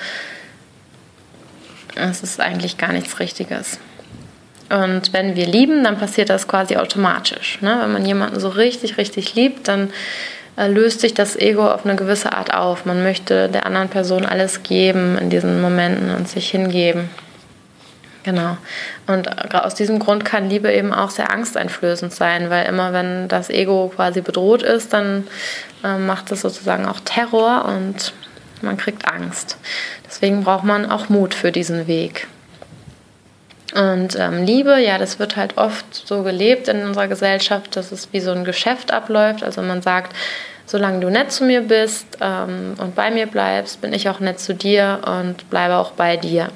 Es ist eigentlich gar nichts Richtiges. Und wenn wir lieben, dann passiert das quasi automatisch. Ne? Wenn man jemanden so richtig, richtig liebt, dann äh, löst sich das Ego auf eine gewisse Art auf. Man möchte der anderen Person alles geben in diesen Momenten und sich hingeben. Genau. Und aus diesem Grund kann Liebe eben auch sehr angsteinflößend sein, weil immer wenn das Ego quasi bedroht ist, dann äh, macht es sozusagen auch Terror und man kriegt Angst. Deswegen braucht man auch Mut für diesen Weg. Und ähm, Liebe, ja, das wird halt oft so gelebt in unserer Gesellschaft, dass es wie so ein Geschäft abläuft. Also man sagt, solange du nett zu mir bist ähm, und bei mir bleibst, bin ich auch nett zu dir und bleibe auch bei dir.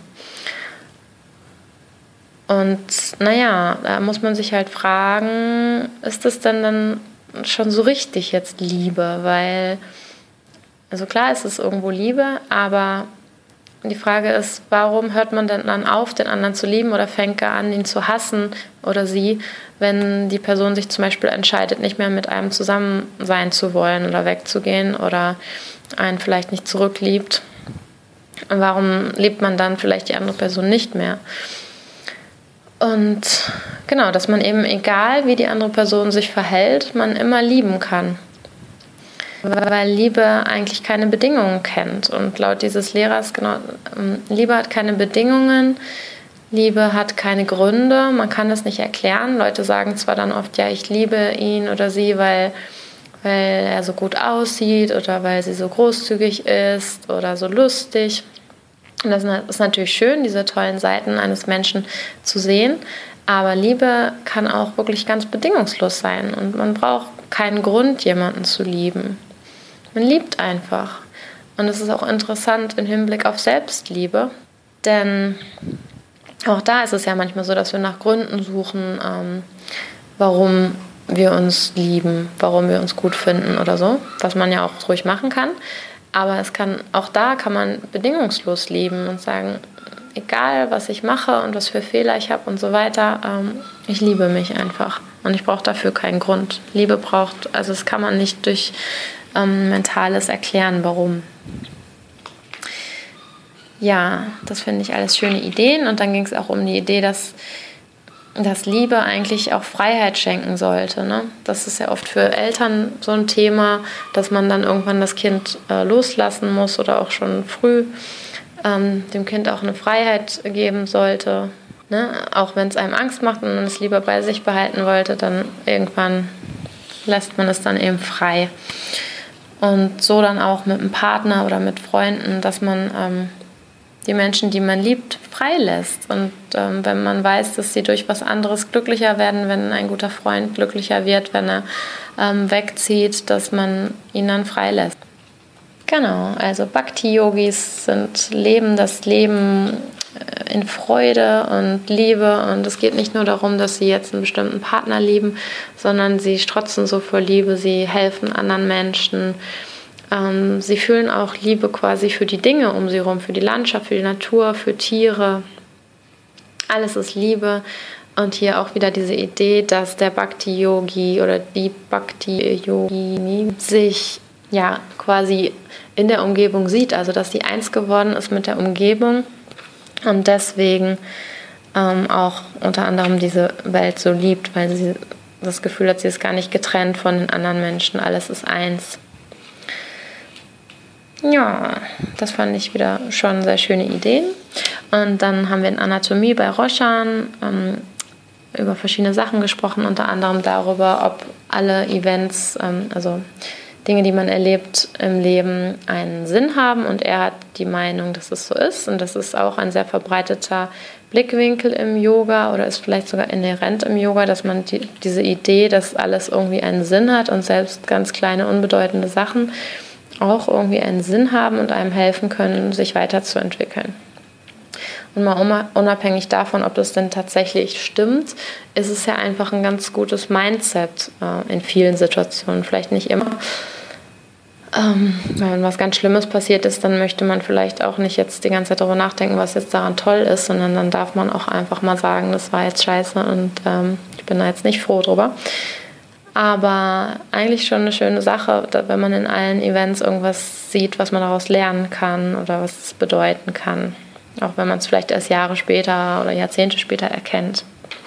Und naja, da muss man sich halt fragen, ist das denn dann schon so richtig jetzt Liebe? Weil, also klar ist es irgendwo Liebe, aber die Frage ist, warum hört man denn dann auf, den anderen zu lieben oder fängt er an, ihn zu hassen oder sie, wenn die Person sich zum Beispiel entscheidet, nicht mehr mit einem zusammen sein zu wollen oder wegzugehen oder einen vielleicht nicht zurückliebt? Und warum liebt man dann vielleicht die andere Person nicht mehr? Und genau, dass man eben, egal wie die andere Person sich verhält, man immer lieben kann. Weil Liebe eigentlich keine Bedingungen kennt. Und laut dieses Lehrers, genau, Liebe hat keine Bedingungen. Liebe hat keine Gründe, man kann es nicht erklären. Leute sagen zwar dann oft, ja, ich liebe ihn oder sie, weil, weil er so gut aussieht oder weil sie so großzügig ist oder so lustig. Und das ist natürlich schön, diese tollen Seiten eines Menschen zu sehen. Aber Liebe kann auch wirklich ganz bedingungslos sein. Und man braucht keinen Grund, jemanden zu lieben. Man liebt einfach. Und es ist auch interessant im Hinblick auf Selbstliebe. Denn auch da ist es ja manchmal so, dass wir nach Gründen suchen, ähm, warum wir uns lieben, warum wir uns gut finden oder so. Was man ja auch ruhig machen kann. Aber es kann, auch da kann man bedingungslos lieben und sagen, egal was ich mache und was für Fehler ich habe und so weiter, ähm, ich liebe mich einfach. Und ich brauche dafür keinen Grund. Liebe braucht, also das kann man nicht durch ähm, Mentales erklären, warum. Ja, das finde ich alles schöne Ideen. Und dann ging es auch um die Idee, dass dass Liebe eigentlich auch Freiheit schenken sollte. Ne? Das ist ja oft für Eltern so ein Thema, dass man dann irgendwann das Kind äh, loslassen muss oder auch schon früh ähm, dem Kind auch eine Freiheit geben sollte. Ne? Auch wenn es einem Angst macht und man es lieber bei sich behalten wollte, dann irgendwann lässt man es dann eben frei. Und so dann auch mit einem Partner oder mit Freunden, dass man ähm, die Menschen, die man liebt, freilässt. Und ähm, wenn man weiß, dass sie durch was anderes glücklicher werden, wenn ein guter Freund glücklicher wird, wenn er ähm, wegzieht, dass man ihn dann freilässt. Genau, also Bhakti-Yogis sind, leben das Leben in Freude und Liebe. Und es geht nicht nur darum, dass sie jetzt einen bestimmten Partner lieben, sondern sie strotzen so vor Liebe, sie helfen anderen Menschen. Ähm, sie fühlen auch Liebe quasi für die Dinge um sie herum, für die Landschaft, für die Natur, für Tiere. Alles ist Liebe. Und hier auch wieder diese Idee, dass der Bhakti-Yogi oder die Bhakti-Yogini sich ja quasi in der Umgebung sieht, also dass sie eins geworden ist mit der Umgebung und deswegen ähm, auch unter anderem diese Welt so liebt, weil sie das Gefühl hat, sie ist gar nicht getrennt von den anderen Menschen, alles ist eins. Ja, das fand ich wieder schon sehr schöne Ideen. Und dann haben wir in Anatomie bei Roshan ähm, über verschiedene Sachen gesprochen, unter anderem darüber, ob alle Events, ähm, also Dinge, die man erlebt im Leben, einen Sinn haben. Und er hat die Meinung, dass es so ist. Und das ist auch ein sehr verbreiteter Blickwinkel im Yoga oder ist vielleicht sogar inhärent im Yoga, dass man die, diese Idee, dass alles irgendwie einen Sinn hat und selbst ganz kleine, unbedeutende Sachen auch irgendwie einen Sinn haben und einem helfen können, sich weiterzuentwickeln. Und mal unabhängig davon, ob das denn tatsächlich stimmt, ist es ja einfach ein ganz gutes Mindset äh, in vielen Situationen. Vielleicht nicht immer. Ähm, wenn was ganz Schlimmes passiert ist, dann möchte man vielleicht auch nicht jetzt die ganze Zeit darüber nachdenken, was jetzt daran toll ist, sondern dann darf man auch einfach mal sagen, das war jetzt scheiße und ähm, ich bin da jetzt nicht froh drüber. Aber eigentlich schon eine schöne Sache, wenn man in allen Events irgendwas sieht, was man daraus lernen kann oder was es bedeuten kann. Auch wenn man es vielleicht erst Jahre später oder Jahrzehnte später erkennt.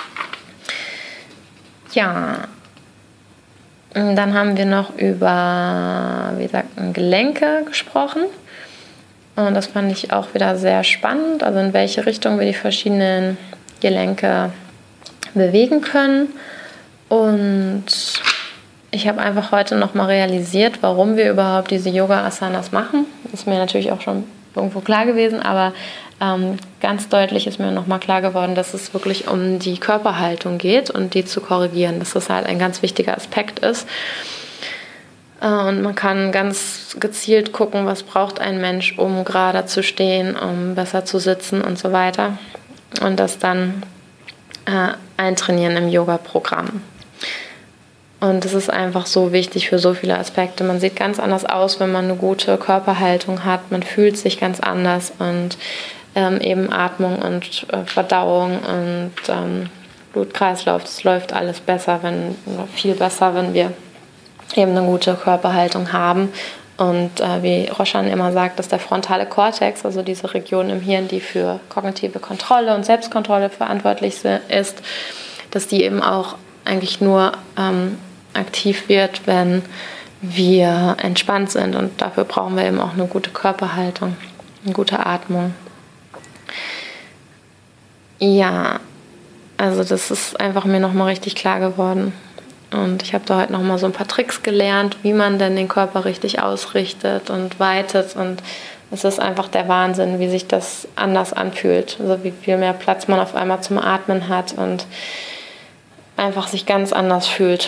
Ja, und dann haben wir noch über, wie gesagt, Gelenke gesprochen. Und das fand ich auch wieder sehr spannend, also in welche Richtung wir die verschiedenen Gelenke bewegen können. Und ich habe einfach heute nochmal realisiert, warum wir überhaupt diese Yoga-Asanas machen. Das ist mir natürlich auch schon irgendwo klar gewesen, aber ähm, ganz deutlich ist mir nochmal klar geworden, dass es wirklich um die Körperhaltung geht und die zu korrigieren, dass das halt ein ganz wichtiger Aspekt ist. Äh, und man kann ganz gezielt gucken, was braucht ein Mensch, um gerader zu stehen, um besser zu sitzen und so weiter. Und das dann äh, eintrainieren im Yoga-Programm. Und das ist einfach so wichtig für so viele Aspekte. Man sieht ganz anders aus, wenn man eine gute Körperhaltung hat. Man fühlt sich ganz anders und ähm, eben Atmung und äh, Verdauung und ähm, Blutkreislauf, das läuft alles besser, wenn, viel besser, wenn wir eben eine gute Körperhaltung haben. Und äh, wie Roshan immer sagt, dass der frontale Kortex, also diese Region im Hirn, die für kognitive Kontrolle und Selbstkontrolle verantwortlich ist, dass die eben auch eigentlich nur ähm, aktiv wird, wenn wir entspannt sind. Und dafür brauchen wir eben auch eine gute Körperhaltung, eine gute Atmung. Ja, also das ist einfach mir nochmal richtig klar geworden. Und ich habe da heute nochmal so ein paar Tricks gelernt, wie man denn den Körper richtig ausrichtet und weitet. Und es ist einfach der Wahnsinn, wie sich das anders anfühlt. Also wie viel mehr Platz man auf einmal zum Atmen hat und einfach sich ganz anders fühlt.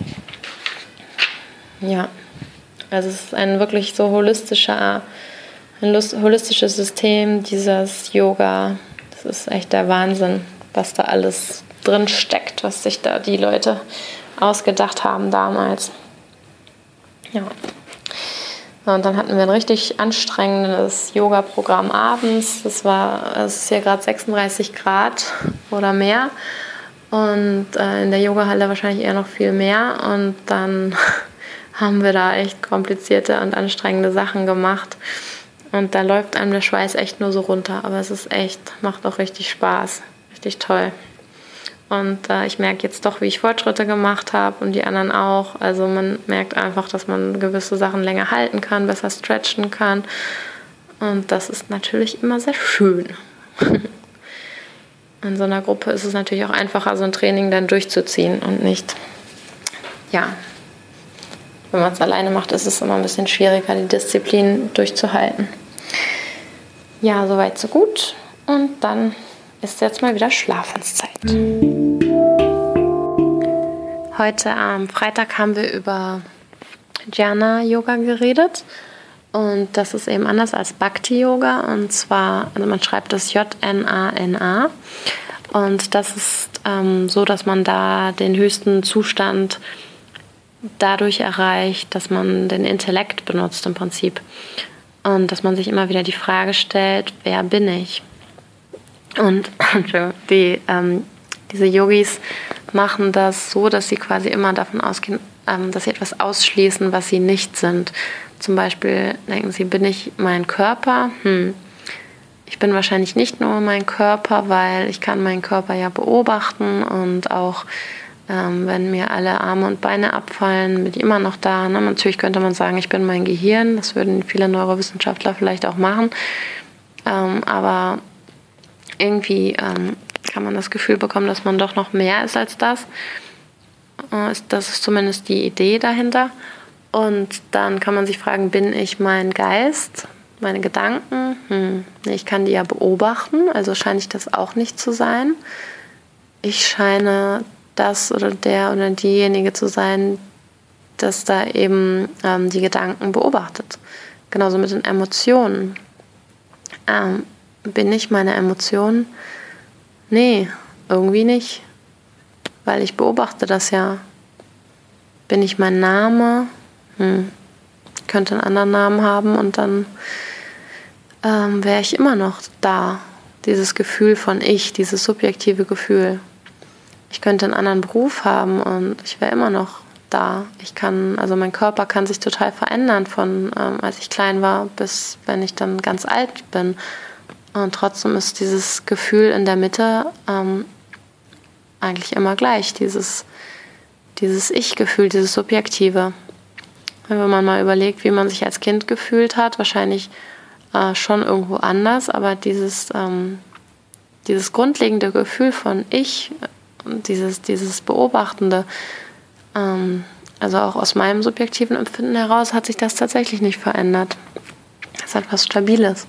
Ja, also es ist ein wirklich so holistischer, ein holistisches System, dieses Yoga. Das ist echt der Wahnsinn, was da alles drin steckt, was sich da die Leute ausgedacht haben damals. Ja. Und dann hatten wir ein richtig anstrengendes Yoga-Programm abends. Das war, es ist hier gerade sechsunddreißig Grad oder mehr. Und äh, in der Yogahalle wahrscheinlich eher noch viel mehr. Und dann haben wir da echt komplizierte und anstrengende Sachen gemacht. Und da läuft einem der Schweiß echt nur so runter. Aber es ist echt, macht auch richtig Spaß. Richtig toll. Und äh, ich merke jetzt doch, wie ich Fortschritte gemacht habe und die anderen auch. Also man merkt einfach, dass man gewisse Sachen länger halten kann, besser stretchen kann. Und das ist natürlich immer sehr schön. In so einer Gruppe ist es natürlich auch einfacher, so ein Training dann durchzuziehen und nicht, ja, wenn man es alleine macht, ist es immer ein bisschen schwieriger, die Disziplin durchzuhalten. Ja, soweit so gut. Und dann ist jetzt mal wieder Schlafenszeit. Heute am Freitag haben wir über Jnana-Yoga geredet. Und das ist eben anders als Bhakti-Yoga. Und zwar, also man schreibt das J N A N A. Und das ist ähm, so, dass man da den höchsten Zustand dadurch erreicht, dass man den Intellekt benutzt im Prinzip. Und dass man sich immer wieder die Frage stellt, wer bin ich? Und die, ähm, diese Yogis machen das so, dass sie quasi immer davon ausgehen, ähm, dass sie etwas ausschließen, was sie nicht sind. Zum Beispiel denken sie, bin ich mein Körper? Hm. Ich bin wahrscheinlich nicht nur mein Körper, weil ich kann meinen Körper ja beobachten und auch ähm, wenn mir alle Arme und Beine abfallen, bin ich immer noch da. Ne? Natürlich könnte man sagen, ich bin mein Gehirn. Das würden viele Neurowissenschaftler vielleicht auch machen. Ähm, aber irgendwie ähm, kann man das Gefühl bekommen, dass man doch noch mehr ist als das. Äh, das ist zumindest die Idee dahinter. Und dann kann man sich fragen, bin ich mein Geist, meine Gedanken? Hm. Ich kann die ja beobachten, also scheine ich das auch nicht zu sein. Ich scheine das oder der oder diejenige zu sein, das da eben ähm, die Gedanken beobachtet. Genauso mit den Emotionen. Ähm, bin ich meine Emotionen? Nee, irgendwie nicht. Weil ich beobachte das ja. Bin ich mein Name? Hm. Ich könnte einen anderen Namen haben und dann ähm, wäre ich immer noch da. Dieses Gefühl von ich, dieses subjektive Gefühl. Ich könnte einen anderen Beruf haben und ich wäre immer noch da. Ich kann, also mein Körper kann sich total verändern von ähm, als ich klein war bis wenn ich dann ganz alt bin. Und trotzdem ist dieses Gefühl in der Mitte ähm, eigentlich immer gleich. Dieses, dieses Ich-Gefühl, dieses Subjektive. Wenn man mal überlegt, wie man sich als Kind gefühlt hat, wahrscheinlich äh, schon irgendwo anders, aber dieses, ähm, dieses grundlegende Gefühl von Ich, dieses, dieses Beobachtende, ähm, also auch aus meinem subjektiven Empfinden heraus, hat sich das tatsächlich nicht verändert. Das hat was Stabiles.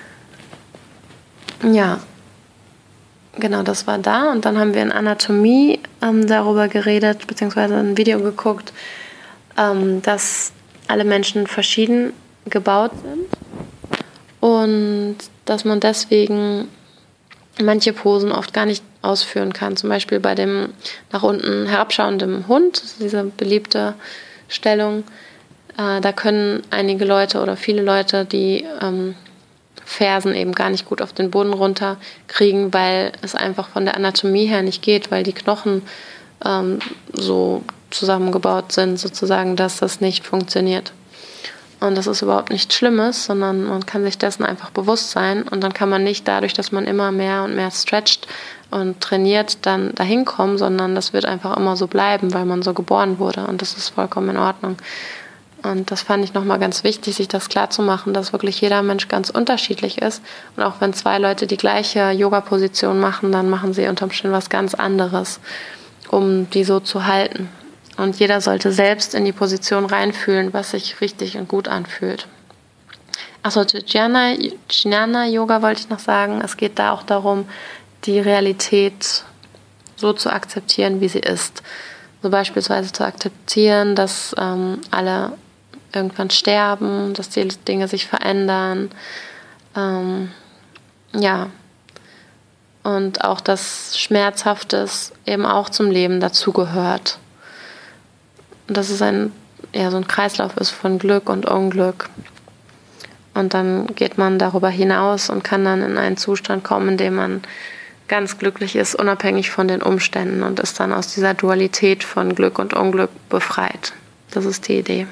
Ja, genau, das war da. Und dann haben wir in Anatomie ähm, darüber geredet, beziehungsweise ein Video geguckt, ähm, dass alle Menschen verschieden gebaut sind und dass man deswegen manche Posen oft gar nicht ausführen kann. Zum Beispiel bei dem nach unten herabschauenden Hund, diese beliebte Stellung. Äh, da können einige Leute oder viele Leute die ähm, Fersen eben gar nicht gut auf den Boden runterkriegen, weil es einfach von der Anatomie her nicht geht, weil die Knochen ähm, so zusammengebaut sind, sozusagen, dass das nicht funktioniert. Und das ist überhaupt nichts Schlimmes, sondern man kann sich dessen einfach bewusst sein und dann kann man nicht dadurch, dass man immer mehr und mehr stretcht und trainiert, dann dahin kommen, sondern das wird einfach immer so bleiben, weil man so geboren wurde und das ist vollkommen in Ordnung. Und das fand ich nochmal ganz wichtig, sich das klarzumachen, dass wirklich jeder Mensch ganz unterschiedlich ist. Und auch wenn zwei Leute die gleiche Yoga-Position machen, dann machen sie unterm Strich was ganz anderes, um die so zu halten. Und jeder sollte selbst in die Position reinfühlen, was sich richtig und gut anfühlt. Achso, zu Jnana, Jnana Yoga wollte ich noch sagen. Es geht da auch darum, die Realität so zu akzeptieren, wie sie ist. So beispielsweise zu akzeptieren, dass ähm, alle irgendwann sterben, dass die Dinge sich verändern. Ähm, ja. Und auch, dass Schmerzhaftes eben auch zum Leben dazugehört. Und dass es ein, ja, so ein Kreislauf ist von Glück und Unglück. Und dann geht man darüber hinaus und kann dann in einen Zustand kommen, in dem man ganz glücklich ist, unabhängig von den Umständen und ist dann aus dieser Dualität von Glück und Unglück befreit. Das ist die Idee.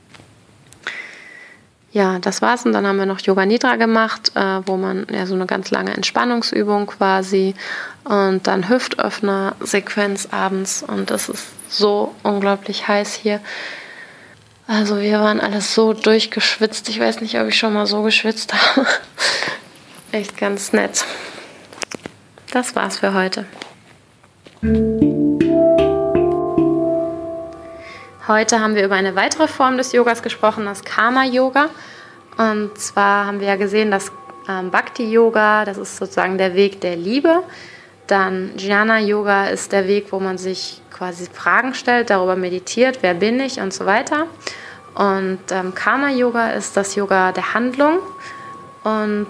Ja, das war's. Und dann haben wir noch Yoga Nidra gemacht, äh, wo man ja so eine ganz lange Entspannungsübung quasi und dann Hüftöffner-Sequenz abends. Und das ist so unglaublich heiß hier. Also wir waren alles so durchgeschwitzt. Ich weiß nicht, ob ich schon mal so geschwitzt habe. Echt ganz nett. Das war's für heute. Heute haben wir über eine weitere Form des Yogas gesprochen, das Karma-Yoga. Und zwar haben wir ja gesehen, dass ähm, Bhakti-Yoga, das ist sozusagen der Weg der Liebe. Dann Jnana-Yoga ist der Weg, wo man sich quasi Fragen stellt, darüber meditiert, wer bin ich und so weiter. Und ähm, Karma-Yoga ist das Yoga der Handlung. Und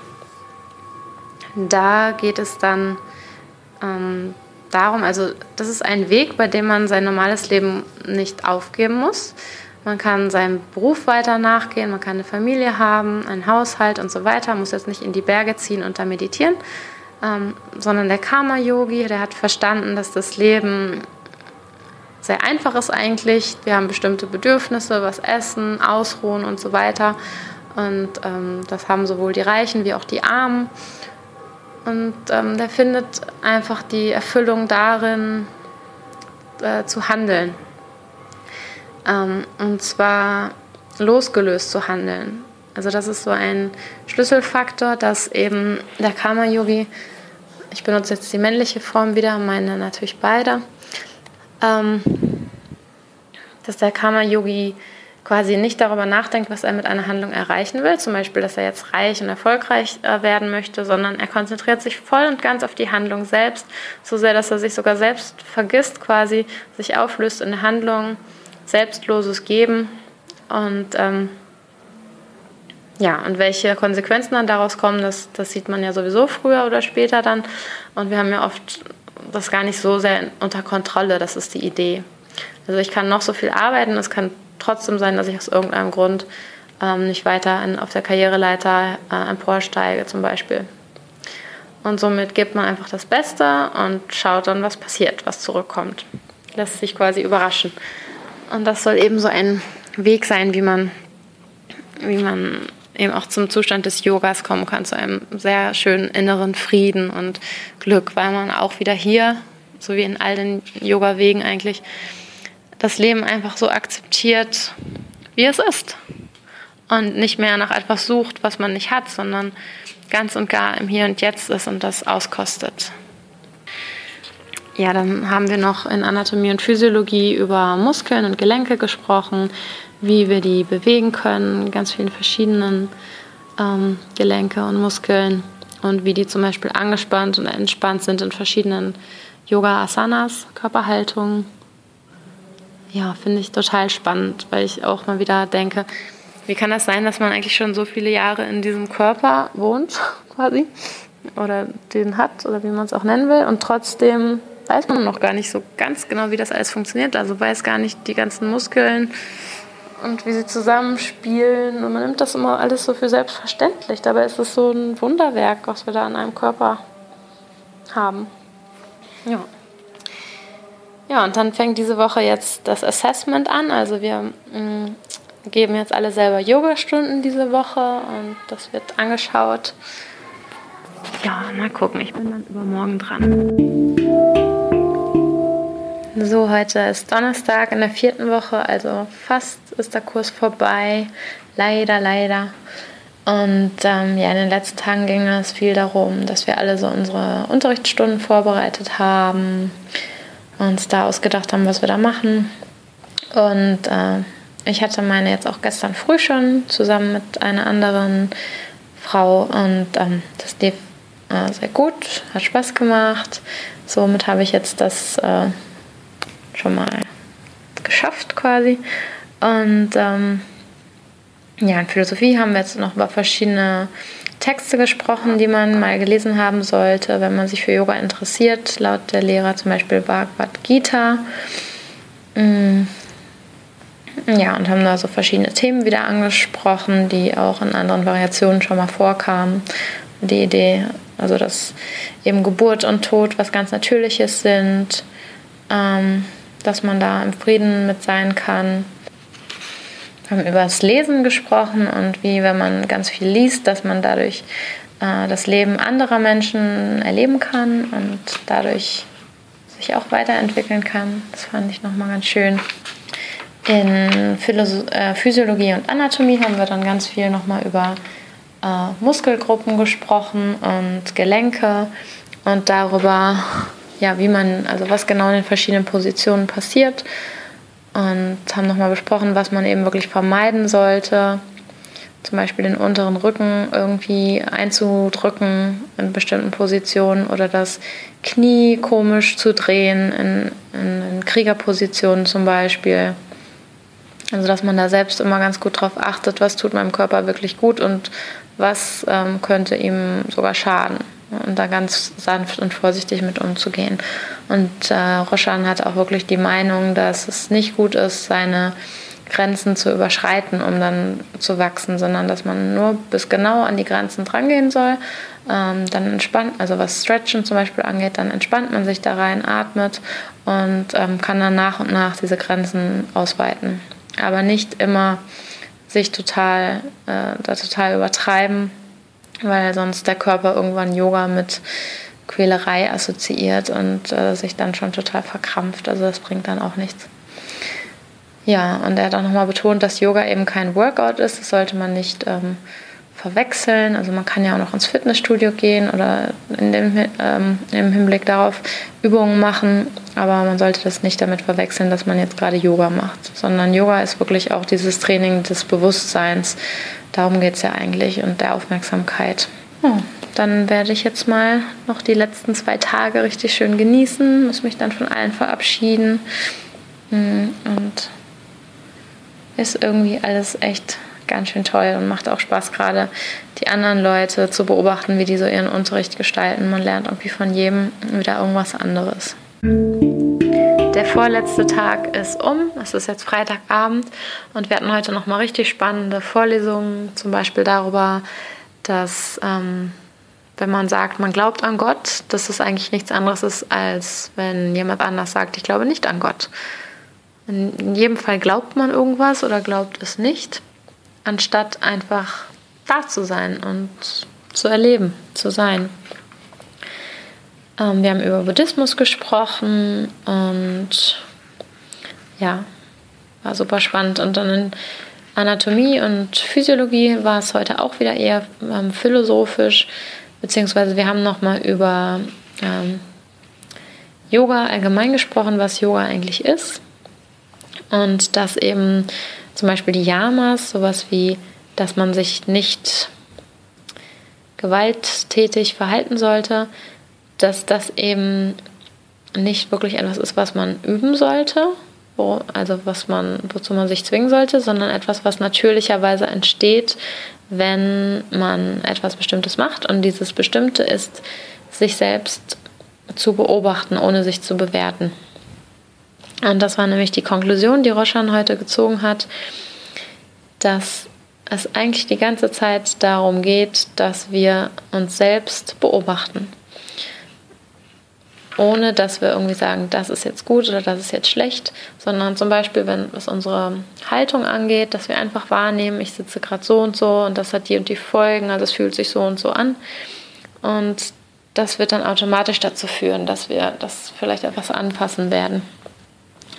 da geht es dann ähm, darum, also das ist ein Weg, bei dem man sein normales Leben nicht aufgeben muss. Man kann seinem Beruf weiter nachgehen, man kann eine Familie haben, einen Haushalt und so weiter, muss jetzt nicht in die Berge ziehen und da meditieren, ähm, sondern der Karma-Yogi, der hat verstanden, dass das Leben sehr einfach ist eigentlich. Wir haben bestimmte Bedürfnisse, was essen, ausruhen und so weiter. Und ähm, das haben sowohl die Reichen wie auch die Armen. Und ähm, der findet einfach die Erfüllung darin, äh, zu handeln. Ähm, und zwar losgelöst zu handeln. Also das ist so ein Schlüsselfaktor, dass eben der Karma-Yogi, ich benutze jetzt die männliche Form wieder, meine natürlich beide, ähm, dass der Karma-Yogi quasi nicht darüber nachdenkt, was er mit einer Handlung erreichen will, zum Beispiel, dass er jetzt reich und erfolgreich äh, werden möchte, sondern er konzentriert sich voll und ganz auf die Handlung selbst, so sehr, dass er sich sogar selbst vergisst, quasi sich auflöst in der Handlung, selbstloses Geben und ähm, ja, und welche Konsequenzen dann daraus kommen, das, das sieht man ja sowieso früher oder später dann und wir haben ja oft das gar nicht so sehr unter Kontrolle, das ist die Idee. Also ich kann noch so viel arbeiten, es kann trotzdem sein, dass ich aus irgendeinem Grund ähm, nicht weiter in, auf der Karriereleiter äh, emporsteige zum Beispiel. Und somit gibt man einfach das Beste und schaut dann, was passiert, was zurückkommt. Lässt sich quasi überraschen. Und das soll eben so ein Weg sein, wie man, wie man eben auch zum Zustand des Yogas kommen kann, zu einem sehr schönen inneren Frieden und Glück, weil man auch wieder hier, so wie in all den Yoga-Wegen eigentlich, das Leben einfach so akzeptiert, wie es ist. Und nicht mehr nach etwas sucht, was man nicht hat, sondern ganz und gar im Hier und Jetzt ist und das auskostet. Ja, dann haben wir noch in Anatomie und Physiologie über Muskeln und Gelenke gesprochen, wie wir die bewegen können, ganz vielen verschiedenen ähm, Gelenke und Muskeln und wie die zum Beispiel angespannt und entspannt sind in verschiedenen Yoga-Asanas, Körperhaltungen. Ja, finde ich total spannend, weil ich auch mal wieder denke, wie kann das sein, dass man eigentlich schon so viele Jahre in diesem Körper wohnt, quasi, oder den hat, oder wie man es auch nennen will, und trotzdem weiß man noch gar nicht so ganz genau, wie das alles funktioniert, also weiß gar nicht die ganzen Muskeln und wie sie zusammenspielen und man nimmt das immer alles so für selbstverständlich, dabei ist es so ein Wunderwerk, was wir da an einem Körper haben. Ja. Ja, und dann fängt diese Woche jetzt das Assessment an. Also wir mh, geben jetzt alle selber Yogastunden diese Woche und das wird angeschaut. Ja, mal gucken, ich bin dann übermorgen dran. So, heute ist Donnerstag in der vierten Woche, also fast ist der Kurs vorbei. Leider, leider. Und ähm, ja, in den letzten Tagen ging es viel darum, dass wir alle so unsere Unterrichtsstunden vorbereitet haben, uns da ausgedacht haben, was wir da machen. Und äh, ich hatte meine jetzt auch gestern früh schon zusammen mit einer anderen Frau und ähm, das lief äh, sehr gut, hat Spaß gemacht. Somit habe ich jetzt das äh, schon mal geschafft quasi. Und ähm, ja, in Philosophie haben wir jetzt noch über verschiedene Texte gesprochen, die man mal gelesen haben sollte, wenn man sich für Yoga interessiert. Laut der Lehrer zum Beispiel Bhagavad Gita. Mm. Ja, und haben da so verschiedene Themen wieder angesprochen, die auch in anderen Variationen schon mal vorkamen. Die Idee, also dass eben Geburt und Tod was ganz Natürliches sind, ähm, dass man da im Frieden mit sein kann. Wir haben über das Lesen gesprochen und wie, wenn man ganz viel liest, dass man dadurch äh, das Leben anderer Menschen erleben kann und dadurch sich auch weiterentwickeln kann. Das fand ich nochmal ganz schön. In Philosoph- äh, Physiologie und Anatomie haben wir dann ganz viel nochmal über äh, Muskelgruppen gesprochen und Gelenke und darüber, ja, wie man, also was genau in den verschiedenen Positionen passiert, und haben nochmal besprochen, was man eben wirklich vermeiden sollte, zum Beispiel den unteren Rücken irgendwie einzudrücken in bestimmten Positionen oder das Knie komisch zu drehen in, in, in Kriegerpositionen zum Beispiel. Also dass man da selbst immer ganz gut drauf achtet, was tut meinem Körper wirklich gut und was ähm, könnte ihm sogar schaden. Und da ganz sanft und vorsichtig mit umzugehen. Und äh, Roshan hat auch wirklich die Meinung, dass es nicht gut ist, seine Grenzen zu überschreiten, um dann zu wachsen, sondern dass man nur bis genau an die Grenzen drangehen soll. Ähm, dann entspannt, also was Stretchen zum Beispiel angeht, dann entspannt man sich da rein, atmet und ähm, kann dann nach und nach diese Grenzen ausweiten. Aber nicht immer sich total, äh, da total übertreiben, weil sonst der Körper irgendwann Yoga mit Quälerei assoziiert und äh, sich dann schon total verkrampft. Also das bringt dann auch nichts. Ja, und er hat auch nochmal betont, dass Yoga eben kein Workout ist. Das sollte man nicht ähm, verwechseln. Also man kann ja auch noch ins Fitnessstudio gehen oder in dem, ähm, im Hinblick darauf Übungen machen. Aber man sollte das nicht damit verwechseln, dass man jetzt gerade Yoga macht. Sondern Yoga ist wirklich auch dieses Training des Bewusstseins. Darum geht es ja eigentlich und der Aufmerksamkeit. Oh, dann werde ich jetzt mal noch die letzten zwei Tage richtig schön genießen, muss mich dann von allen verabschieden. Und ist irgendwie alles echt ganz schön toll und macht auch Spaß, gerade die anderen Leute zu beobachten, wie die so ihren Unterricht gestalten. Man lernt irgendwie von jedem wieder irgendwas anderes. Der vorletzte Tag ist um, es ist jetzt Freitagabend und wir hatten heute nochmal richtig spannende Vorlesungen, zum Beispiel darüber, dass ähm, wenn man sagt, man glaubt an Gott, dass es eigentlich nichts anderes ist, als wenn jemand anders sagt, ich glaube nicht an Gott. In jedem Fall glaubt man irgendwas oder glaubt es nicht, anstatt einfach da zu sein und zu erleben, zu sein. Ähm, wir haben über Buddhismus gesprochen und ja, war super spannend. Und dann in Anatomie und Physiologie war es heute auch wieder eher ähm, philosophisch, beziehungsweise wir haben nochmal über ähm, Yoga allgemein gesprochen, was Yoga eigentlich ist. Und dass eben zum Beispiel die Yamas, sowas wie, dass man sich nicht gewalttätig verhalten sollte, dass das eben nicht wirklich etwas ist, was man üben sollte, wo, also was man, wozu man sich zwingen sollte, sondern etwas, was natürlicherweise entsteht, wenn man etwas Bestimmtes macht. Und dieses Bestimmte ist, sich selbst zu beobachten, ohne sich zu bewerten. Und das war nämlich die Konklusion, die Roshan heute gezogen hat, dass es eigentlich die ganze Zeit darum geht, dass wir uns selbst beobachten. Ohne dass wir irgendwie sagen, das ist jetzt gut oder das ist jetzt schlecht, sondern zum Beispiel, wenn es unsere Haltung angeht, dass wir einfach wahrnehmen, ich sitze gerade so und so und das hat die und die Folgen, also es fühlt sich so und so an. Und das wird dann automatisch dazu führen, dass wir das vielleicht etwas anpassen werden.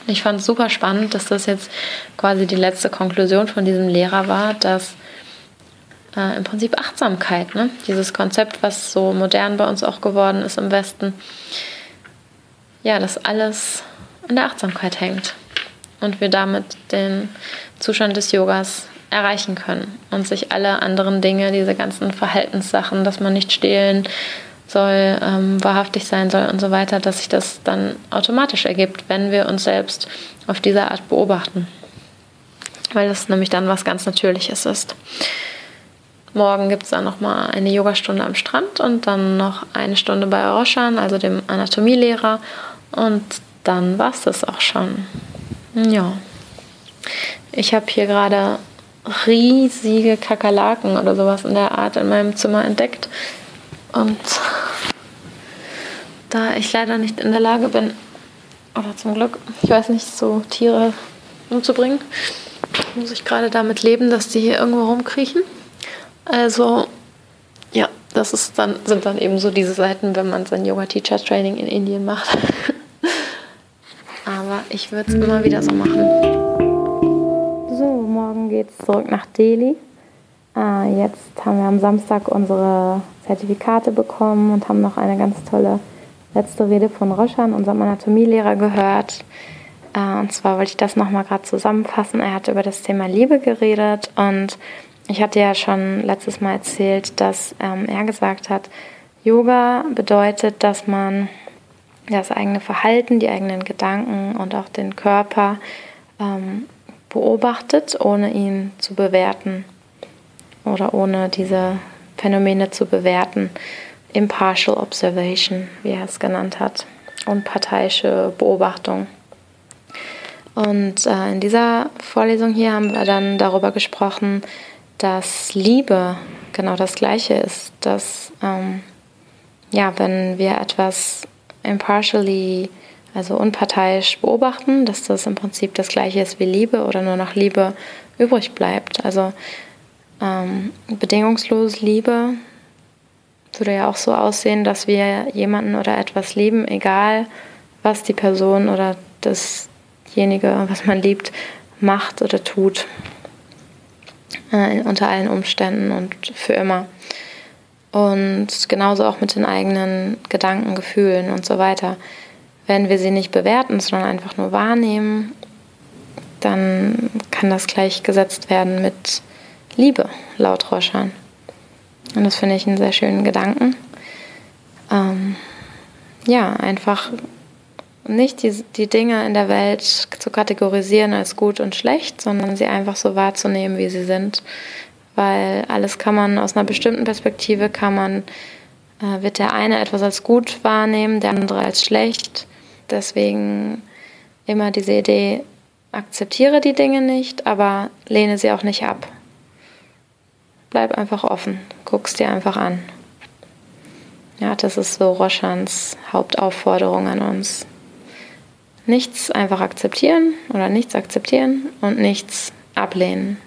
Und ich fand es super spannend, dass das jetzt quasi die letzte Konklusion von diesem Lehrer war, dass äh, im Prinzip Achtsamkeit, ne? Dieses Konzept, was so modern bei uns auch geworden ist im Westen, ja, dass alles an der Achtsamkeit hängt und wir damit den Zustand des Yogas erreichen können und sich alle anderen Dinge, diese ganzen Verhaltenssachen, dass man nicht stehlen soll, ähm, wahrhaftig sein soll und so weiter, dass sich das dann automatisch ergibt, wenn wir uns selbst auf diese Art beobachten. Weil das nämlich dann was ganz Natürliches ist. Morgen gibt es dann nochmal eine Yogastunde am Strand und dann noch eine Stunde bei Roshan, also dem Anatomielehrer. Und dann war es das auch schon. Ja. Ich habe hier gerade riesige Kakerlaken oder sowas in der Art in meinem Zimmer entdeckt. Und da ich leider nicht in der Lage bin, oder zum Glück, ich weiß nicht, so Tiere umzubringen, muss ich gerade damit leben, dass die hier irgendwo rumkriechen. Also, ja, das ist dann, sind dann eben so diese Seiten, wenn man sein Yoga-Teacher-Training in Indien macht. Aber ich würde es immer wieder so machen. So, morgen geht es zurück nach Delhi. Äh, jetzt haben wir am Samstag unsere Zertifikate bekommen und haben noch eine ganz tolle letzte Rede von Roshan, unserem Anatomielehrer, gehört. Äh, und zwar wollte ich das nochmal gerade zusammenfassen. Er hat über das Thema Liebe geredet und ich hatte ja schon letztes Mal erzählt, dass ähm, er gesagt hat, Yoga bedeutet, dass man das eigene Verhalten, die eigenen Gedanken und auch den Körper ähm, beobachtet, ohne ihn zu bewerten oder ohne diese Phänomene zu bewerten. Impartial Observation, wie er es genannt hat, unparteiische Beobachtung. Und äh, in dieser Vorlesung hier haben wir dann darüber gesprochen, dass Liebe genau das Gleiche ist, dass ähm, ja, wenn wir etwas impartially, also unparteiisch beobachten, dass das im Prinzip das Gleiche ist wie Liebe oder nur noch Liebe übrig bleibt. Also ähm, bedingungslose Liebe würde ja auch so aussehen, dass wir jemanden oder etwas lieben, egal was die Person oder dasjenige, was man liebt, macht oder tut. Äh, unter allen Umständen und für immer. Und genauso auch mit den eigenen Gedanken, Gefühlen und so weiter. Wenn wir sie nicht bewerten, sondern einfach nur wahrnehmen, dann kann das gleichgesetzt werden mit Liebe, laut Roshan. Und das finde ich einen sehr schönen Gedanken. Ähm, ja, einfach nicht die, die Dinge in der Welt zu kategorisieren als gut und schlecht, sondern sie einfach so wahrzunehmen, wie sie sind. Weil alles kann man aus einer bestimmten Perspektive, kann man, äh, wird der eine etwas als gut wahrnehmen, der andere als schlecht. Deswegen immer diese Idee, akzeptiere die Dinge nicht, aber lehne sie auch nicht ab. Bleib einfach offen, guck's dir einfach an. Ja, das ist so Roshans Hauptaufforderung an uns. Nichts einfach akzeptieren oder nichts akzeptieren und nichts ablehnen.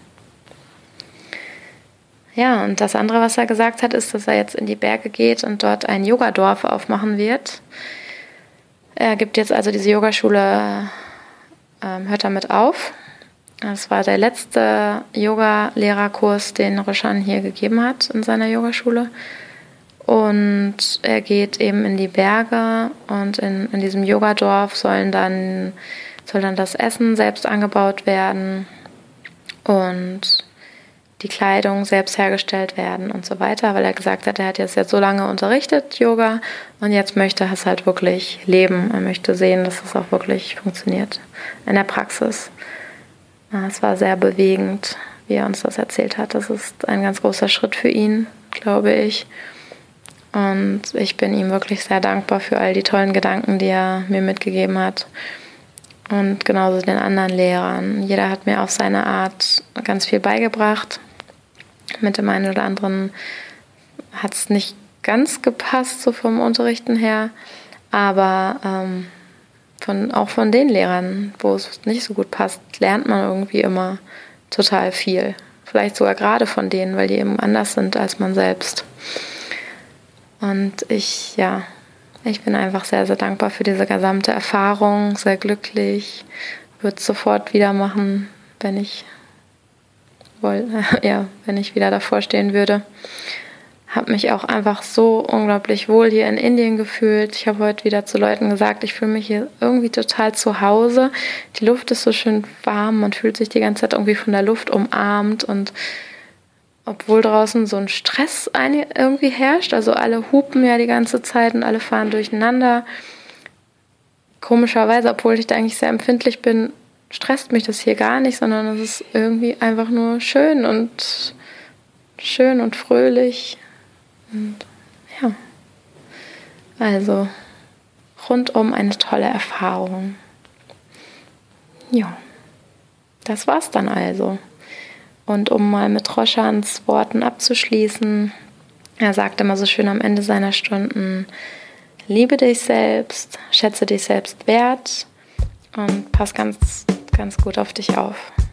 Ja, und das andere, was er gesagt hat, ist, dass er jetzt in die Berge geht und dort ein Yogadorf aufmachen wird. Er gibt jetzt also diese Yogaschule, ähm, hört damit auf. Das war der letzte Yoga-Lehrerkurs, den Roshan hier gegeben hat in seiner Yogaschule. Und er geht eben in die Berge und in, in diesem Yogadorf sollen dann, soll dann das Essen selbst angebaut werden und die Kleidung selbst hergestellt werden und so weiter, weil er gesagt hat, er hat jetzt, jetzt so lange unterrichtet Yoga und jetzt möchte er es halt wirklich leben. Er möchte sehen, dass es auch wirklich funktioniert in der Praxis. Es war sehr bewegend, wie er uns das erzählt hat. Das ist ein ganz großer Schritt für ihn, glaube ich. Und ich bin ihm wirklich sehr dankbar für all die tollen Gedanken, die er mir mitgegeben hat. Und genauso den anderen Lehrern. Jeder hat mir auf seine Art ganz viel beigebracht. Mit dem einen oder anderen hat es nicht ganz gepasst, so vom Unterrichten her. Aber ähm, von, auch von den Lehrern, wo es nicht so gut passt, lernt man irgendwie immer total viel. Vielleicht sogar gerade von denen, weil die eben anders sind als man selbst. Und ich, ja, ich bin einfach sehr, sehr dankbar für diese gesamte Erfahrung, sehr glücklich, würde es sofort wieder machen, wenn ich, woll, ja, wenn ich wieder davor stehen würde. Habe mich auch einfach so unglaublich wohl hier in Indien gefühlt. Ich habe heute wieder zu Leuten gesagt, ich fühle mich hier irgendwie total zu Hause. Die Luft ist so schön warm, man fühlt sich die ganze Zeit irgendwie von der Luft umarmt und obwohl draußen so ein Stress irgendwie herrscht, also alle hupen ja die ganze Zeit und alle fahren durcheinander. Komischerweise, obwohl ich da eigentlich sehr empfindlich bin, stresst mich das hier gar nicht, sondern es ist irgendwie einfach nur schön und schön und fröhlich. Und ja, also rundum eine tolle Erfahrung. Ja, das war's dann also. Und um mal mit Roshans Worten abzuschließen, er sagt immer so schön am Ende seiner Stunden: Liebe dich selbst, schätze dich selbst wert und pass ganz, ganz gut auf dich auf.